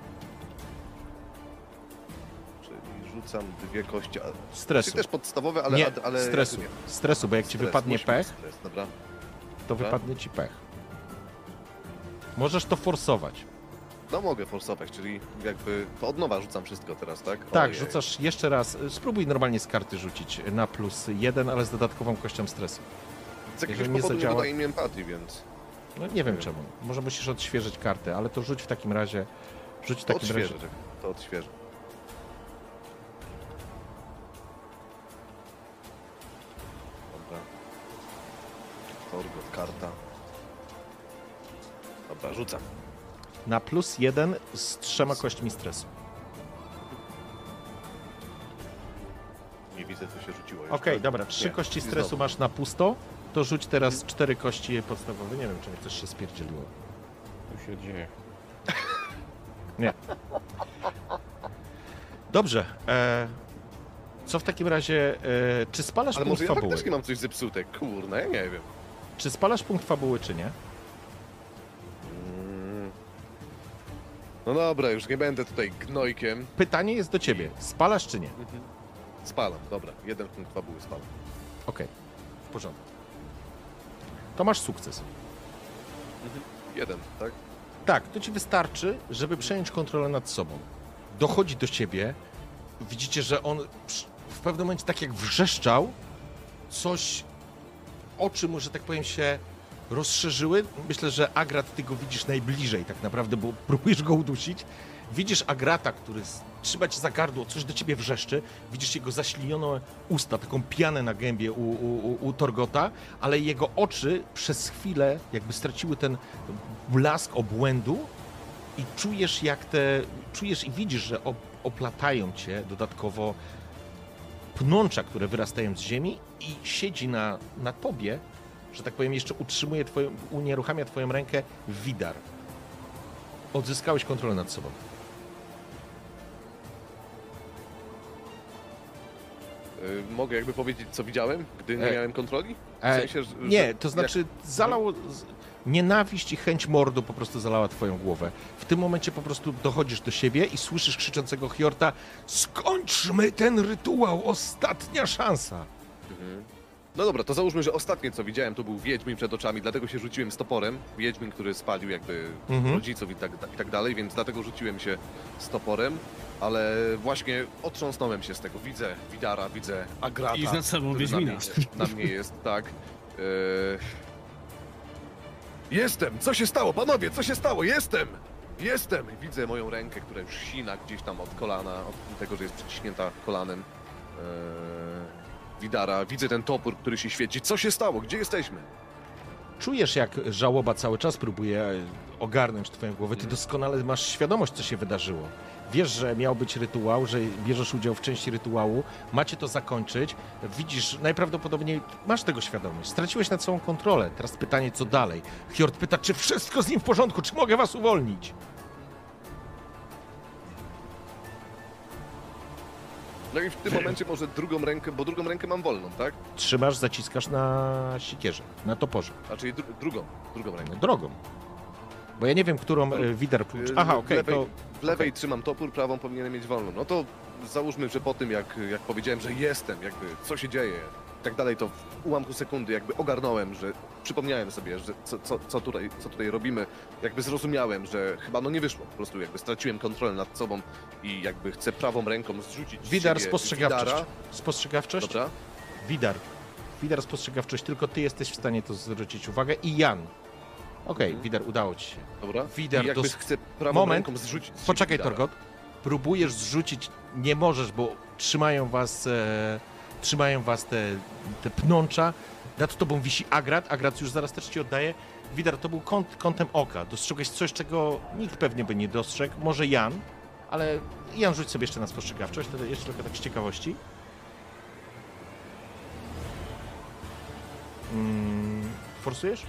Czyli rzucam dwie kości. a- Stresu. Czyli też podstawowe, ale... nie, ale, ale stresu. nie. Stresu, bo jak ci Stres, wypadnie musi być pech, Stres, dobra. to Dobra. wypadnie ci pech. Możesz to forsować. No mogę forsować, czyli jakby to od nowa rzucam wszystko teraz, tak? Tak, Ojej. rzucasz jeszcze raz. Spróbuj normalnie z karty rzucić na plus jeden, ale z dodatkową kością stresu. Z jakiegoś jeżeli nie powodu nie zadziała- dodaje mi empatii, więc... No nie wiem czemu. Może musisz odświeżyć kartę, ale to rzuć w takim razie. Rzuć w To takim razie. odświeżę, czekaj, to odświeżę. Dobra. Torgot, karta. Dobra, rzucam. Na plus jeden z trzema kośćmi stresu. Nie widzę, co się rzuciło Okej, jeszcze. dobra, trzy Nie, kości i stresu znowu. masz na pusto, to rzuć teraz cztery kości podstawowe. Nie wiem, czy mi coś się spierdzieliło. Tu się dzieje. Nie. Dobrze. E, co w takim razie... E, czy spalasz Ale punkt może ja fabuły? faktycznie mam coś zepsute, kurna, ja nie wiem. Czy spalasz punkt fabuły, czy nie? Mm. No dobra, już nie będę tutaj gnojkiem. Pytanie jest do ciebie. Spalasz, czy nie? Spalam, dobra, jeden punkt fabuły spalam. Okej, w porządku. To masz sukces. Jeden, tak? Tak, to ci wystarczy, żeby przejąć kontrolę nad sobą. Dochodzi do ciebie, widzicie, że on przy- w pewnym momencie tak jak wrzeszczał, coś, oczy mu, że tak powiem, się rozszerzyły. Myślę, że Agrat, ty go widzisz najbliżej tak naprawdę, bo próbujesz go udusić. Widzisz Agrata, który s- trzyma cię za gardło, coś do ciebie wrzeszczy. Widzisz jego zaślinione usta, taką pianę na gębie u, u, u, u Torgota, ale jego oczy przez chwilę jakby straciły ten blask obłędu i czujesz jak te, czujesz i widzisz, że op, oplatają cię dodatkowo pnącza, które wyrastają z ziemi i siedzi na, na tobie, że tak powiem, jeszcze utrzymuje twoją, unieruchamia twoją rękę Widar. Odzyskałeś kontrolę nad sobą. Y, mogę jakby powiedzieć, co widziałem, gdy nie E, miałem kontroli? W E, sensie, że, nie, że to znaczy zalało... z- Nienawiść i chęć mordu po prostu zalała twoją głowę. W tym momencie po prostu dochodzisz do siebie i słyszysz krzyczącego Hjorta: skończmy ten rytuał, ostatnia szansa. No dobra, to załóżmy, że ostatnie co widziałem to był Wiedźmin przed oczami, dlatego się rzuciłem z toporem. Wiedźmin, który spalił jakby Mhm. rodziców i tak, i tak dalej, więc dlatego rzuciłem się z toporem. Ale właśnie otrząsnąłem się z tego. Widzę Widara, widzę Agrata. I nad sobą który Wiedźmina. Na mnie, na mnie jest, tak. Eee... Jestem! Co się stało? Panowie, co się stało? Jestem! Jestem! Widzę moją rękę, która już sina gdzieś tam od kolana, od tego, że jest przyciśnięta kolanem. Eee... Widara, widzę ten topór, który się świeci. Co się stało? Gdzie jesteśmy? Czujesz, jak żałoba cały czas próbuje ogarnąć twoją głowę. Ty doskonale masz świadomość, co się wydarzyło. Wiesz, że miał być rytuał, że bierzesz udział w części rytuału, macie to zakończyć. Widzisz, najprawdopodobniej masz tego świadomość. Straciłeś nad sobą kontrolę. Teraz pytanie, co dalej? Hjord pyta, czy wszystko z nim w porządku, czy mogę was uwolnić? No i w tym momencie może drugą rękę, bo drugą rękę mam wolną, tak? Trzymasz, zaciskasz na sikierze, na toporze. A czyli dru drugą, drugą rękę. No, drogą. Bo ja nie wiem, którą e, Widar... Yy, Aha, w okej, lewej, to... w lewej okej. trzymam topór, prawą powinienem mieć wolną. No to załóżmy, że po tym jak, jak powiedziałem, że jestem, jakby co się dzieje i tak dalej, to w ułamku sekundy jakby ogarnąłem, że przypomniałem sobie, że co, co, co, tutaj, co tutaj robimy, jakby zrozumiałem, że chyba no nie wyszło, po prostu jakby straciłem kontrolę nad sobą i jakby chcę prawą ręką zrzucić z Widar, siebie spostrzegawczość. Widara. Spostrzegawczość? Dobra? Widar. Widar, spostrzegawczość, tylko ty jesteś w stanie to zwrócić uwagę i Jan. Okej, Mhm. Widar, udało ci się. Dobra? Widar, I jakby dos- chcę prawą Moment. ręką zrzucić z siebie Poczekaj, Widara. Torgot. Próbujesz zrzucić, nie możesz, bo trzymają was, e, trzymają was te, te pnącza. Nad tobą wisi Agrat. Agrat już zaraz też ci oddaje. Widar, to był kąt, kątem oka. Dostrzegłeś coś, czego nikt pewnie by nie dostrzegł. Może Jan, ale Jan, rzuć sobie jeszcze na spostrzegawczość, to jeszcze trochę tak z ciekawości. Mm, forsujesz?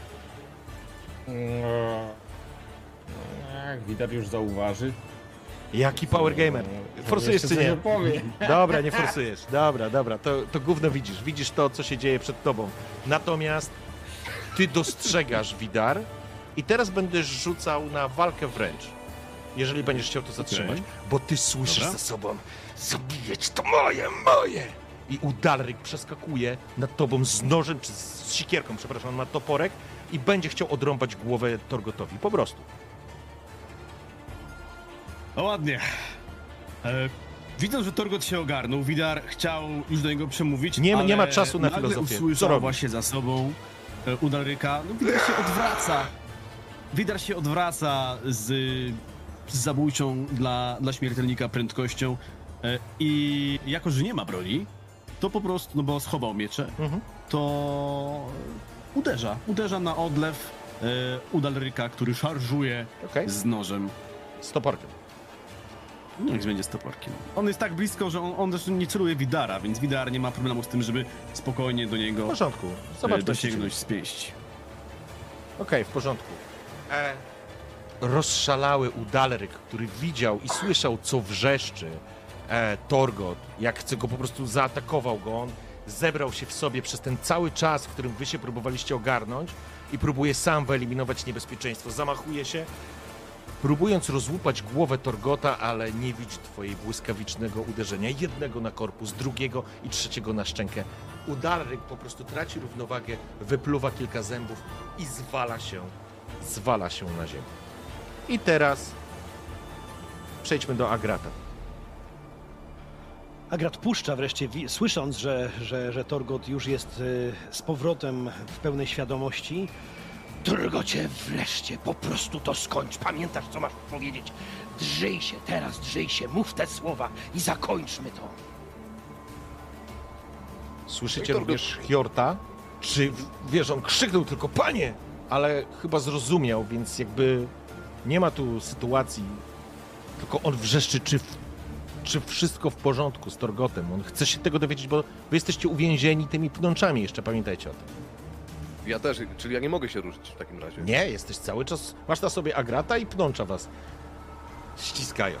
No, jak Widar już zauważy. Jaki power gamer. Forsujesz czy nie? Dobra, nie forsujesz. Dobra, dobra, to, to gówno widzisz. Widzisz to, co się dzieje przed tobą. Natomiast ty dostrzegasz, Widar, i teraz będziesz rzucał na walkę wręcz. Jeżeli będziesz chciał to zatrzymać. Okej. Bo ty słyszysz Dobra. za sobą: zabijać to moje, moje! I Udalryk przeskakuje nad tobą z nożem, czy z sikierką, przepraszam, on ma toporek i będzie chciał odrąbać głowę Torgotowi. Po prostu. No ładnie. E, widząc, że Torgot się ogarnął, Widar chciał już do niego przemówić, Nie- ale nie ma czasu na nagle filozofię. Co usłyszał robisz? właśnie za sobą e, Udalryka. No Widar się odwraca. Widar się odwraca z, z zabójczą dla, dla śmiertelnika prędkością e, i jako, że nie ma broni, to po prostu, no bo schował miecze, Mhm. to uderza. Uderza na odlew e, Udalryka, który szarżuje Okej. z nożem. Z toporkiem. No, niech będzie z toporkiem. On jest tak blisko, że on, on też nie celuje Widara, więc Widar nie ma problemu z tym, żeby spokojnie do W niego porządku. e, Zobacz, dosięgnąć z pięści. Okej, w porządku. E... Rozszalały Udalryk, który widział i słyszał, co wrzeszczy e, Torgot, jak chce go po prostu zaatakował go. On zebrał się w sobie przez ten cały czas, w którym wy się próbowaliście ogarnąć i próbuje sam wyeliminować niebezpieczeństwo. Zamachuje się, próbując rozłupać głowę Torgota, ale nie widzi twojej błyskawicznego uderzenia. Jednego na korpus, drugiego i trzeciego na szczękę. Udalryk po prostu traci równowagę, wypluwa kilka zębów i zwala się, zwala się na ziemię. I teraz przejdźmy do Agrata. Agrat puszcza wreszcie, wi- słysząc, że, że, że Torgot już jest y, z powrotem w pełnej świadomości. Torgocie, wreszcie, po prostu to skończ. Pamiętasz, co masz powiedzieć? Drzyj się teraz, drzyj się, mów te słowa i zakończmy to. Słyszycie Torgot- również Hjorta? Czy, wiesz, on krzyknął tylko panie, ale chyba zrozumiał, więc jakby nie ma tu sytuacji, tylko on wrzeszczy, czy, czy wszystko w porządku z Torgotem. On chce się tego dowiedzieć, bo wy jesteście uwięzieni tymi pnączami jeszcze, pamiętajcie o tym. Ja też, czyli ja nie mogę się ruszyć w takim razie. Nie, jesteś cały czas, masz na sobie Agrata i pnącza was ściskają.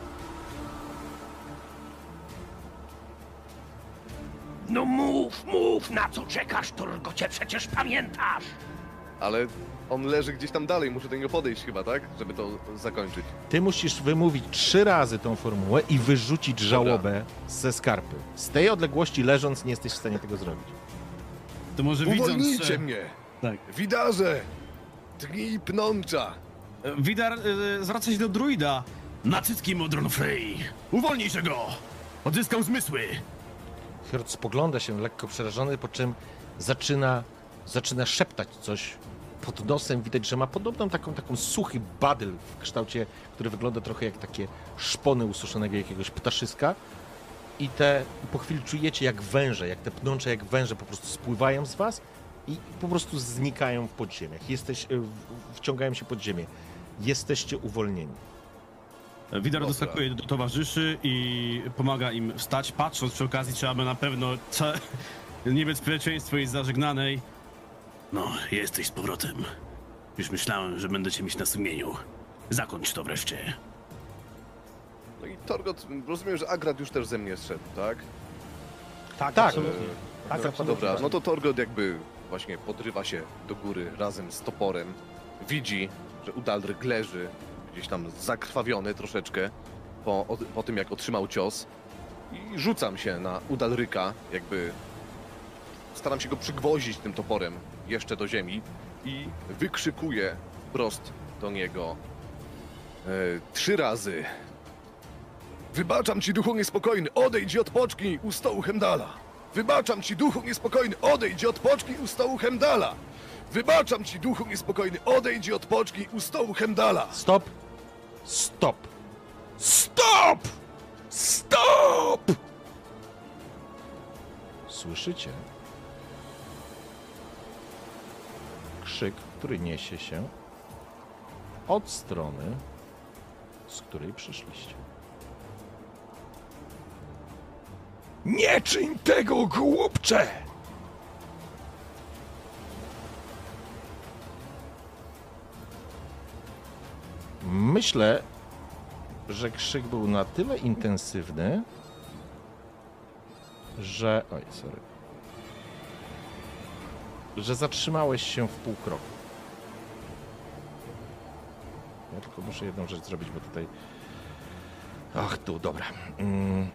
No mów, mów, na co czekasz, Torgocie, przecież pamiętasz. Ale on leży gdzieś tam dalej, muszę do niego podejść chyba, tak? Żeby to zakończyć. Ty musisz wymówić trzy razy tą formułę i wyrzucić żałobę ze skarpy. Z tej odległości leżąc nie jesteś w stanie tego zrobić. To może widząc, Uwolnijcie że... mnie! Tak. Widarze! Dni pnącza! E, Widar e, zwraca się do druida. Na cycki, Modron Frey! Uwolnijcie go! Odzyskał zmysły! Hjort spogląda się lekko przerażony, po czym zaczyna, zaczyna szeptać coś pod nosem. Widać, że ma podobną taką, taką suchy badyl w kształcie, który wygląda trochę jak takie szpony ususzonego jakiegoś ptaszyska. I te po chwili czujecie jak węże, jak te pnącze jak węże po prostu spływają z was i po prostu znikają w podziemiach. Jesteś, w- wciągają się pod ziemię. Jesteście uwolnieni. E, Widar Dobra. doskakuje do towarzyszy i pomaga im wstać, patrząc przy okazji, czy aby na pewno ca... niebezpieczeństwo jest zażegnanej. No, jesteś z powrotem. Już myślałem, że będę cię mieć na sumieniu. Zakończ to wreszcie. No i Torgot, rozumiem, że Agrat już też ze mnie zszedł, tak? Tak, Tak. absolutnie. Tak, Dobra, absolutnie. Dobra, no to Torgot jakby właśnie podrywa się do góry razem z toporem. Widzi, że Udalryk leży gdzieś tam zakrwawiony troszeczkę po, od, po tym, jak otrzymał cios. I rzucam się na Udalryka, jakby staram się go przygwoździć tym toporem jeszcze do ziemi i wykrzykuję wprost do niego e, trzy razy. Wybaczam ci, duchu niespokojny, odejdź i odpocznij u stołu Hemdala. Wybaczam ci, duchu niespokojny, odejdź i odpocznij u stołu Hemdala. Wybaczam ci, duchu niespokojny, odejdź i odpocznij u stołu Hemdala. Stop! Stop! Stop! Stop! Słyszycie? Krzyk, który niesie się od strony, z której przyszliście. Nie czyń tego, głupcze! Myślę, że krzyk był na tyle intensywny, że... Oj, sorry. Że zatrzymałeś się w pół kroku. Ja tylko muszę jedną rzecz zrobić, bo tutaj... Ach, tu, dobra. Mm.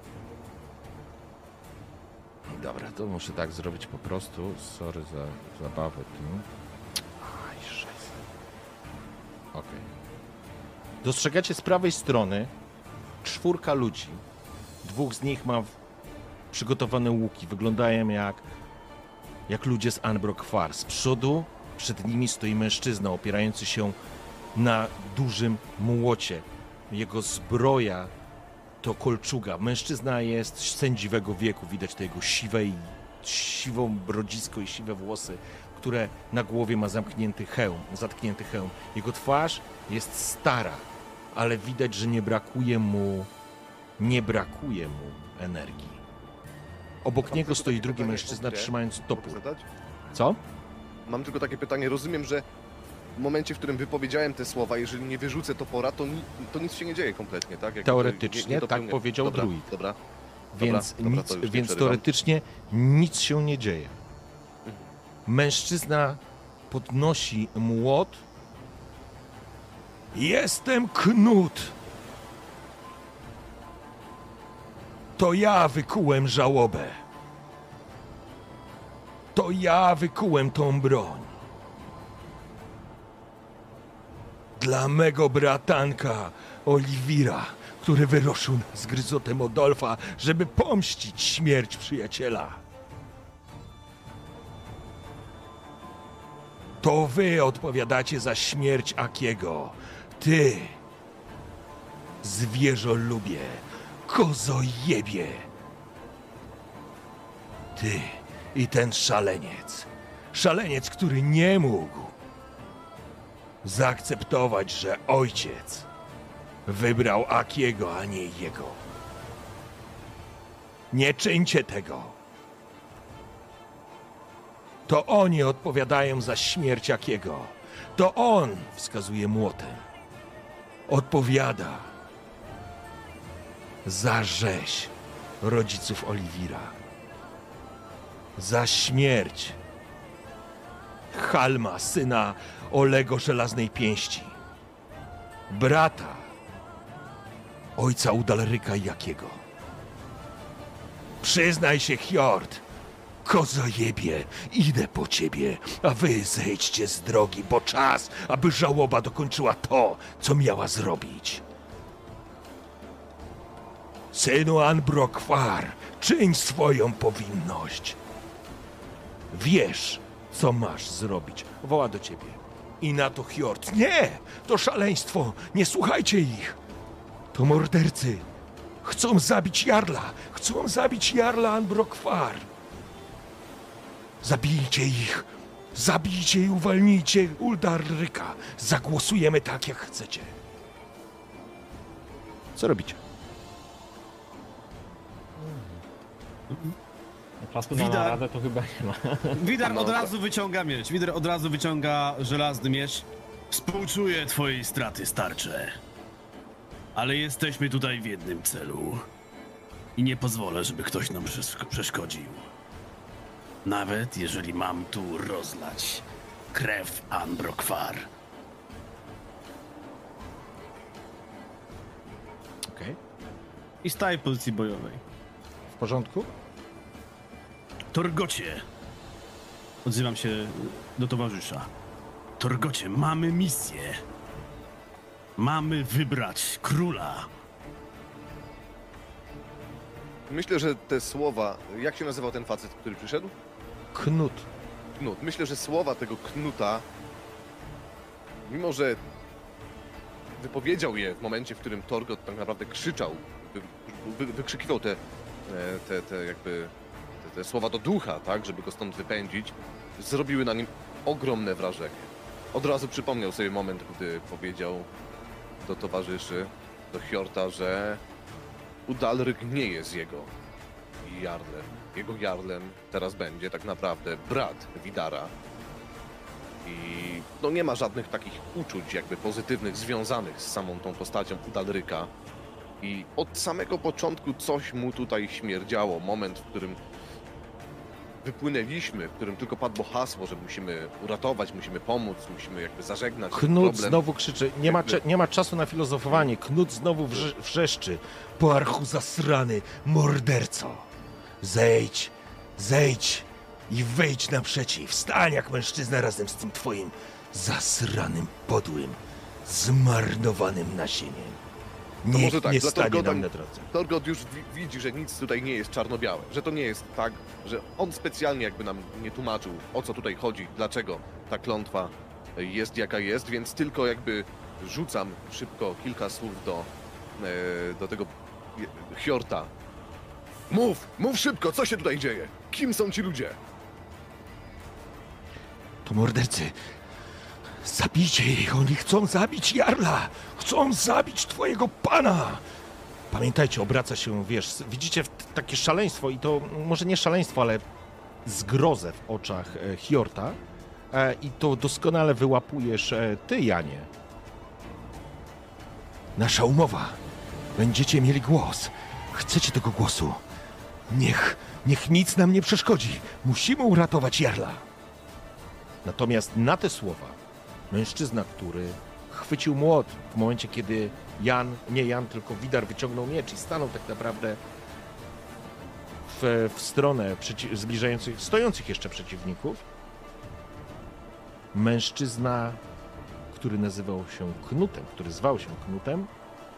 Dobra, to muszę tak zrobić po prostu. Sorry za zabawę tu. Aj, szajse. Okej. Okay. Dostrzegacie z prawej strony czwórka ludzi. Dwóch z nich ma przygotowane łuki. Wyglądają jak, jak ludzie z Anbrok-Far. Z przodu przed nimi stoi mężczyzna opierający się na dużym młocie. Jego zbroja to kolczuga. Mężczyzna jest sędziwego wieku. Widać to jego siwe i, siwą brodzisko i siwe włosy, które na głowie ma zamknięty hełm, zatknięty hełm. Jego twarz jest stara, ale widać, że nie brakuje mu, nie brakuje mu energii. Obok niego stoi drugi mężczyzna, trzymając topór. Co? Mam tylko takie pytanie. Rozumiem, że w momencie, w którym wypowiedziałem te słowa, jeżeli nie wyrzucę topora, to, ni to nic się nie dzieje kompletnie, tak? Jak teoretycznie nie, nie tak powiedział dobra, druid. Dobra, Więc, dobra, nic, dobra, więc teoretycznie nic się nie dzieje. Mężczyzna podnosi młot. Jestem Knut. To ja wykułem żałobę. To ja wykułem tą broń. Dla mego bratanka Oliwira, który wyruszył na zgryzotę Modolfa, żeby pomścić śmierć przyjaciela. To wy odpowiadacie za śmierć Akiego. Ty, zwierzolubie, kozojebie. Ty i ten szaleniec. Szaleniec, który nie mógł zaakceptować, że ojciec wybrał Akiego, a nie jego. Nie czyńcie tego. To oni odpowiadają za śmierć Akiego. To on, wskazuje młotem, odpowiada za rzeź rodziców Oliwira. Za śmierć Halma, syna Olego Żelaznej Pięści. Brata ojca Udalryka i Akiego. Przyznaj się, Hjord, kozojebie, idę po ciebie, a wy zejdźcie z drogi, bo czas, aby żałoba dokończyła to, co miała zrobić. Synu Anbrok-Far, czyń swoją powinność. Wiesz, co masz zrobić. Woła do ciebie. I na to Hjord. Nie! To szaleństwo! Nie słuchajcie ich! To mordercy! Chcą zabić Jarla! Chcą zabić Jarla Anbrok-Far! Zabijcie ich! Zabijcie i uwolnijcie Udalryka! Zagłosujemy tak, jak chcecie. Co robicie? Czasu na Widar- naradę to chyba nie ma. Widar No, od to- razu wyciąga miecz. Widar od razu wyciąga żelazny miecz. Współczuję twojej straty, starcze. Ale jesteśmy tutaj w jednym celu. I nie pozwolę, żeby ktoś nam przesz- przeszkodził. Nawet jeżeli mam tu rozlać krew Anbrok-Far. Okej. I staję w pozycji bojowej. W porządku? Torgocie! Odzywam się do towarzysza. Torgocie, mamy misję. Mamy wybrać króla. Myślę, że te słowa... Jak się nazywał ten facet, który przyszedł? Knut. Knut. Myślę, że słowa tego Knuta, mimo że wypowiedział je w momencie, w którym Torgot tak naprawdę krzyczał, wy, wy, wykrzykiwał te, te, te jakby te, te słowa do ducha, tak, żeby go stąd wypędzić, zrobiły na nim ogromne wrażenie. Od razu przypomniał sobie moment, gdy powiedział do towarzyszy, do Hjorta, że Udalryk nie jest jego jarlem. Jego jarlem teraz będzie tak naprawdę brat Widara. I no nie ma żadnych takich uczuć jakby pozytywnych związanych z samą tą postacią Udalryka. I od samego początku coś mu tutaj śmierdziało. Moment, w którym wypłynęliśmy, w którym tylko padło hasło, że musimy uratować, musimy pomóc, musimy jakby zażegnać Knut problem. znowu krzyczy, nie ma, Jakby- cze- nie ma czasu na filozofowanie. Knut znowu wrze- wrzeszczy. Parchu zasrany, morderco. Zejdź, zejdź i wejdź naprzeciw. Stań jak mężczyzna razem z tym twoim zasranym, podłym, zmarnowanym nasieniem. To Niech może tak, nie dla stanie Torgota- nam na drodze. Torgot już wi- widzi, że nic tutaj nie jest czarno-białe, że to nie jest tak, że on specjalnie jakby nam nie tłumaczył, o co tutaj chodzi, dlaczego ta klątwa jest jaka jest, więc tylko jakby rzucam szybko kilka słów do, e, do tego je- Hjorta. Mów, mów szybko, co się tutaj dzieje? Kim są ci ludzie? To mordercy. Zabijcie ich, oni chcą zabić Jarla! Chcą zabić twojego pana! Pamiętajcie, obraca się, wiesz, widzicie w- takie szaleństwo i to może nie szaleństwo, ale zgrozę w oczach e, Hjorta e, i to doskonale wyłapujesz e, ty, Janie. Nasza umowa. Będziecie mieli głos. Chcecie tego głosu. Niech, niech nic nam nie przeszkodzi. Musimy uratować Jarla. Natomiast na te słowa mężczyzna, który chwycił młot w momencie, kiedy Jan, nie Jan, tylko Widar wyciągnął miecz i stanął tak naprawdę w, w stronę przeci- zbliżających, stojących jeszcze przeciwników. Mężczyzna, który nazywał się Knutem, który zwał się Knutem,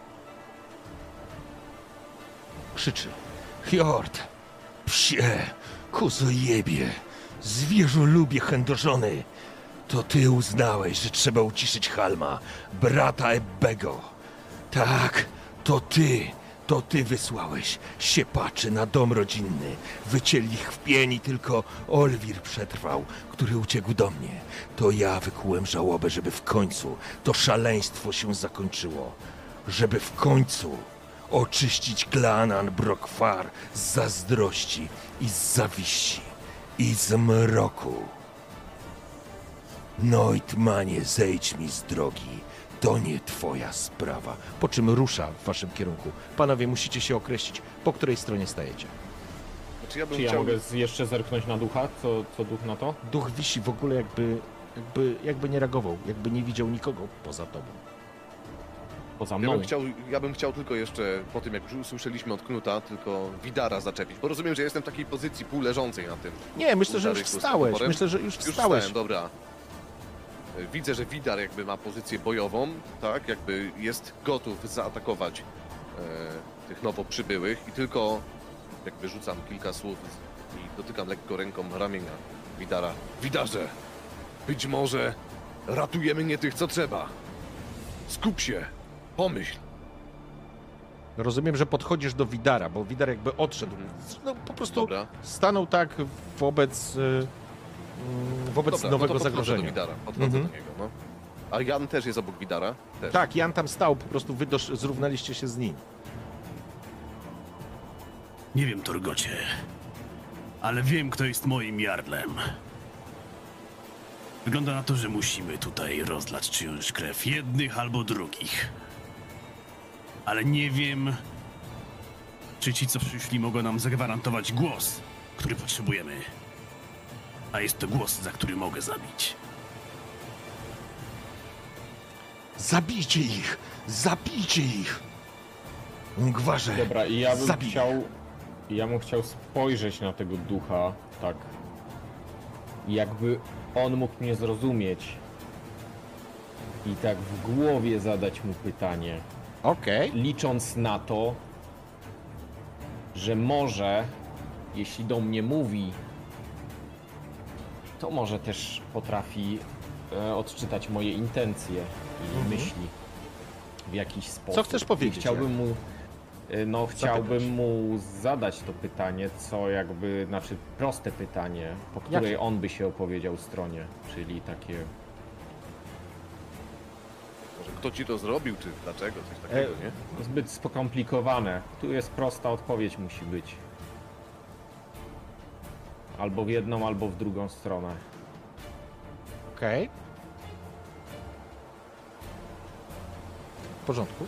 krzyczy: Hjord, psie, kuzojebie, zwierzolubie chędożony, to ty uznałeś, że trzeba uciszyć Halma, brata Ebbego. Tak, to ty, to ty wysłałeś siepaczy na dom rodzinny. Wycięli ich w pień i tylko Olwir przetrwał, który uciekł do mnie. To ja wykułem żałobę, żeby w końcu to szaleństwo się zakończyło. Żeby w końcu oczyścić Glanan Brokwar z zazdrości i z zawiści i z mroku. Noitmanie, zejdź mi z drogi. To nie twoja sprawa. Po czym rusza w waszym kierunku. Panowie, musicie się określić, po której stronie stajecie. Znaczy ja bym Czy ja chciał... mogę z- jeszcze zerknąć na ducha? Co, co duch na to? Duch wisi w ogóle jakby, jakby, jakby nie reagował, jakby nie widział nikogo poza tobą. Poza Ja mną. bym, chciał, ja bym chciał tylko jeszcze, po tym jak już usłyszeliśmy od Knuta, tylko Widara zaczepić, bo rozumiem, że jestem w takiej pozycji półleżącej na tym. Nie, myślę, że już Udaryku z wstałeś. toporem. Myślę, że już Już wstałeś. wstałem, dobra. Widzę, że Widar jakby ma pozycję bojową, tak, jakby jest gotów zaatakować e, tych nowo przybyłych i tylko jakby rzucam kilka słów i dotykam lekko ręką ramienia Widara. Widarze, być może ratujemy nie tych, co trzeba. Skup się, pomyśl. Rozumiem, że podchodzisz do Widara, bo Widar jakby odszedł. No, po prostu Dobra. stanął tak wobec, y, mm, wobec Dobra, nowego no to podchodzę zagrożenia. do Widara, podchodzę Mhm. do niego, no. A Jan też jest obok Widara? Też. Tak, Jan tam stał, po prostu wy dosz, zrównaliście się z nim. Nie wiem, Torgocie, ale wiem, kto jest moim Jarlem. Wygląda na to, że musimy tutaj rozlać czyjąś krew, jednych albo drugich. Ale nie wiem, czy ci, co przyszli, mogą nam zagwarantować głos, który potrzebujemy. A jest to głos, za który mogę zabić. Zabijcie ich! Zabijcie ich! Ungwarze, Dobra, i ja bym zabij. chciał. Ja bym chciał spojrzeć na tego ducha, tak. Jakby on mógł mnie zrozumieć. I tak w głowie zadać mu pytanie. Okej. Licząc na to, że może, jeśli do mnie mówi, to może też potrafi e, odczytać moje intencje i myśli w jakiś sposób. chcesz powiedzieć, I chciałbym mu, e, no chciałbym Zapytać. mu zadać to pytanie, co jakby, znaczy proste pytanie, po której Jakie? on by się opowiedział stronie, czyli takie... Może kto ci to zrobił, czy dlaczego, coś takiego, E, nie? Zbyt skomplikowane. Tu jest prosta odpowiedź musi być. Albo w jedną, albo w drugą stronę. Okej. W porządku.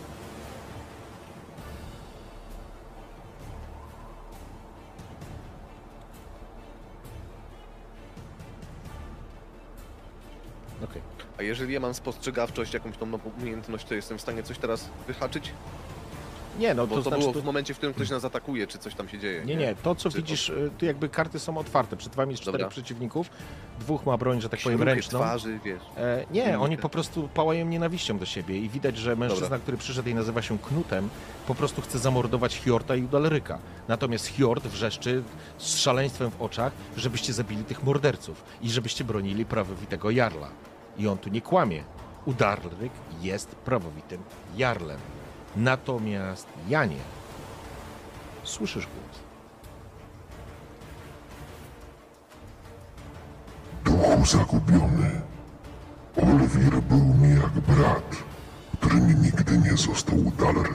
Okej. A jeżeli ja mam spostrzegawczość, jakąś tą nową umiejętność, to jestem w stanie coś teraz wyhaczyć? Nie, no Bo to to, znaczy... było to- w momencie, w którym ktoś nas atakuje, czy coś tam się dzieje. Nie, nie, to co Czy widzisz, y, tu jakby karty są otwarte. Przed wami jest czterech Dobra. przeciwników, dwóch ma broń, że tak Jakieś powiem, ruchy ręczną. twarzy, wiesz. E, nie, Mimikę. oni po prostu pałają nienawiścią do siebie i widać, że mężczyzna, Dobra. który przyszedł i nazywa się Knutem, po prostu chce zamordować Hjorta i Udalryka. Natomiast Hjort wrzeszczy z szaleństwem w oczach, żebyście zabili tych morderców i żebyście bronili prawowitego jarla. I on tu nie kłamie. Udalryk jest prawowitym jarlem. Natomiast Janie, słyszysz głos. Duchu zagubiony. Olwir był mi jak brat, który mi nigdy nie został Udalryk.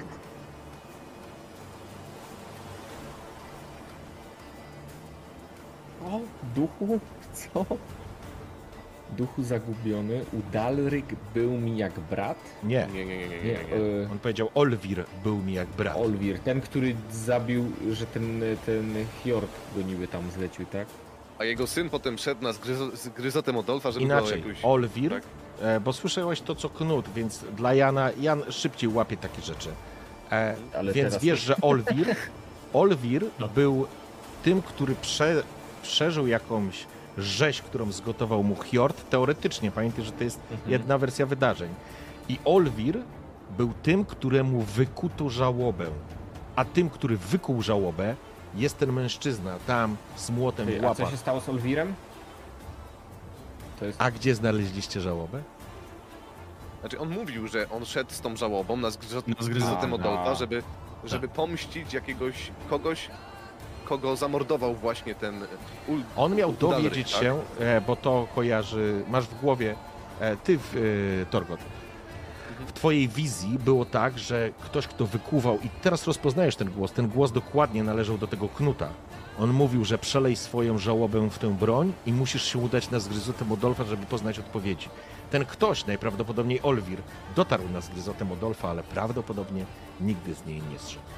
O, duchu? Co? Duchu zagubiony, Udalryk był mi jak brat? Nie, Nie, nie, nie, nie, nie. Nie, nie. e, on powiedział Olwir był mi jak brat. Olwir, ten, który zabił, że ten, ten Hjord go niby tam zlecił, tak? A jego syn potem szedł na zgryzo, z gryzotem Odolfa, żeby Inaczej, go jakoś... Olwir, tak? e, bo słyszałeś to co Knut, więc dla Jana, Jan szybciej łapie takie rzeczy. E, Ale więc teraz- wiesz, że Olwir, Olwir był tym, który prze, przeżył jakąś rzeź, którą zgotował mu Hjord, teoretycznie, pamiętaj, że to jest Mhm. jedna wersja wydarzeń. I Olwir był tym, któremu wykuto żałobę, a tym, który wykuł żałobę, jest ten mężczyzna tam z młotem Ty, w a łapach. co się stało z Olwirem? To jest... A gdzie znaleźliście żałobę? Znaczy on mówił, że on szedł z tą żałobą na zgryzot, Na zgryzotem. zgryzotem Odolfa, A. żeby, żeby pomścić jakiegoś kogoś, kogo zamordował właśnie ten Ul... On miał Udalryk, dowiedzieć tak? się, e, bo to kojarzy, masz w głowie, e, ty, w, e, Torgot, w twojej wizji było tak, że ktoś, kto wykuwał, i teraz rozpoznajesz ten głos, ten głos dokładnie należał do tego Knuta. On mówił, że przelej swoją żałobę w tę broń i musisz się udać na zgryzotę Odolfa, żeby poznać odpowiedzi. Ten ktoś, najprawdopodobniej Olwir, dotarł na zgryzotę Odolfa, ale prawdopodobnie nigdy z niej nie zszedł.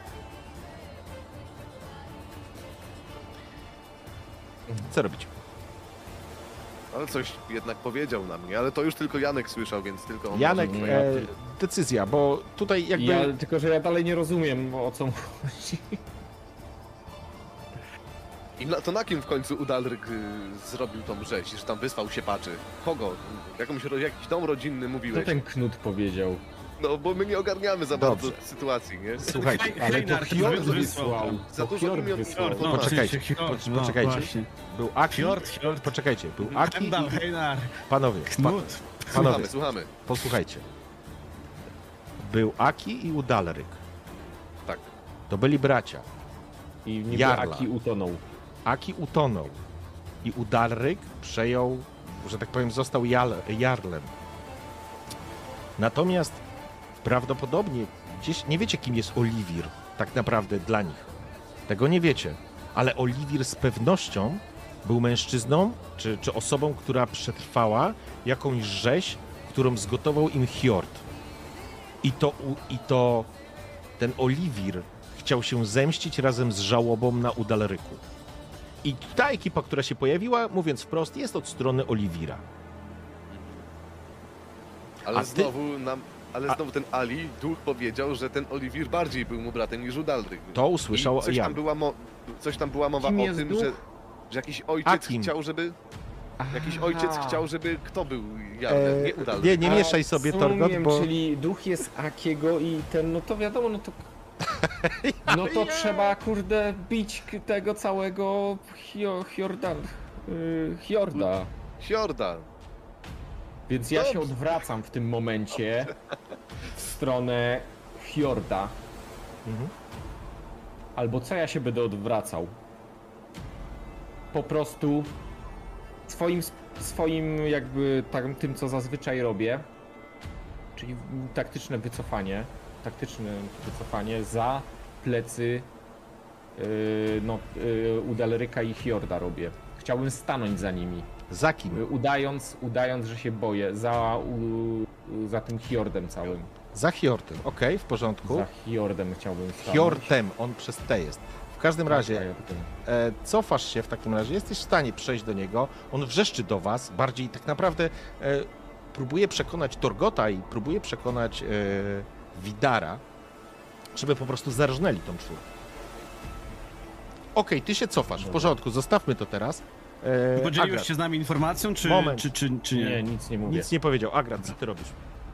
Co robić? Ale coś jednak powiedział na mnie, ale to już tylko Janek słyszał, więc tylko on Janek, może... ja e, ty- decyzja, bo tutaj jakby... Ja, tylko, że ja dalej nie rozumiem, o co mu chodzi. I na, to na kim w końcu Udalryk y, zrobił tą rzeź, że tam wysłał siepaczy? Kogo? Jakąś, ro- jakiś dom rodzinny Co mówiłeś? ten Knut powiedział? No bo my nie ogarniamy za bardzo Dobrze. sytuacji, nie? Słuchajcie, Ale to Hejnar, Hjord wysłał. wysłał. Za To dużo Hjord umie wysłał. od- No, Poczekajcie, oczywiście Hjord, no, poczekajcie. właśnie. był Aki, Hjord, Hjord. poczekajcie, był Aki Heimdall, i... Hejnar, Panowie, pa, Knut. Słuchamy, panowie, słuchamy. posłuchajcie. Był Aki i Udalryk. Tak. To byli bracia. I niby Jarla. Aki utonął. Aki utonął i Udalryk przejął, że tak powiem, został jal, jarlem. Natomiast prawdopodobnie gdzieś nie wiecie, kim jest Olivir tak naprawdę dla nich. Tego nie wiecie. Ale Olivir z pewnością był mężczyzną, czy, czy osobą, która przetrwała jakąś rzeź, którą zgotował im Hjord. I to, u- i to ten Olivir chciał się zemścić razem z żałobą na Udalryku. I ta ekipa, która się pojawiła, mówiąc wprost, jest od strony Olivira. Ale A ty- znowu nam... Ale A- znowu ten Ali, duch powiedział, że ten Oliwir bardziej był mu bratem niż Udalryk. To usłyszał I coś Jan. tam była, mo... coś tam była mowa Kim o jest tym, duch? że, że jakiś ojciec Akim. chciał, żeby... Jakiś ojciec Aha. chciał, żeby kto był Jarlem, nie E, Udalryk. nie, nie A, mieszaj sobie, Torgot, rozumiem, bo... czyli duch jest Akiego i ten, no to wiadomo, no to... No to trzeba, kurde, bić k- tego całego Hio, Hjordan, yy, Hjorda. Hjorda. Więc ja się Dobrze. odwracam w tym momencie w stronę Hjorda. Mhm. Albo co ja się będę odwracał? Po prostu swoim, swoim jakby tam, tym, co zazwyczaj robię, czyli taktyczne wycofanie, taktyczne wycofanie za plecy yy, no, yy, Udalryka i Hjorda robię. chciałbym stanąć za nimi. Za kim? Udając, udając, że się boję. Za, u, za tym Hjordem całym. Za Hjortem, okej, w porządku. Za Hjordem chciałbym stanąć. Hjortem, on przez T jest. W każdym razie Hjortem. e, cofasz się w takim razie, jesteś w stanie przejść do niego, on wrzeszczy do was, bardziej tak naprawdę e, próbuje przekonać Torgota i próbuje przekonać e, Widara, żeby po prostu zarżnęli tą czwórkę. Okej, ty się cofasz, w porządku, zostawmy to teraz. E, Podzieliłeś Agrat, się z nami informacją, czy, Moment. czy, czy, czy nie? Nie, nic nie mówię. nic nie powiedział. Agrat, co ty robisz?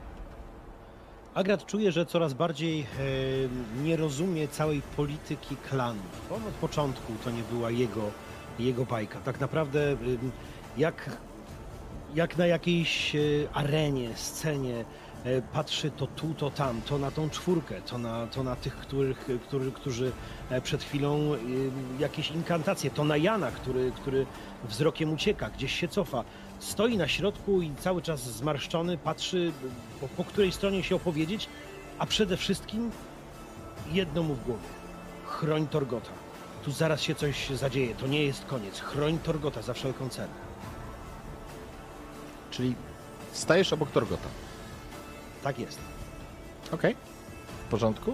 Agrat czuje, że coraz bardziej e, nie rozumie całej polityki klanu. Bo od początku to nie była jego, jego bajka. Tak naprawdę e, jak, jak na jakiejś e, arenie, scenie e, patrzy to tu, to tam, to na tą czwórkę, to na, to na tych, których, którzy, którzy e, przed chwilą e, jakieś inkantacje, to na Jana, który, który wzrokiem ucieka, gdzieś się cofa. Stoi na środku i cały czas zmarszczony, patrzy, po, po której stronie się opowiedzieć, a przede wszystkim jedno mu w głowie. Chroń Torgota. Tu zaraz się coś zadzieje, to nie jest koniec. Chroń Torgota za wszelką cenę. Czyli stajesz obok Torgota. Tak jest. Okej, w porządku.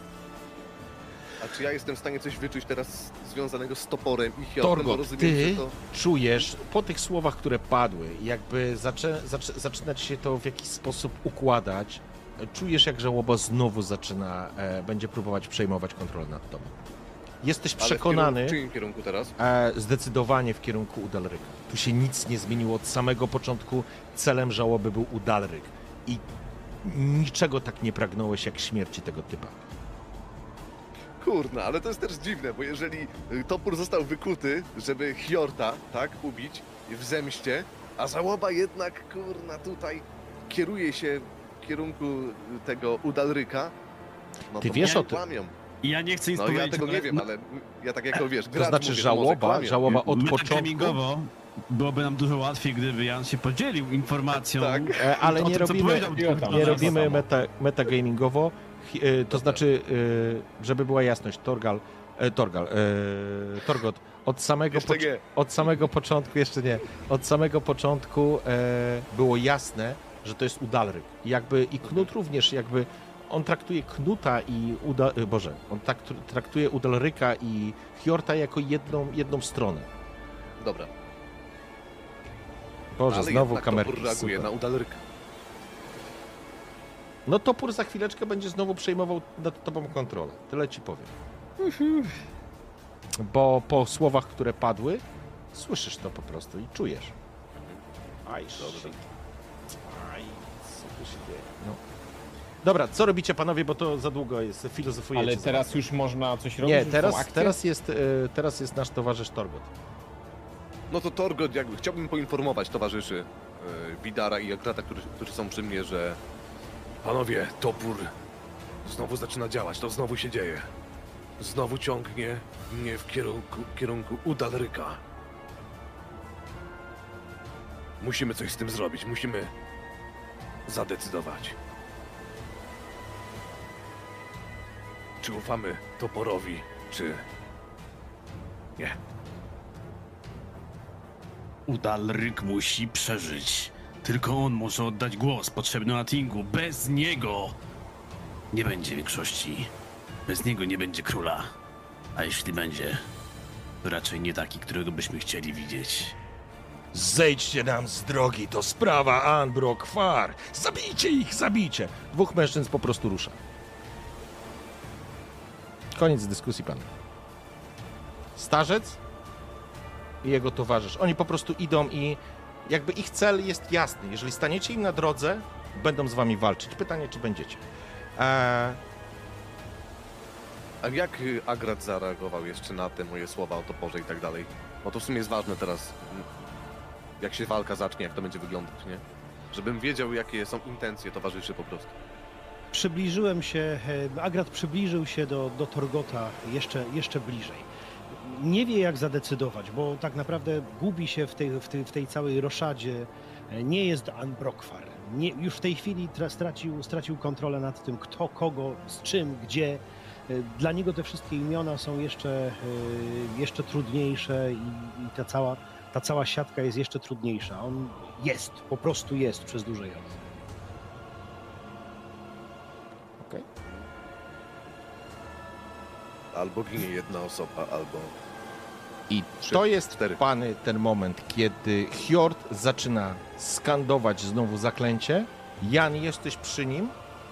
A czy ja jestem w stanie coś wyczuć teraz związanego z toporem i Hjordem? Bo Torgot, rozumiem, ty że to... czujesz po tych słowach, które padły, jakby zaczę, zaczę, zaczyna ci się to w jakiś sposób układać, czujesz jak żałoba znowu zaczyna, e, będzie próbować przejmować kontrolę nad tobą. Jesteś Ale przekonany, w, kierunku, w czyim kierunku teraz? e, zdecydowanie w kierunku Udalryka. Tu się nic nie zmieniło od samego początku, celem żałoby był Udalryk i niczego tak nie pragnąłeś jak śmierci tego typa. Kurna, ale to jest też dziwne, bo jeżeli y, topór został wykuty, żeby Hjorta, tak, ubić w zemście, a żałoba jednak, kurna, tutaj kieruje się w kierunku y, tego Udalryka, no Ty to wiesz może o tym. kłamią. I ja nie chcę nic No powiedzieć, ja tego nie ale- wiem, no, ale ja tak jako wiesz, To gracz znaczy mówię, że może żałoba, kłamią. żałoba od początku, metagamingowo byłoby nam dużo łatwiej, gdyby Jan się podzielił informacją. Tak. e, ale o nie tym, co robimy, powiedział nie Torgot. nie to robimy samo. meta, metagamingowo, Hi- e, to znaczy, e, żeby była jasność, Torgal, e, Torgal, e, Torgot, od samego, Jeszcze poc- nie. od samego początku, jeszcze nie, od samego początku e, było jasne, że to jest Udalryk. I jakby, i Knut również jakby, on traktuje Knuta i Uda, e, Boże, on tak tr- traktuje Udalryka i Hjorta jako jedną, jedną stronę. Dobra, Boże, ale znowu jednak kamerki. topór reaguje super. na Udalryka. No topór za chwileczkę będzie znowu przejmował nad tobą kontrolę. Tyle ci powiem. Bo po słowach, które padły, słyszysz to po prostu i czujesz. Aj, shit. Aj, co tu się dzieje? No. Dobra, co robicie panowie, bo to za długo jest, filozofujecie. Ale za teraz bardzo. już można coś robić? Nie, Już są teraz, akcje? teraz, jest, e, teraz jest nasz towarzysz Torgot. No to Torgot, jakby chciałbym poinformować towarzyszy e, Widara i Agrata, którzy, którzy są przy mnie, że panowie, topór znowu zaczyna działać, to znowu się dzieje. Znowu ciągnie mnie w kierunku, kierunku Udalryka. Musimy coś z tym zrobić, musimy zadecydować. Czy ufamy toporowi, czy nie? Udalryk musi przeżyć. Tylko on może oddać głos potrzebny Atingu. Bez niego nie będzie większości. Bez niego nie będzie króla. A jeśli będzie, to raczej nie taki, którego byśmy chcieli widzieć. Zejdźcie nam z drogi, to sprawa Anbro Kwar. Zabijcie ich, zabijcie. Dwóch mężczyzn po prostu rusza. Koniec dyskusji, pan. Starzec i jego towarzysz. Oni po prostu idą i jakby ich cel jest jasny. Jeżeli staniecie im na drodze, będą z wami walczyć. Pytanie, czy będziecie. Eee, A jak y, Agrat zareagował jeszcze na te moje słowa o toporze i tak dalej? Bo to w sumie jest ważne teraz, m, jak się walka zacznie, jak to będzie wyglądać, nie? Żebym wiedział, jakie są intencje towarzyszy po prostu. Przybliżyłem się, e, Agrat przybliżył się do, do Torgota jeszcze, jeszcze bliżej. Nie wie jak zadecydować, bo tak naprawdę gubi się w tej, w tej, w tej całej roszadzie. E, Nie jest Anbrokwar. Nie, już w tej chwili tra, stracił, stracił kontrolę nad tym, kto, kogo, z czym, gdzie. E, Dla niego te wszystkie imiona są jeszcze, e, jeszcze trudniejsze i, i ta cała ta cała siatka jest jeszcze trudniejsza. On jest, po prostu jest przez duże J. Okej. Albo ginie jedna osoba, albo... I Trzy, to jest, cztery. pany, ten moment, kiedy Hjord zaczyna skandować znowu zaklęcie. Jan, jesteś przy nim.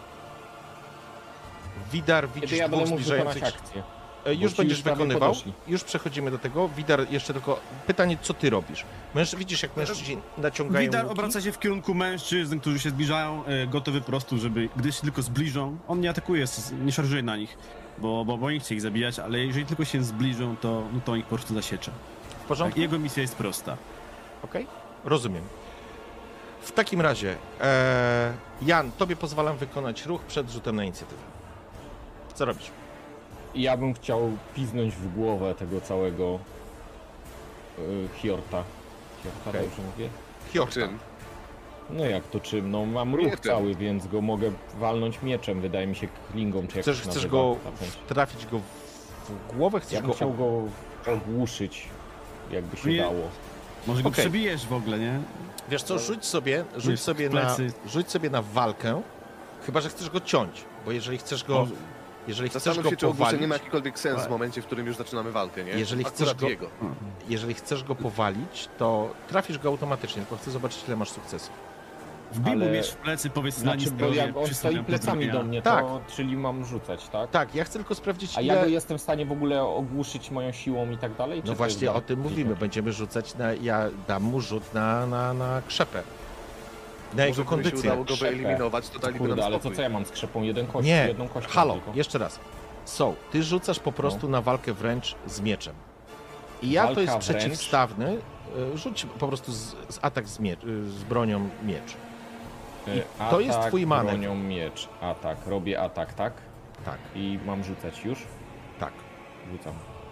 Widar, Kiedy widzisz ja dwóch będę mógł wykonać zbliżających akcję. E, Już ci będziesz już prawie wykonywał. podeszli. Już przechodzimy do tego. Widar, jeszcze tylko pytanie, co ty robisz? Męż, widzisz, jak mężczyźni naciągają Widar łuki? obraca się w kierunku mężczyzn, którzy się zbliżają, e, gotowy po prostu, żeby, gdy się tylko zbliżą, on nie atakuje, s- nie szarżuje na nich, bo, bo, bo nie chce ich zabijać, ale jeżeli tylko się zbliżą, to, no to on ich po prostu zasiecze. W porządku? Tak, jego misja jest prosta. Okej, rozumiem. W takim razie, e, Jan, tobie pozwalam wykonać ruch przed rzutem na inicjatywę. Co robisz? Ja bym chciał piznąć w głowę tego całego y, Hjorta. Hjorta, Okej. dobrze mówię? Hjorta. Czym? No jak to czym? No mam ruch Mieczem. cały, więc go mogę walnąć mieczem, wydaje mi się klingą, czy jak Chcesz, to się chcesz nazywa, go ta część. trafić go w, w głowę? Chcesz Ja bym go... chciał go ogłuszyć, jakby się Nie. dało. Może go Okej. przebijesz w ogóle, nie? Wiesz co, rzuć sobie, rzuć Wiesz, sobie, w na, plecy. rzuć sobie na walkę, chyba że chcesz go ciąć, bo jeżeli chcesz go, Może- jeżeli chcesz Zastanów go się, czy ogłuszenie powalić, ma jakikolwiek sens w momencie, w którym już zaczynamy walkę, nie? Jeżeli Akurat chcesz go- jego. jeżeli chcesz go powalić, to trafisz go automatycznie, tylko chcę zobaczyć, ile masz sukcesu. Wbij mu Ale- miecz w plecy, powiedz na Znaczy, bo Nistrowie, jak on przysłucham stoi plecami pozdrowienia. do mnie, Tak. to czyli mam rzucać, tak? Tak, ja chcę tylko sprawdzić, A ile... ja go jestem w stanie w ogóle ogłuszyć moją siłą i tak dalej? czy No to właśnie jest o tym mówimy, będziemy rzucać na... Ja dam mu rzut na, na, na krzepę. Na jego Może gdyby się kondycję. udało go Krzepę. wyeliminować, to daliby Kurde, nam ale to spokój. co ja mam z krzepą? Jeden kość, Nie, jedną kość halo, tylko. jeszcze raz. So, ty rzucasz po prostu na walkę wręcz z mieczem. I ja to Walka jest wręcz? przeciwstawny. y, Rzuć po prostu z, z atak z, miecz, y, z bronią miecz. Y, to jest atak, twój manewr. bronią miecz, atak, robię atak, tak? Tak, I mam rzucać już? tak. Rzucam.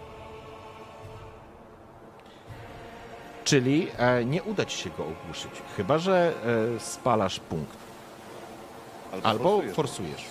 Czyli e, nie uda ci się go ogłuszyć, chyba że e, spalasz punkt. Albo forsujesz. forsujesz.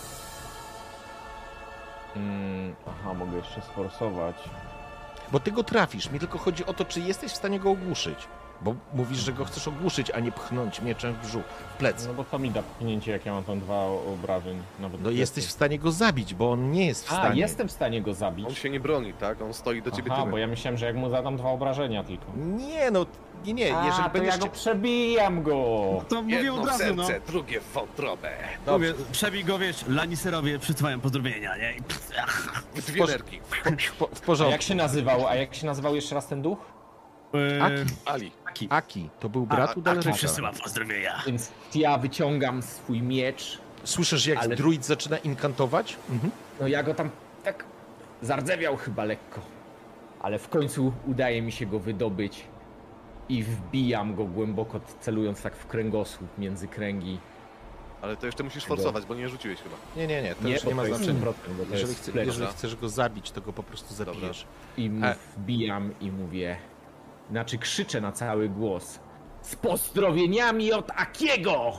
Mm, aha, mogę jeszcze sforsować. Bo ty go trafisz. Mi tylko chodzi o to, czy jesteś w stanie go ogłuszyć. Bo mówisz, że go chcesz ogłuszyć, a nie pchnąć mieczem w brzuch, w plecy. No bo to mi da pchnięcie, jak ja mam tam dwa obrażeń. Nawet No w jesteś w plecy. stanie go zabić, bo on nie jest w A, stanie. jestem w stanie go zabić. On się nie broni, tak? On stoi do ciebie Aha, tyłem. bo ja myślałem, że jak mu zadam dwa obrażenia tylko. Nie, no, nie, nie. A, Jeżeli to będziesz... ja go przebijam go! To mówię Jedno od w razu, serce, no. drugie w wątrobę. Mówię, przebij go, wiesz, Lannisterowie przysyłają pozdrowienia, nie? I pff, ach. Dwie nerki. W, po- w A porządku. jak się nazywał? A jak się nazywał jeszcze raz ten duch? Eee, Aki, Ali. Aki. Aki, to był brat A, Aki Udalryka. Przesyła pozdrowienia. Więc ja wyciągam swój miecz. Słyszysz, jak Ale- druid zaczyna inkantować? Mhm. No ja go tam tak zardzewiał chyba lekko. Ale w końcu udaje mi się go wydobyć. I wbijam go głęboko, celując tak w kręgosłup między kręgi. Ale to jeszcze musisz forsować, bo nie rzuciłeś chyba. Nie, nie, nie, to Nie, już bo nie ma to jest znaczenia. odwrotnie, bo to Jeżeli, jest chce, flex. jeżeli chcesz go zabić, to go po prostu zabijesz. I mu E. wbijam i mówię, znaczy krzyczę na cały głos. Z pozdrowieniami od Akiego!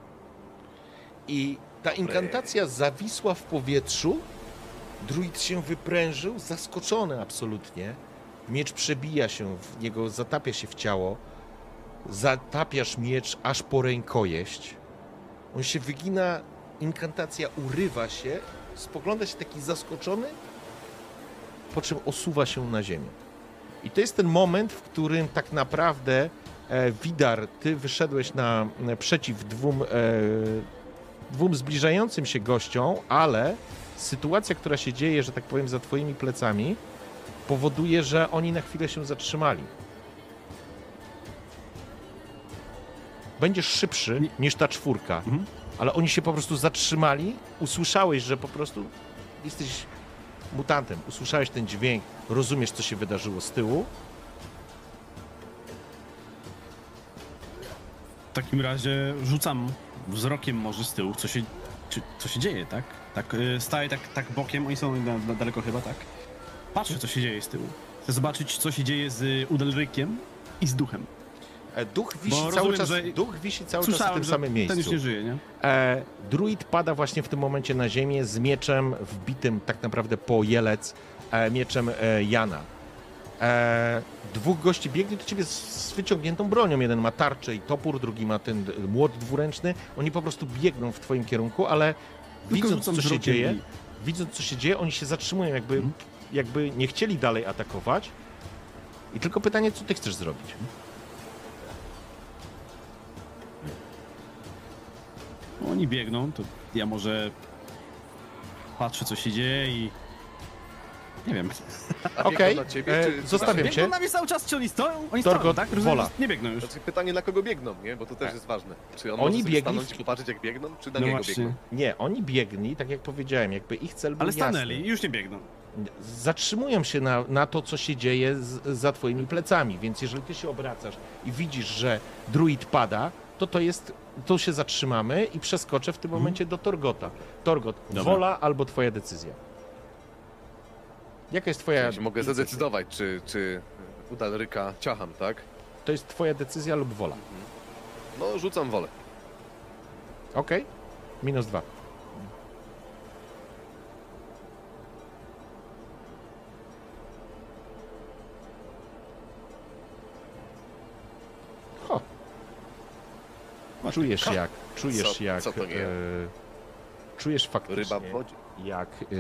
I ta inkantacja zawisła w powietrzu. Druid się wyprężył, zaskoczony absolutnie. Miecz przebija się w niego, zatapia się w ciało. Zatapiasz miecz aż po rękojeść. On się wygina, inkantacja urywa się, spogląda się taki zaskoczony, po czym osuwa się na ziemię. I to jest ten moment, w którym tak naprawdę e, Widar, ty wyszedłeś na przeciw dwóm, e, dwóm zbliżającym się gościom, ale sytuacja, która się dzieje, że tak powiem, za twoimi plecami, powoduje, że oni na chwilę się zatrzymali. Będziesz szybszy niż ta czwórka, Mhm. ale oni się po prostu zatrzymali, usłyszałeś, że po prostu jesteś mutantem, usłyszałeś ten dźwięk, rozumiesz, co się wydarzyło z tyłu. W takim razie rzucam wzrokiem może z tyłu, co się, czy, co się dzieje, tak? Tak, y, staję tak, tak bokiem, oni są na, na daleko chyba, tak? Patrzę, co się dzieje z tyłu. Chcę zobaczyć, co się dzieje z Udalrykiem i z duchem. E, Duch wisi Bo cały rozumiem, czas, że- duch wisi cały czas w Słyszałem, tym że samym miejscu. ten już nie żyje, nie? E, druid pada właśnie w tym momencie na ziemię z mieczem wbitym tak naprawdę po jelec, e, mieczem e, Jana. E, dwóch gości biegnie do ciebie z, z wyciągniętą bronią. Jeden ma tarczę i topór, drugi ma ten młot dwuręczny. Oni po prostu biegną w twoim kierunku, ale widząc, rzucam co się wzrokiem dzieje, i- widząc, co się dzieje, oni się zatrzymują, jakby, Mhm. jakby nie chcieli dalej atakować. I tylko pytanie, co ty chcesz zrobić? Oni biegną, to ja może patrzę, co się dzieje i... Nie wiem. A Okej, biegną na ciebie, e, czy- czy zostawiam na mnie? cię. Biegną na mnie cały czas, czy oni stoją? Oni Torgot, stoją, tak? Rozumiem, wola. że nie biegną już. Znaczy pytanie, na kogo biegną, nie? Bo to też jest ważne. Czy on Oni może sobie biegli stanąć w- i popatrzeć, jak biegną, czy na No niego właśnie. biegną? Nie, oni biegli, tak jak powiedziałem, jakby ich cel był Ale stanęli jasny. i już nie biegną. Zatrzymują się na, na to, co się dzieje z, za twoimi plecami, więc jeżeli ty się obracasz i widzisz, że druid pada, to to jest, to się zatrzymamy i przeskoczę w tym momencie do Torgota. Torgot, Dobra. wola albo twoja decyzja? Jaka jest twoja... Ja mogę zadecydować, czy, czy Udalryka ciacham, tak? To jest twoja decyzja lub wola. No, rzucam wolę. Okej? Minus dwa. Ho. Czujesz jak, czujesz Co- jak, co to nie ja? e, czujesz faktycznie, Ryba w wodzie. jak, e,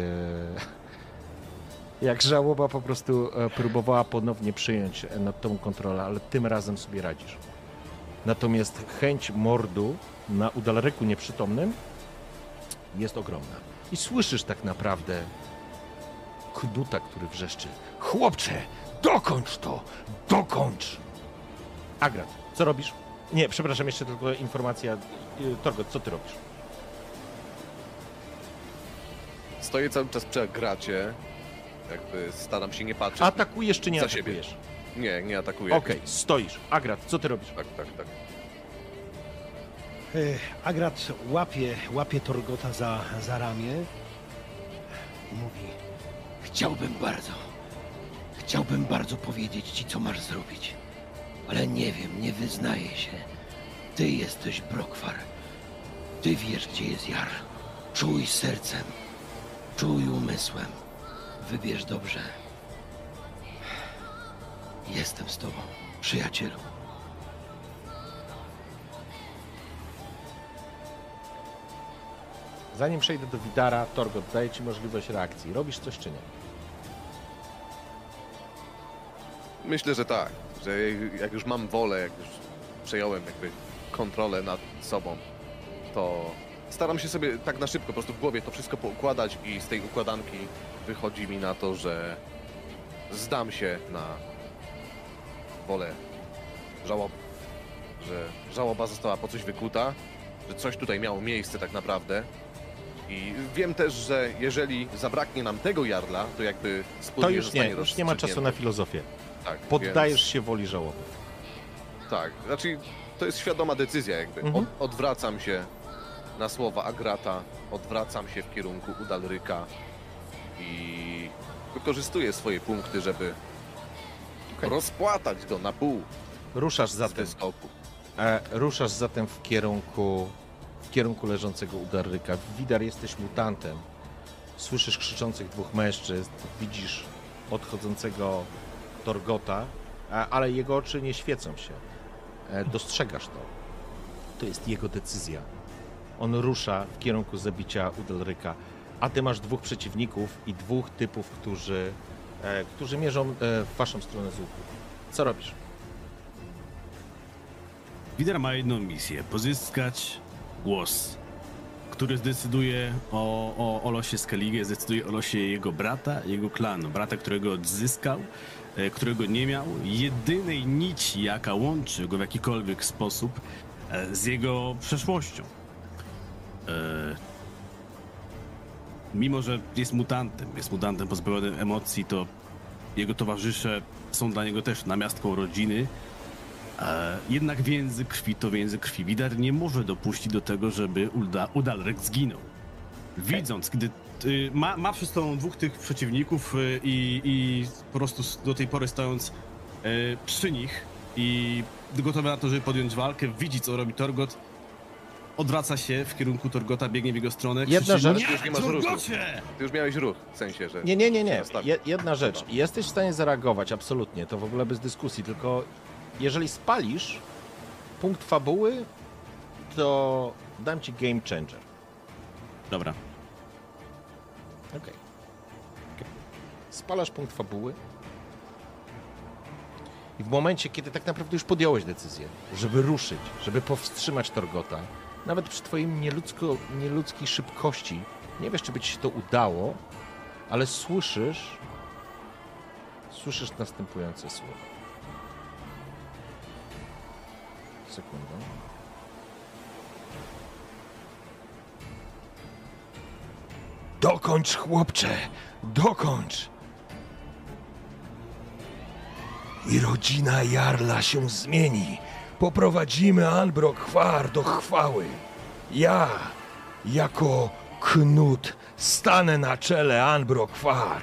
jak żałoba po prostu e, próbowała ponownie przyjąć nad tą kontrolę, ale tym razem sobie radzisz. Natomiast chęć mordu na Udalryku nieprzytomnym jest ogromna. I słyszysz tak naprawdę Knuta, który wrzeszczy: chłopcze, dokończ to! Dokończ! Agrat, co robisz? Nie, przepraszam, jeszcze tylko informacja. Y, Torgot, co ty robisz? Stoję cały czas przy gracie. Jakby staram się nie patrzeć. Atakujesz czy nie Za siebie. atakujesz? Nie, nie atakuję. Okej, stoisz. Agrat, co ty robisz? Tak, tak, tak. E, Agrat łapie, łapie Torgota za, za ramię i mówi: Chciałbym bardzo, chciałbym bardzo powiedzieć ci, co masz zrobić. Ale nie wiem, nie wyznaję się. Ty jesteś Brokwar. Ty wiesz, gdzie jest Jar. Czuj sercem, czuj umysłem. Wybierz dobrze. Jestem z tobą, przyjacielu. Zanim przejdę do Widara, Torgot, daję ci możliwość reakcji. Robisz coś czy nie? Myślę, że tak. Że jak już mam wolę, jak już przejąłem jakby kontrolę nad sobą, to staram się sobie tak na szybko po prostu w głowie to wszystko poukładać i z tej układanki wychodzi mi na to, że zdam się na wolę żałoby. Że żałoba została po coś wykuta, że coś tutaj miało miejsce tak naprawdę. I wiem też, że jeżeli zabraknie nam tego jarla, to jakby spód To nie już nie, zostanie już nie ma czasu na rozstrzygnięty. filozofię. Tak, Poddajesz więc, się woli żałoby. tak, znaczy to jest świadoma decyzja jakby. Mhm. Od, odwracam się na słowa Agrata, odwracam się w kierunku Udalryka i wykorzystuję swoje punkty, żeby Okej. rozpłatać go na pół Ruszasz z zatem, wyskoku. e, ruszasz zatem w kierunku, w kierunku leżącego Udalryka. Widar, jesteś mutantem. Słyszysz krzyczących dwóch mężczyzn, widzisz odchodzącego Torgota, a, ale jego oczy nie świecą się. E, dostrzegasz to. To jest jego decyzja. On rusza w kierunku zabicia Udalryka, a ty masz dwóch przeciwników i dwóch typów, którzy, e, którzy mierzą e, w waszą stronę z łuku. Co robisz? Widar ma jedną misję: pozyskać głos, który zdecyduje o, o, o losie Skellige, zdecyduje o losie jego brata, jego klanu. Brata, którego odzyskał, e, którego nie miał. Jedynej nici, jaka łączy go w jakikolwiek sposób e, z jego przeszłością. E, mimo, że jest mutantem, jest mutantem pozbawionym emocji, to jego towarzysze są dla niego też namiastką rodziny. E, jednak więzy krwi to więzy krwi. Widar nie może dopuścić do tego, żeby Ulda, Udalryk zginął. Widząc, gdy y, ma, ma przy sobą dwóch tych przeciwników y, i, i po prostu s- do tej pory stojąc y, przy nich i gotowy na to, żeby podjąć walkę, widzi, co robi Torgot, odwraca się w kierunku Torgota, biegnie w jego stronę. Jedna krzyczy, rzecz- Nie, Już nie masz ruchu. Torgocie! Ty już miałeś ruch, w sensie, że... Nie, nie, nie, nie. Zostaw- Je, jedna rzecz. Jesteś w stanie zareagować, absolutnie. To w ogóle bez dyskusji. Tylko jeżeli spalisz punkt fabuły, to dam ci game changer. Dobra. Okej. Okay. Spalasz punkt fabuły i w momencie, kiedy tak naprawdę już podjąłeś decyzję, żeby ruszyć, żeby powstrzymać Torgota, nawet przy twojej nieludzko, nieludzkiej szybkości, nie wiesz, czy by ci się to udało, ale słyszysz, słyszysz następujące słowa. Sekundę. Dokończ, chłopcze! Dokończ! I rodzina Jarla się zmieni. Poprowadzimy Anbrok-Hvar do chwały. Ja, jako Knut, stanę na czele Anbrok-Hvar.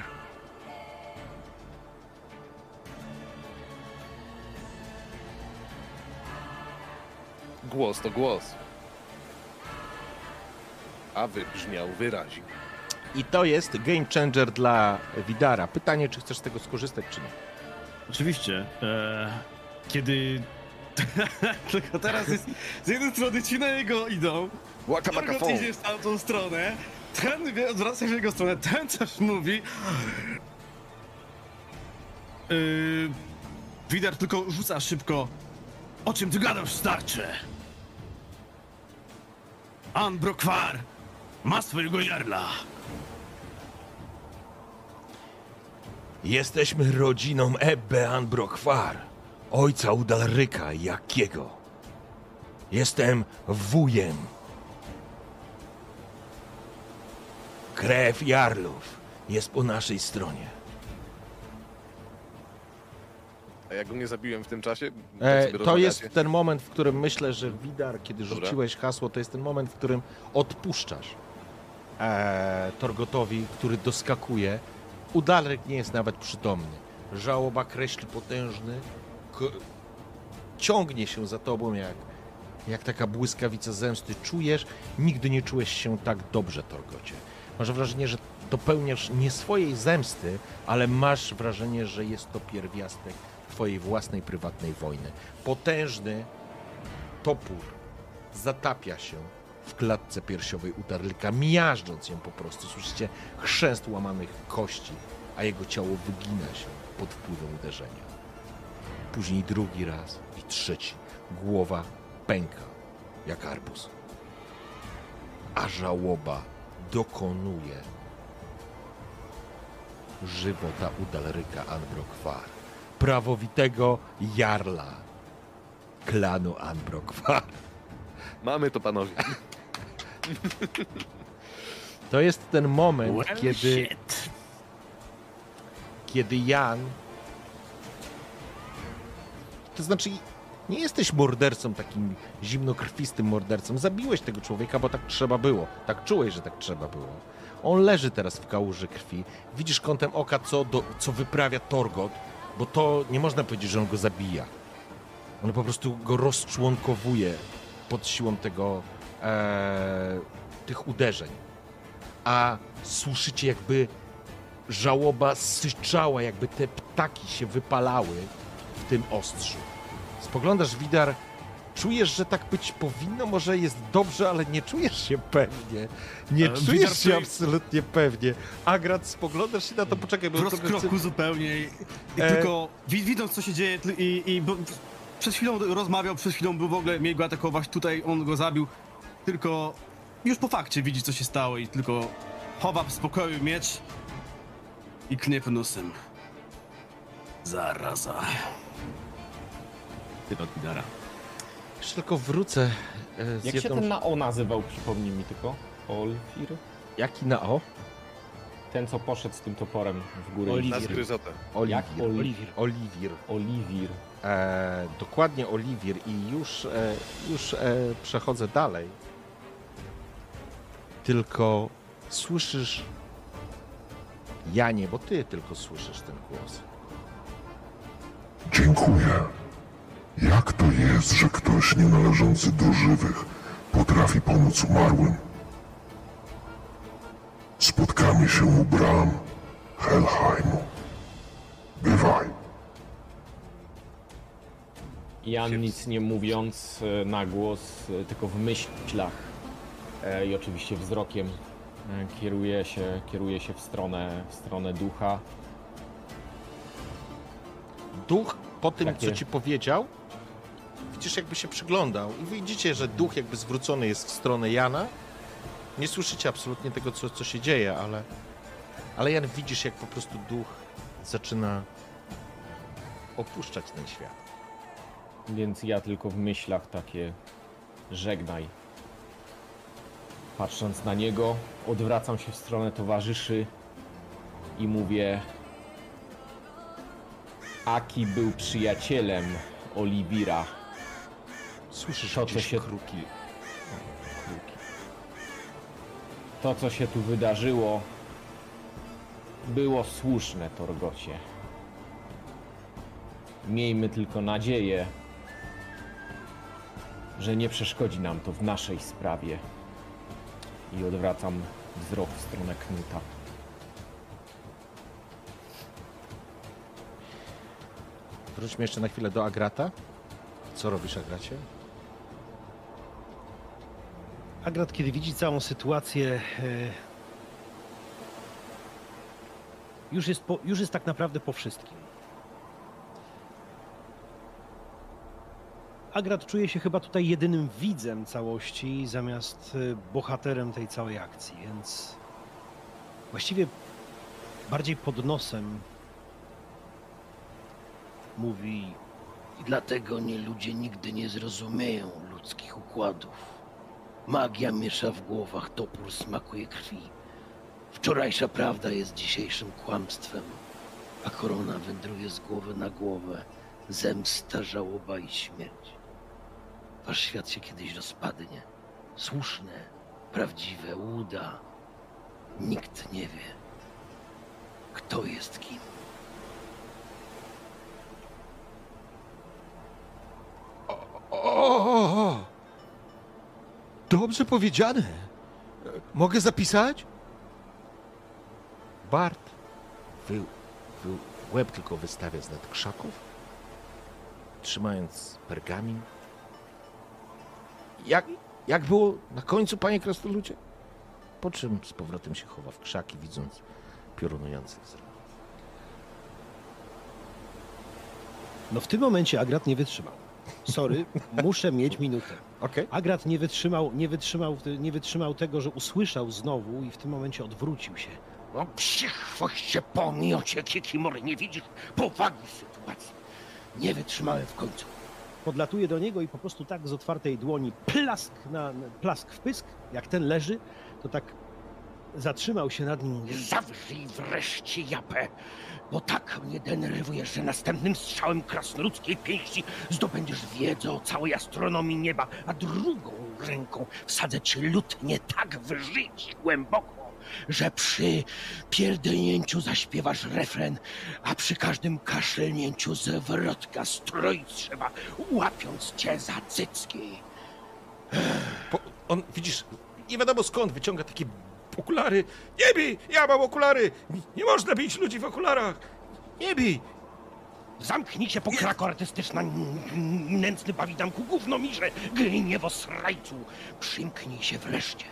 Głos to głos. A wybrzmiał, wyraził. I to jest game changer dla Widara. Pytanie, czy chcesz z tego skorzystać, czy nie. Oczywiście. E, kiedy... Tylko teraz jest... Z jednej strony ci na niego idą, Łaka maka Torgot idzie w tamtą stronę, ten wie- odwraca się w jego stronę, ten coś mówi. Yy, Widar tylko rzuca szybko. O czym ty gadasz, starcze? Anbrok-Hvar ma swojego jarla. Jesteśmy rodziną Ebbe Anbrok-Hvar, ojca Udalryka Jakiego. Jestem wujem. Krew Jarlów jest po naszej stronie. A ja go nie zabiłem w tym czasie? Tak E, sobie to rozmawiacie? jest ten moment, w którym myślę, że Widar, kiedy Dobra. rzuciłeś hasło, to jest ten moment, w którym odpuszczasz e, Torgotowi, który doskakuje. Udalryk nie jest nawet przytomny. Żałoba kreśli potężny, k- ciągnie się za tobą jak, jak taka błyskawica zemsty. Czujesz, nigdy nie czułeś się tak dobrze, Torgocie. Masz wrażenie, że dopełniasz nie swojej zemsty, ale masz wrażenie, że jest to pierwiastek twojej własnej, prywatnej wojny. Potężny topór zatapia się w klatce piersiowej Udalryka, miażdżąc ją po prostu. Słyszycie chrzęst łamanych kości, a jego ciało wygina się pod wpływem uderzenia. Później drugi raz i trzeci. Głowa pęka jak arbuz. A żałoba dokonuje żywota Udalryka Anbrok-Hvar, prawowitego jarla klanu Anbrok-Hvar. Mamy to, panowie. To jest ten moment, Well, kiedy, shit. kiedy Jan... To znaczy, nie jesteś mordercą, takim zimnokrwistym mordercą. Zabiłeś tego człowieka, bo tak trzeba było. Tak czułeś, że tak trzeba było. On leży teraz w kałuży krwi. Widzisz kątem oka, co, do, co wyprawia Torgot, bo to nie można powiedzieć, że on go zabija. On po prostu go rozczłonkowuje pod siłą tego, e, tych uderzeń. A słyszycie, jakby żałoba syczała, jakby te ptaki się wypalały w tym ostrzu. Spoglądasz, Widar, czujesz, że tak być powinno, może jest dobrze, ale nie czujesz się pewnie. Nie E, czujesz Widar się stoi- absolutnie pewnie. Agrat, spoglądasz się na to, poczekaj, bo W to rozkroku zupełnie i, i E. tylko wi- widząc co się dzieje tl- i, i bo, przed chwilą rozmawiał, przed chwilą był w ogóle, mieli go atakować, tutaj on go zabił, tylko już po fakcie widzi co się stało i tylko chowa w spokoju miecz i kniep nosem. Zaraza. Ty od Widara. Jeszcze tylko wrócę e, z Jak się jedną... ten na O nazywał, przypomnij mi tylko? Olfir? Jaki na O? Ten, co poszedł z tym toporem w górę. Oliwier. Na zgryzotę. Jak Oliwir. Oliwir? Oliwir. Oliwir. E, dokładnie Oliwir i już, e, już e, przechodzę dalej. Tylko słyszysz, Janie, bo ty tylko słyszysz ten głos. Dziękuję. Jak to jest, że ktoś nie należący do żywych potrafi pomóc umarłym. Spotkamy się u bram Helheimu. Bywaj. Jan nic nie mówiąc e, na głos, e, tylko w myślach e, i oczywiście wzrokiem e, kieruje się, kieruje się w stronę, w stronę ducha. Duch po tym, Takie- co ci powiedział, widzisz, jakby się przyglądał i widzicie, że duch jakby zwrócony jest w stronę Jana. Nie słyszycie absolutnie tego, co, co się dzieje, ale, ale Jan, widzisz, jak po prostu duch zaczyna opuszczać ten świat. Więc ja tylko w myślach takie żegnaj. Patrząc na niego, odwracam się w stronę towarzyszy i mówię: Aki był przyjacielem Oliwira. Słyszysz To, co gdzieś się- kruki. O, kruki. To, co się tu wydarzyło, było słuszne, Torgocie. Miejmy tylko nadzieję, że nie przeszkodzi nam to w naszej sprawie. I odwracam wzrok w stronę Knuta. Wróćmy jeszcze na chwilę do Agrata. Co robisz, Agracie? Agrat, kiedy widzi całą sytuację, e, już jest, po, już jest tak naprawdę po wszystkim. Agrat czuje się chyba tutaj jedynym widzem całości, zamiast e, bohaterem tej całej akcji, więc właściwie bardziej pod nosem mówi: I dlatego nie ludzie nigdy nie zrozumieją ludzkich układów. Magia miesza w głowach, topór smakuje krwi. Wczorajsza prawda jest dzisiejszym kłamstwem, a korona wędruje z głowy na głowę. Zemsta, żałoba i śmierć. Wasz świat się kiedyś rozpadnie. Słuszne, prawdziwe, uda. Nikt nie wie, kto jest kim. O! Dobrze powiedziane. Mogę zapisać? Bart wy, wy, łeb tylko wystawia z nad krzaków, trzymając pergamin. Jak, jak było na końcu, panie krasnoludzie? Po czym z powrotem się chowa w krzaki, widząc piorunujący wzrok. no w tym momencie Agrat nie wytrzymał. Sorry, muszę mieć minutę. Okej. Agrat nie wytrzymał, nie wytrzymał, nie wytrzymał tego, że usłyszał znowu i w tym momencie odwrócił się. O przychwoście pomiocie, Kikimor, nie widzisz powagi sytuacji. Nie wytrzymałem w końcu. Podlatuje do niego i po prostu tak z otwartej dłoni plask, na, plask w pysk, jak ten leży, to tak zatrzymał się nad nim. Zawrzyj wreszcie japę, bo tak mnie denerwujesz, że następnym strzałem krasnoludzkiej pięści zdobędziesz wiedzę o całej astronomii nieba, a drugą ręką wsadzę ci lutnię tak w żyć głęboko, że przy pierdolnięciu zaśpiewasz refren, a przy każdym kaszlnięciu zwrotka stroić trzeba, łapiąc cię za cycki. Po, on, widzisz, nie wiadomo skąd wyciąga takie okulary. Nie bij! Ja mam okulary! Nie, nie można bić ludzi w okularach! Nie bij! Zamknij się po kraku artystyczna, n- n- nędzny bawidanku, gównomirze, gniewo srajcu. Przymknij się wreszcie.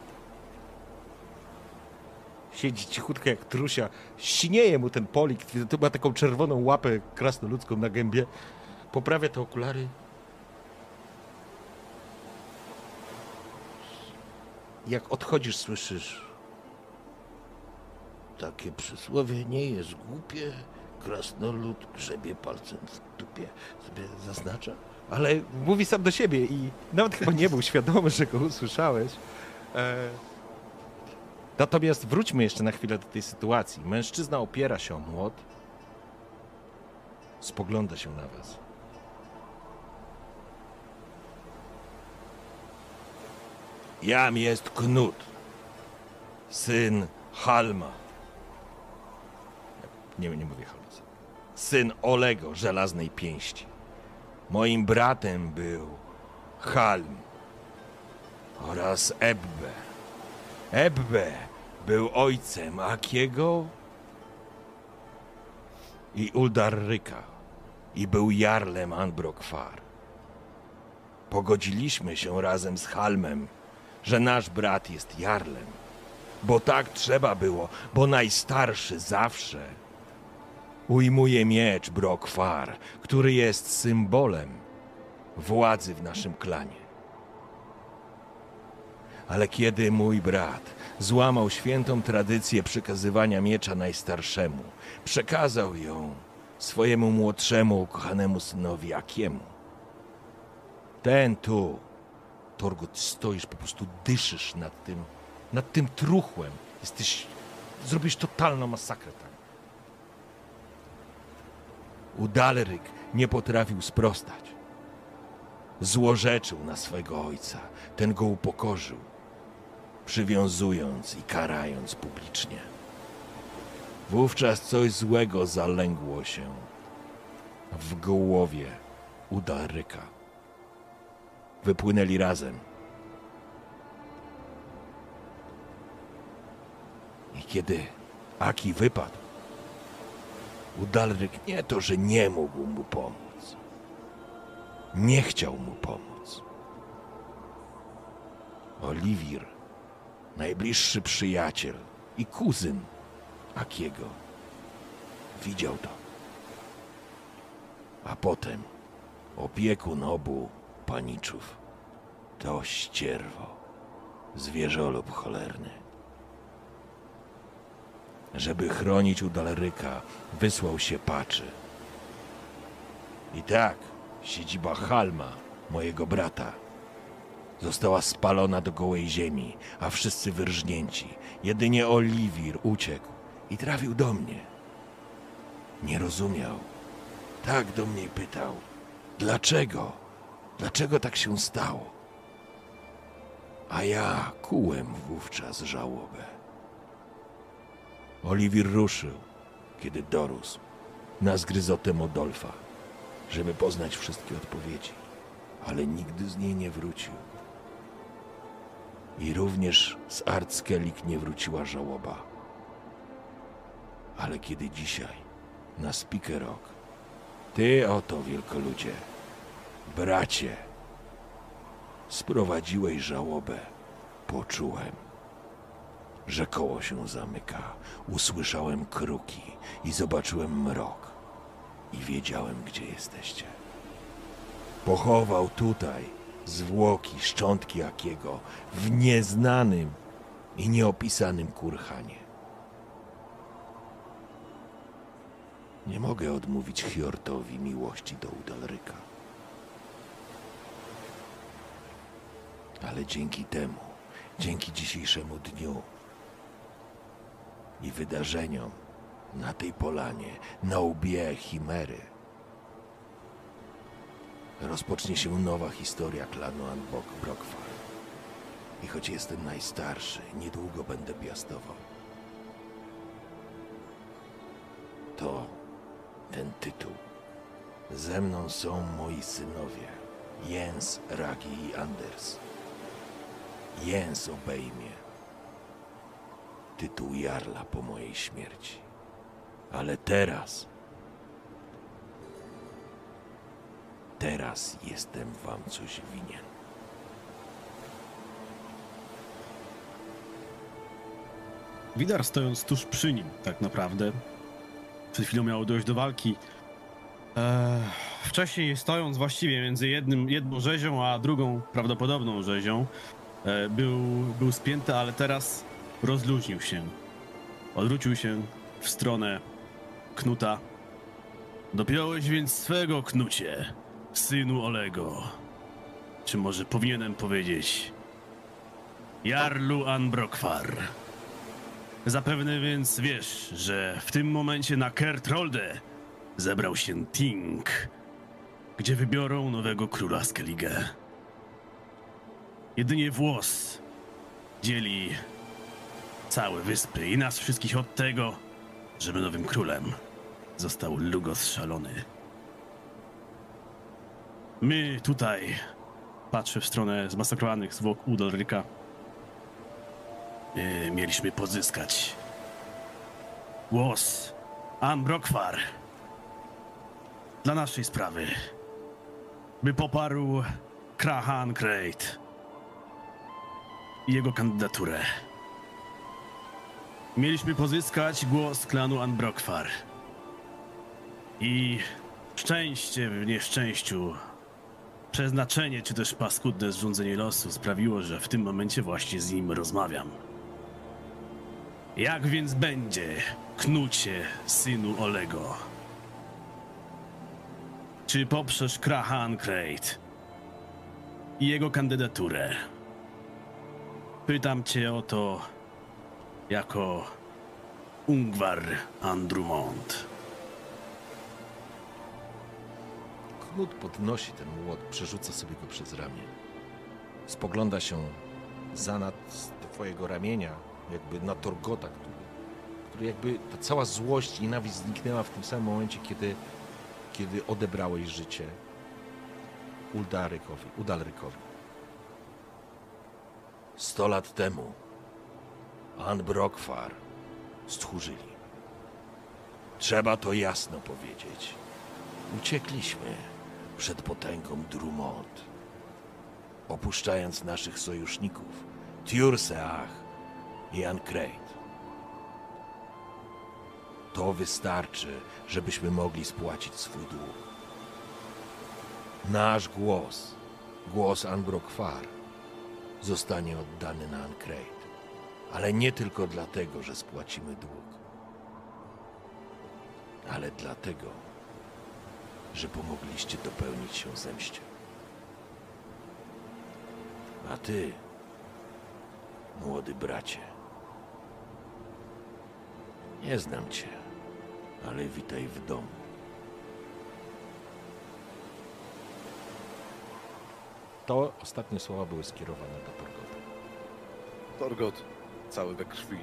Siedzi cichutko jak trusia. Sinieje mu ten polik. To ma taką czerwoną łapę krasnoludzką na gębie. Poprawia te okulary. Jak odchodzisz, słyszysz: takie przysłowie nie jest głupie. Krasnolud grzebie palcem w dupie. Sobie zaznacza. Ale mówi sam do siebie i nawet chyba nie był świadomy, że go usłyszałeś. E... Natomiast wróćmy jeszcze na chwilę do tej sytuacji. Mężczyzna opiera się o młot. Spogląda się na was. Jam jest Knut, syn Halma. Nie, nie mówię Halma. Syn Olego, żelaznej pięści. Moim bratem był Halm. oraz Ebbe. Ebbe był ojcem Akiego i Uldarryka i był jarlem Anbrokfar. Pogodziliśmy się razem z Halmem, że nasz brat jest jarlem, bo tak trzeba było, bo najstarszy zawsze ujmuje miecz Brokfar, który jest symbolem władzy w naszym klanie. Ale kiedy mój brat złamał świętą tradycję przekazywania miecza najstarszemu, przekazał ją swojemu młodszemu, ukochanemu synowi Akiemu. Ten tu, Torgot, stoisz, po prostu dyszysz nad tym, nad tym truchłem. Jesteś, zrobisz totalną masakrę tam. Udalryk nie potrafił sprostać. Złorzeczył na swego ojca. Ten go upokorzył, przywiązując i karając publicznie. Wówczas coś złego zalęgło się w głowie Udalryka. Wypłynęli razem. I kiedy Aki wypadł, Udalryk nie to, że nie mógł mu pomóc. Nie chciał mu pomóc. Oliwir, najbliższy przyjaciel i kuzyn Akiego, widział to. A potem opiekun obu paniczów, to ścierwo, zwierzolub cholerny. Żeby chronić Udalryka, wysłał się paczy. I tak siedziba Halma, mojego brata, została spalona do gołej ziemi, a wszyscy wyrżnięci. Jedynie Oliwir uciekł i trafił do mnie. Nie rozumiał. Tak do mnie pytał. Dlaczego? Dlaczego tak się stało? A ja kułem wówczas żałobę. Oliwir ruszył, kiedy dorósł, na zgryzotę Modolfa, żeby poznać wszystkie odpowiedzi, ale nigdy z niej nie wrócił. I również z Artskellig nie wróciła żałoba. Ale kiedy dzisiaj, na Spikerok, ty oto, wielkoludzie, bracie, sprowadziłeś żałobę, poczułem, że koło się zamyka. Usłyszałem kruki i zobaczyłem mrok i wiedziałem, gdzie jesteście. Pochował tutaj zwłoki, szczątki Akiego w nieznanym i nieopisanym kurhanie. Nie mogę odmówić Hjortowi miłości do Udalryka. Ale dzięki temu, dzięki dzisiejszemu dniu i wydarzeniom na tej polanie, na łbie Chimery, rozpocznie się nowa historia klanu Anbrokfar. I choć jestem najstarszy, niedługo będę piastował. To ten tytuł. Ze mną są moi synowie, Jens, Ragi i Anders. Jens obejmie tytuł jarla po mojej śmierci. Ale teraz... Teraz jestem wam coś winien. Widar, stojąc tuż przy nim, tak naprawdę, przed chwilą miało dojść do walki. Eee, wcześniej stojąc właściwie między jednym, jedną rzezią, a drugą prawdopodobną rzezią, e, był, był spięty, ale teraz rozluźnił się. Odwrócił się w stronę Knuta. Dopiąłeś więc swego, Knucie, synu Olego. Czy może powinienem powiedzieć jarlu Anbrokfar? Zapewne więc wiesz, że w tym momencie na Kertrolde zebrał się Ting, gdzie wybiorą nowego króla Skellige. Jedynie włos dzieli całe wyspy i nas wszystkich od tego, żeby nowym królem został Lugos Szalony. My tutaj Patrzę w stronę zmasakrowanych zwłok Udalryka. Yy, mieliśmy pozyskać głos Anbrokwar dla naszej sprawy, by poparł Krahan Krejt i jego kandydaturę. Mieliśmy pozyskać głos klanu Anbrokwar. I szczęście w nieszczęściu, przeznaczenie czy też paskudne zrządzenie losu sprawiło, że w tym momencie właśnie z nim rozmawiam. Jak więc będzie, Knucie, synu Olego? Czy poprzesz Krahan Krejt i jego kandydaturę? Pytam cię o to jako Ungvar Andrumont. Knut podnosi ten młot, przerzuca sobie go przez ramię. Spogląda się zanad twojego ramienia, jakby na Torgota, który, który jakby ta cała złość i nienawiść zniknęła w tym samym momencie, kiedy, kiedy odebrałeś życie Udalrykowi. Udalrykowi. Sto lat temu Anbrokwar stchórzyli. Trzeba to jasno powiedzieć. Uciekliśmy przed potęgą Drumont, opuszczając naszych sojuszników Tjurseach i Ankreit. To wystarczy, żebyśmy mogli spłacić swój dług. Nasz głos, głos Anbrokwar, zostanie oddany na Ankreit, ale nie tylko dlatego, że spłacimy dług, ale dlatego, że pomogliście dopełnić się zemście. A ty, młody bracie, nie znam cię, ale witaj w domu. To ostatnie słowa były skierowane do Torgota. Torgot, cały we krwi,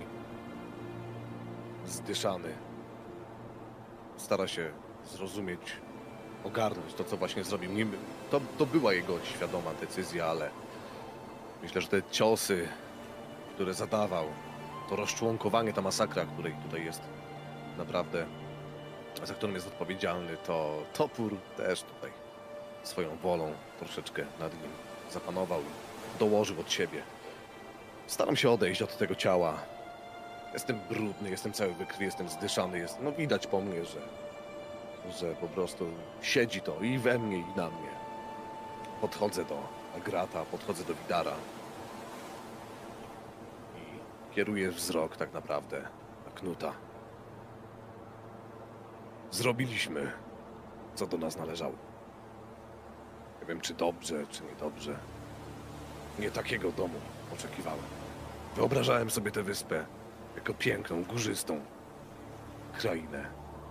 zdyszany, stara się zrozumieć, ogarnąć to, co właśnie zrobił. Nim- To, to była jego świadoma decyzja, ale myślę, że te ciosy, które zadawał, to rozczłonkowanie, ta masakra, której tutaj jest naprawdę, za którą jest odpowiedzialny, to topór też tutaj swoją wolą troszeczkę nad nim zapanował i dołożył od siebie. Staram się odejść od tego ciała. Jestem brudny, jestem cały we krwi, jestem zdyszany, jest, no widać po mnie, że, że po prostu siedzi to i we mnie, i na mnie. Podchodzę do Agrata, podchodzę do Widara i kieruję wzrok tak naprawdę na Knuta. Zrobiliśmy, co do nas należało. Nie wiem, czy dobrze, czy niedobrze. Nie takiego domu oczekiwałem. Wyobrażałem sobie tę wyspę jako piękną, górzystą krainę,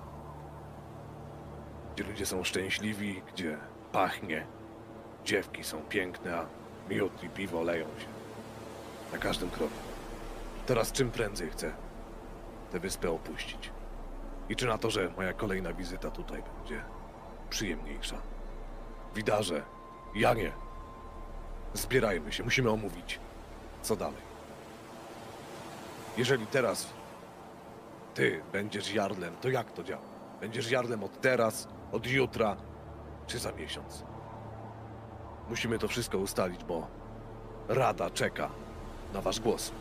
gdzie ludzie są szczęśliwi, gdzie pachnie, dziewki są piękne, a miód i piwo leją się na każdym kroku. Teraz czym prędzej chcę tę wyspę opuścić. I czy na to, że moja kolejna wizyta tutaj będzie przyjemniejsza. Widarze, Janie, zbierajmy się, musimy omówić, co dalej. Jeżeli teraz ty będziesz Jarlem, to jak to działa? Będziesz Jarlem od teraz, od jutra, czy za miesiąc? Musimy to wszystko ustalić, bo Rada czeka na wasz głos.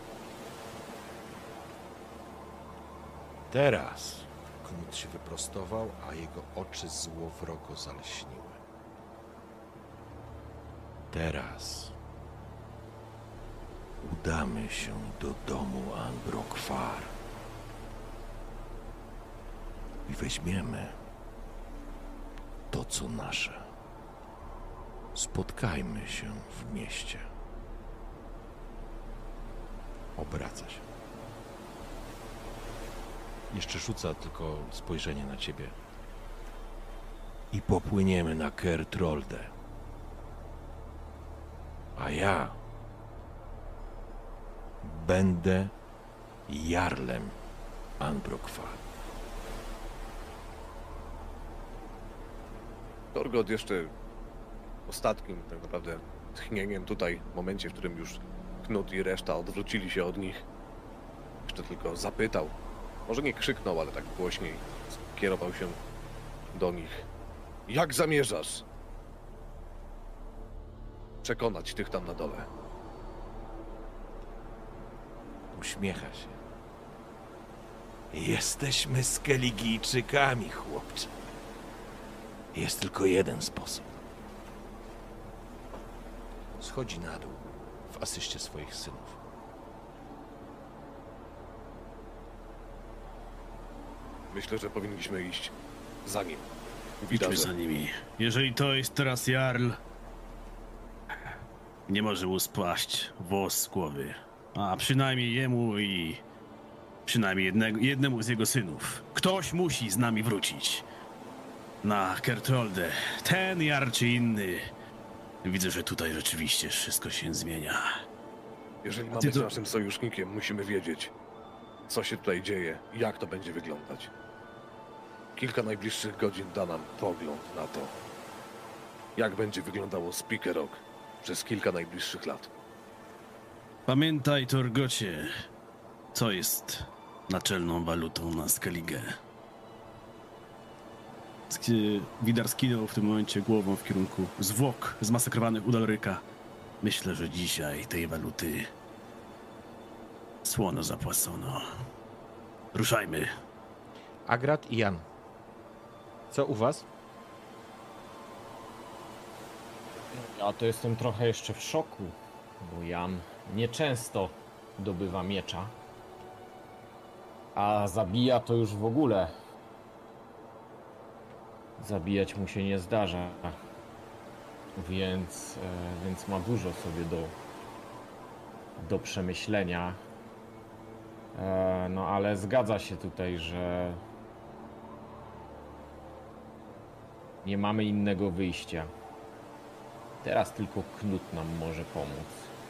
Teraz Knut się wyprostował, a jego oczy złowrogo zalśniły. Teraz udamy się do domu Anbrokwar i weźmiemy to, co nasze. Spotkajmy się w mieście. Obraca się. Jeszcze rzuca tylko spojrzenie na ciebie. I popłyniemy na Kertrolde. A ja będę Jarlem Anbrokwar. Torgot jeszcze ostatnim tak naprawdę tchnieniem tutaj, w momencie, w którym już Knut i reszta odwrócili się od nich, jeszcze tylko zapytał, może nie krzyknął, ale tak głośniej skierował się do nich. Jak zamierzasz przekonać tych tam na dole? Uśmiecha się. Jesteśmy Skelligijczykami, chłopcze. Jest tylko jeden sposób. Schodzi na dół w asyście swoich synów. Myślę, że powinniśmy iść za nim. Idźmy Widać, za nimi. Jeżeli to jest teraz Jarl, nie może mu spaść włos z głowy. A przynajmniej jemu i przynajmniej jednego, jednemu z jego synów. Ktoś musi z nami wrócić. Na Kertrolde. Ten Jarl czy inny. Widzę, że tutaj rzeczywiście wszystko się zmienia. jeżeli ty mamy być to- naszym sojusznikiem, musimy wiedzieć, co się tutaj dzieje i jak to będzie wyglądać. Kilka najbliższych godzin da nam pogląd na to, jak będzie wyglądało Speaker Rock przez kilka najbliższych lat. Pamiętaj, Torgocie, co jest naczelną walutą na Skellige. Sk- Widar skinął w tym momencie głową w kierunku zwłok zmasakrowanych Udalryka. Myślę, że dzisiaj tej waluty słono zapłacono. Ruszajmy. Agrat i Jan. Co u was? Ja to jestem trochę jeszcze w szoku, bo Jan nieczęsto dobywa miecza, a zabija to już w ogóle. Zabijać mu się nie zdarza, więc, e, więc ma dużo sobie do, do przemyślenia. E, no ale zgadza się tutaj, że nie mamy innego wyjścia. Teraz tylko Knut nam może pomóc.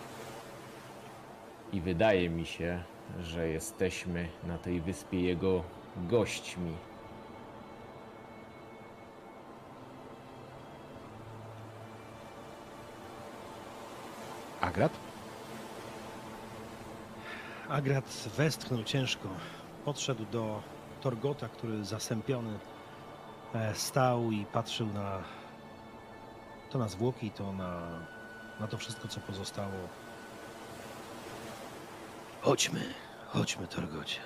I wydaje mi się, że jesteśmy na tej wyspie jego gośćmi. Agrat? Agrat westchnął ciężko. Podszedł do Torgota, który zasępiony e, stał i patrzył na to na zwłoki, to na, na to wszystko, co pozostało. Chodźmy, chodźmy, Torgocie.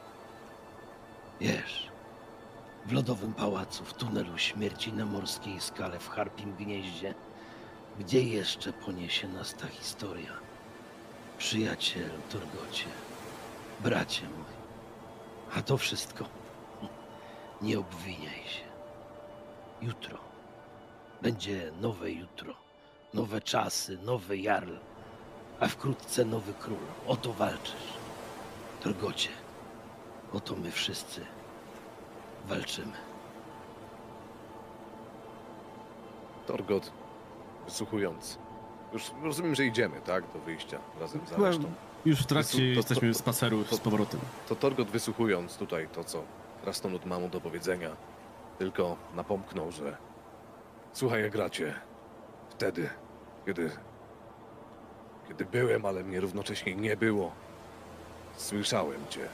Wiesz, w lodowym pałacu, w tunelu śmierci na morskiej skale, w Harpim Gnieździe, gdzie jeszcze poniesie nas ta historia? Przyjacielu, Torgocie, bracie mój, a to wszystko, nie obwiniaj się. Jutro będzie nowe jutro, nowe czasy, nowy jarl, a wkrótce nowy król. O to walczysz, Torgocie. O to my wszyscy walczymy. Torgot, wysłuchując, już rozumiem, że idziemy, tak, do wyjścia razem za Chyba resztą. już w trakcie To- to- jesteśmy to- spaceru to- z powrotem. To Torgot, wysłuchując tutaj to, co Krasnolud ma mu do powiedzenia, tylko napomknął, że słuchaj, Agracie, wtedy, kiedy, kiedy byłem, ale mnie równocześnie nie było, słyszałem cię.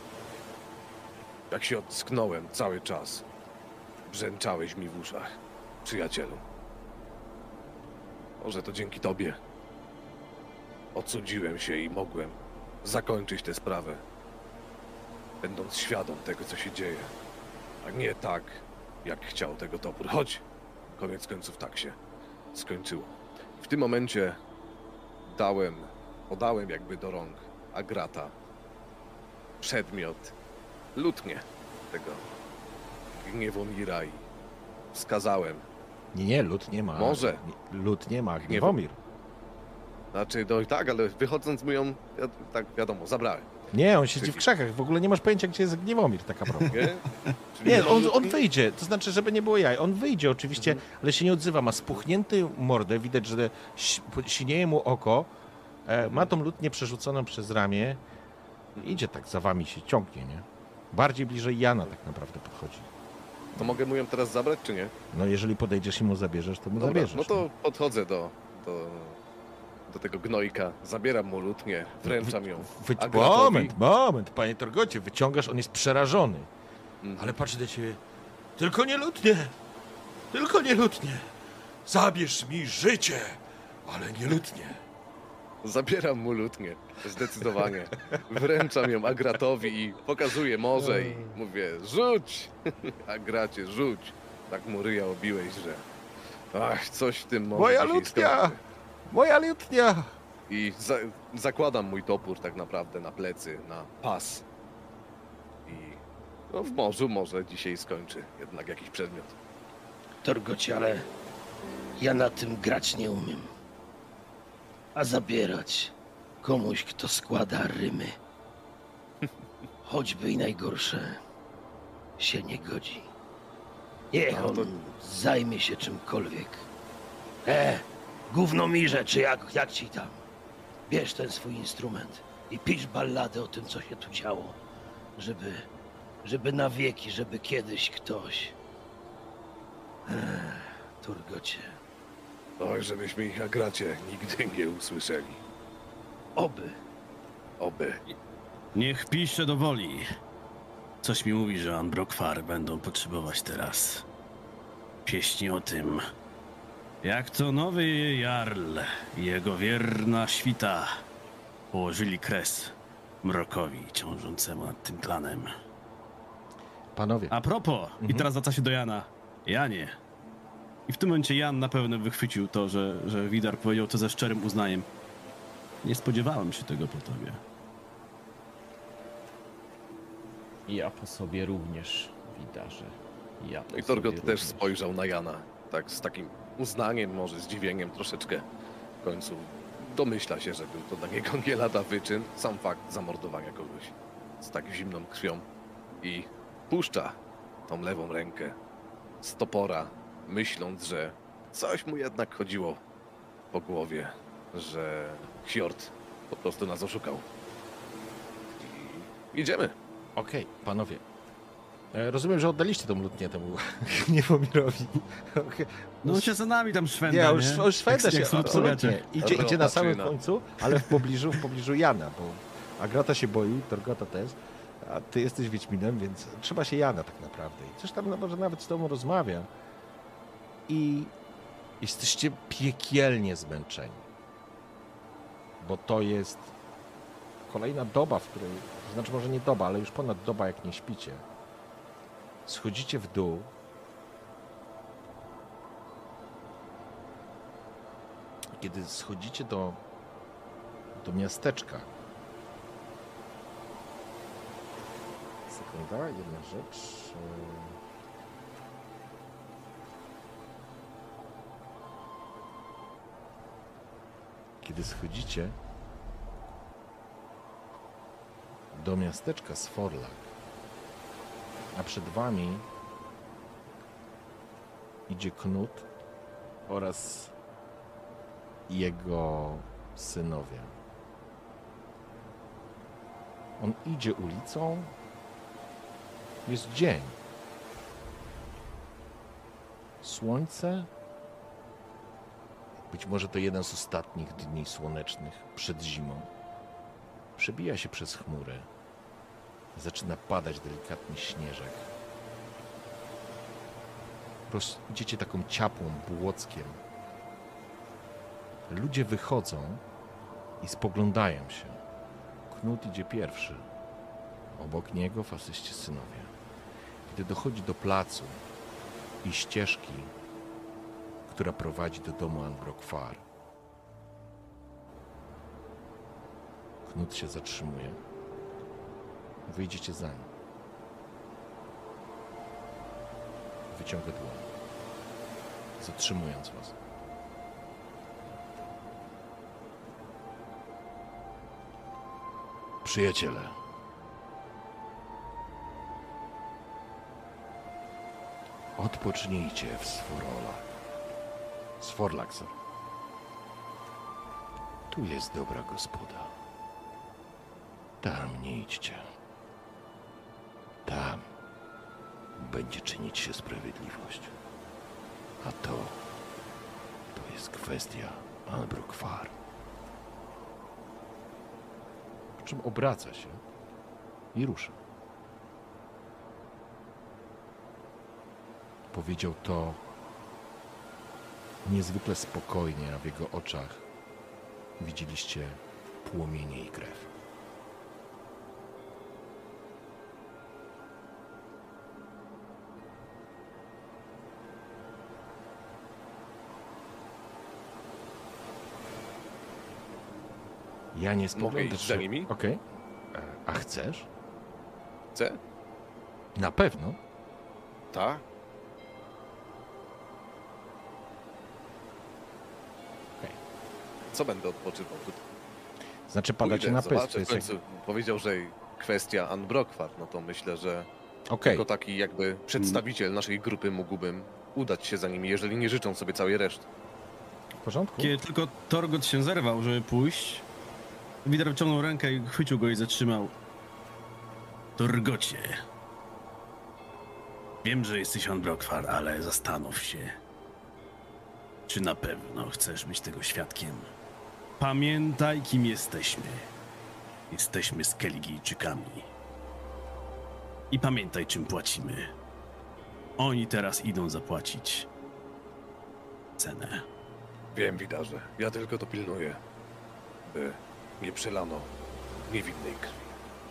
Jak się ocknąłem cały czas, brzęczałeś mi w uszach, przyjacielu. Może to dzięki tobie odsudziłem się i mogłem zakończyć tę sprawę, będąc świadom tego, co się dzieje, a nie tak, jak chciał tego topór. Chodź! Koniec końców tak się skończyło. W tym momencie dałem, podałem jakby do rąk Agrata przedmiot, lutnię tego Gniewomira i wskazałem. Nie, nie, lud nie ma. Może. Nie, lud nie ma, Gniewomir. Znaczy, no i tak, ale wychodząc mu ją, ja, tak wiadomo, zabrałem. Nie, on siedzi Czyli- w krzakach. W ogóle nie masz pojęcia, gdzie jest Gniewomir, taka prawda. Nie, Czyli Nie, on, lutni- on wyjdzie, to znaczy, żeby nie było jaj. On wyjdzie oczywiście, ale się nie odzywa. Ma spuchnięty mordę, widać, że si- sinieje mu oko. E, ma tą lutnię przerzuconą przez ramię. Idzie tak za wami, się ciągnie, nie? Bardziej bliżej Jana tak naprawdę podchodzi. To mogę mu ją teraz zabrać, czy nie? No jeżeli podejdziesz i mu zabierzesz, to mu Dobra, zabierzesz. no to podchodzę do, do, do tego gnojka, zabieram mu lutnię, wręczam ją Wy... Agratowi. Moment, moment, panie Torgocie, wyciągasz, on jest przerażony. Mhm. Ale patrzy do ciebie. Tylko nie lutnie! Tylko nie lutnie! Zabierz mi życie, ale nie lutnie. Zabieram mu lutnię, zdecydowanie. Wręczam ją Agratowi i pokazuję morze i mówię, rzuć! Agracie, rzuć. Tak mu ryja obiłeś, że... Ach, coś w tym morzu Moja dzisiaj lutnia! skończy. Moja lutnia! I za zakładam mój topór tak naprawdę na plecy, na pas. I no, w morzu może dzisiaj skończy jednak jakiś przedmiot. Torgocie, ale ja na tym grać nie umiem. A zabierać komuś, kto składa rymy, choćby i najgorsze, się nie godzi. Niech No to- on zajmie się czymkolwiek. E, gówno mirze, czy jak, jak ci tam. Bierz ten swój instrument i pisz balladę o tym, co się tu działo. Żeby, żeby na wieki, żeby kiedyś ktoś... Ech, Turgocie, Oj, żebyśmy ich Agracie nigdy nie usłyszeli. oby. Oby. Niech pisze do woli. Coś mi mówi, że Ambrokwar będą potrzebować teraz pieśni o tym, jak to nowy Jarl i jego wierna świta położyli kres mrokowi ciążącemu nad tym klanem. Panowie, A propos, i teraz zwraca się do Jana. Janie. I w tym momencie Jan na pewno wychwycił to, że, że Widar powiedział to ze szczerym uznaniem. Nie spodziewałem się tego po tobie. Ja po sobie również, Widarze. Ja po No i Torgot sobie też również. spojrzał na Jana, tak z takim uznaniem, może zdziwieniem troszeczkę. W końcu domyśla się, że był to dla niego nie lada wyczyn, sam fakt zamordowania kogoś z tak zimną krwią. I puszcza tą lewą rękę z topora, myśląc, że coś mu jednak chodziło po głowie, że Hjord po prostu nas oszukał. I idziemy. okej, panowie. E, Rozumiem, że oddaliście tą lutnię temu Niewomirowi. Okej. No się za nami tam szwenda, Nie, nie? już, już szwenda Jak- się, jak absolutnie. Idzie, idzie na samym Rotaczyna. końcu, ale w pobliżu, w pobliżu Jana, bo Agrata się boi, Torgota też, a ty jesteś Wiedźminem, więc trzeba się Jana tak naprawdę. I coś tam może nawet z tobą rozmawia. I jesteście piekielnie zmęczeni. Bo to jest kolejna doba, w której, to znaczy może nie doba, ale już ponad doba, jak nie śpicie. Schodzicie w dół. Kiedy schodzicie do, do miasteczka. Sekunda, jedna rzecz. Kiedy schodzicie do miasteczka Sforlak, a przed wami idzie Knut oraz jego synowie. On idzie ulicą. Jest dzień. Słońce. Być może to jeden z ostatnich dni słonecznych przed zimą. Przebija się przez chmury. Zaczyna padać delikatny śnieżek. Roz... Idziecie taką ciapłą, błockiem. Ludzie wychodzą i spoglądają się. Knut idzie pierwszy. Obok niego w asyście synowie. Gdy dochodzi do placu i ścieżki, która prowadzi do domu Ambrokwar, Knut się zatrzymuje. Wyjdziecie za nim. Wyciąga dłoń, zatrzymując was. Przyjaciele, odpocznijcie w Sforolach. Sforlak, sir. Tu jest dobra gospoda. Tam nie idźcie. Tam będzie czynić się sprawiedliwość. A to, to jest kwestia Anbrok-Far. Po czym obraca się i rusza. Powiedział to niezwykle spokojnie, a w jego oczach widzieliście płomienie i krew. Ja nie spoglądam. iść za nimi? Okej. Okay. A chcesz? Chcę? Na pewno. Tak? Okej. Co będę odpoczywał tutaj? Znaczy pada ci na pysk. Zobaczę, w końcu powiedział, że kwestia Anbrok-Far, no to myślę, że Okej. jako taki jakby przedstawiciel naszej grupy mógłbym udać się za nimi, jeżeli nie życzą sobie całej reszty. W porządku? Kiedy tylko Torgot się zerwał, żeby pójść, Widar wyciągnął rękę i chwycił go i zatrzymał. Torgocie. Wiem, że jesteś Anbrok-Far, ale zastanów się. Czy na pewno chcesz być tego świadkiem? Pamiętaj, kim jesteśmy. Jesteśmy Skelligijczykami. I pamiętaj, czym płacimy. Oni teraz idą zapłacić cenę. Wiem, Widarze. Ja tylko to pilnuję, by nie przelano niewinnej krwi.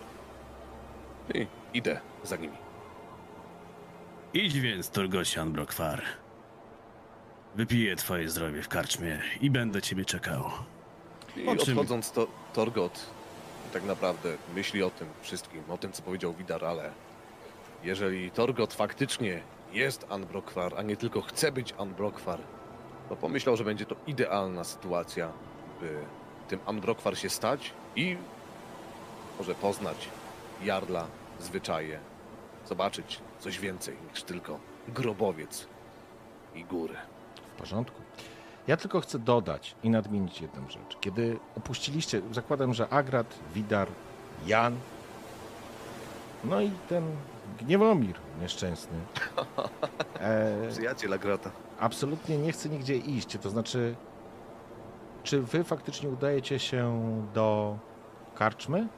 I idę za nimi. Idź więc, Torgocie Anbrok-Far. Wypiję twoje zdrowie w karczmie i będę ciebie czekał. I O czym? odchodząc, to Torgot tak naprawdę myśli o tym wszystkim, o tym, co powiedział Widar, ale jeżeli Torgot faktycznie jest Anbrok-Far, a nie tylko chce być Anbrok-Far, to pomyślał, że będzie to idealna sytuacja, by tym Anbrok-Far się stać i może poznać Jarla, zwyczaje, zobaczyć coś więcej niż tylko grobowiec i góry. W porządku. Ja tylko chcę dodać i nadmienić jedną rzecz. Kiedy opuściliście, zakładam, że Agrat, Widar, Jan, no i ten Gniewomir nieszczęsny, e, Przyjaciel Agrata. absolutnie nie chce nigdzie iść. To znaczy, czy wy faktycznie udajecie się do karczmy?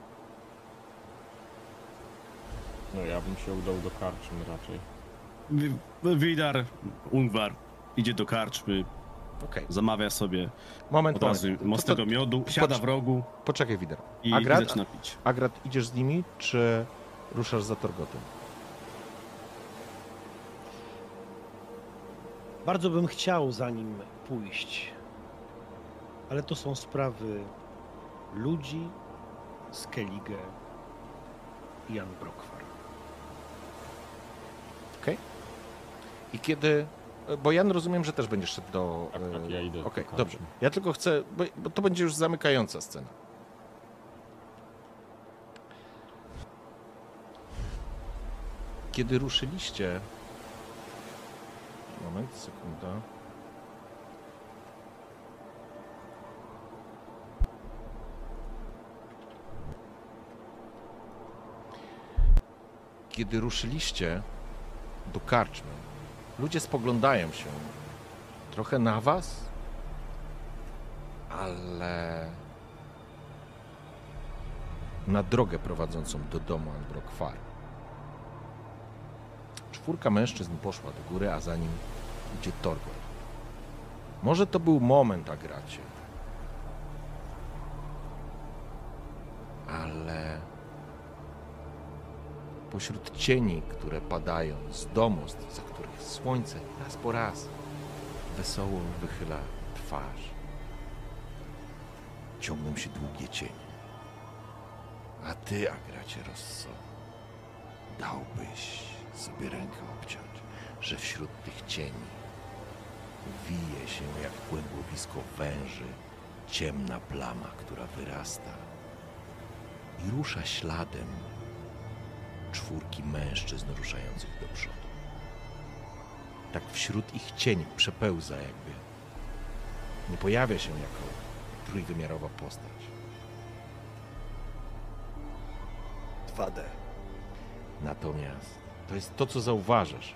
No ja bym się udał do karczmy raczej. Wi- Widar, Ungwar idzie do karczmy, Okej. zamawia sobie Moment, od razu moment. To- mocnego to- miodu, siada pocz- w rogu Poczekaj, Widar. i, i Agrat, zaczyna pić. Agrat, idziesz z nimi, czy ruszasz za Torgotem? Bardzo bym chciał za nim pójść, ale to są sprawy ludzi, Skellige i Anbrok-Far. Okej. I kiedy... Bo Jan, rozumiem, że też będziesz szedł do... Tak, tak, ja idę do Okej, karczmy. dobrze. Ja tylko chcę... Bo, bo to będzie już zamykająca scena. Kiedy ruszyliście... Moment, sekunda. Kiedy ruszyliście do karczmy, ludzie spoglądają się trochę na was, ale na drogę prowadzącą do domu Anbrok-Far. Czwórka mężczyzn poszła do góry, a za nim idzie Torgot. Może to był moment, Agracie, ale pośród cieni, które padają z domostw, za których słońce raz po raz wesoło wychyla twarz, ciągną się długie cienie. A ty, Agracie Rosso, dałbyś sobie rękę obciąć, że wśród tych cieni wije się jak głębowisko węży ciemna plama, która wyrasta i rusza śladem czwórki mężczyzn ruszających do przodu. Tak wśród ich cieni przepełza jakby. Nie pojawia się jako trójwymiarowa postać. dwa D. Natomiast To jest to, co zauważasz.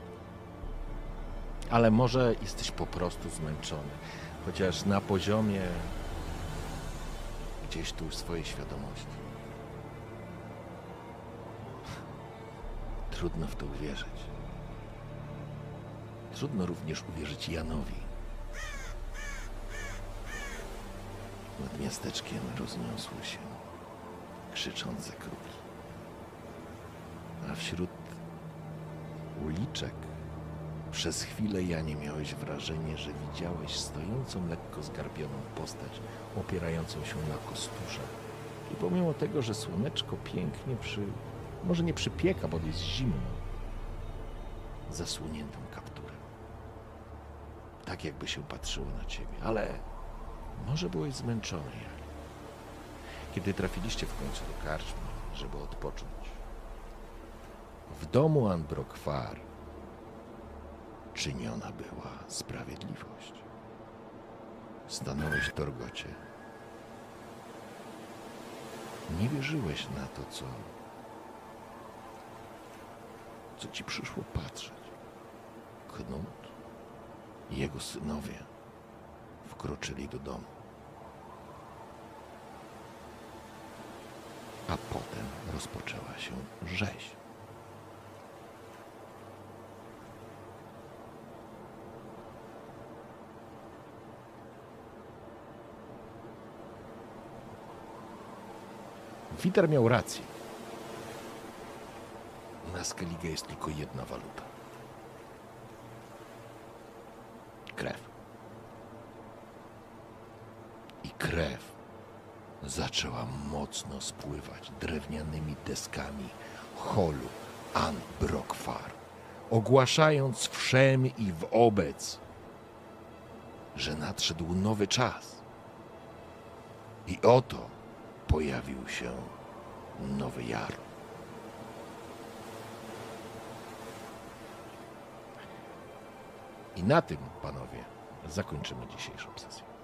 Ale może jesteś po prostu zmęczony, chociaż na poziomie gdzieś tu swojej świadomości. Trudno w to uwierzyć. Trudno również uwierzyć Janowi. Nad miasteczkiem rozniosły się krzyczące kruki. A wśród uliczek przez chwilę, Janie, miałeś wrażenie, że widziałeś stojącą lekko zgarbioną postać opierającą się na kosturze. I pomimo tego, że słoneczko pięknie przy... może nie przypieka, bo jest zimno, zasłoniętą kapturem. Tak jakby się patrzyło na ciebie, ale może byłeś zmęczony, Janie. Kiedy trafiliście w końcu do karczmy, żeby odpocząć, w domu Anbrokwar czyniona była sprawiedliwość. Stanąłeś w Torgocie. Nie wierzyłeś na to, co, co ci przyszło patrzeć. Knut i jego synowie wkroczyli do domu. A potem rozpoczęła się rzeź. Witer miał rację. Na Skellige jest tylko jedna waluta. Krew. I krew zaczęła mocno spływać drewnianymi deskami holu Anbrokwar, ogłaszając wszem i wobec, że nadszedł nowy czas. I oto pojawił się nowy jarl. I na tym, panowie, zakończymy dzisiejszą sesję.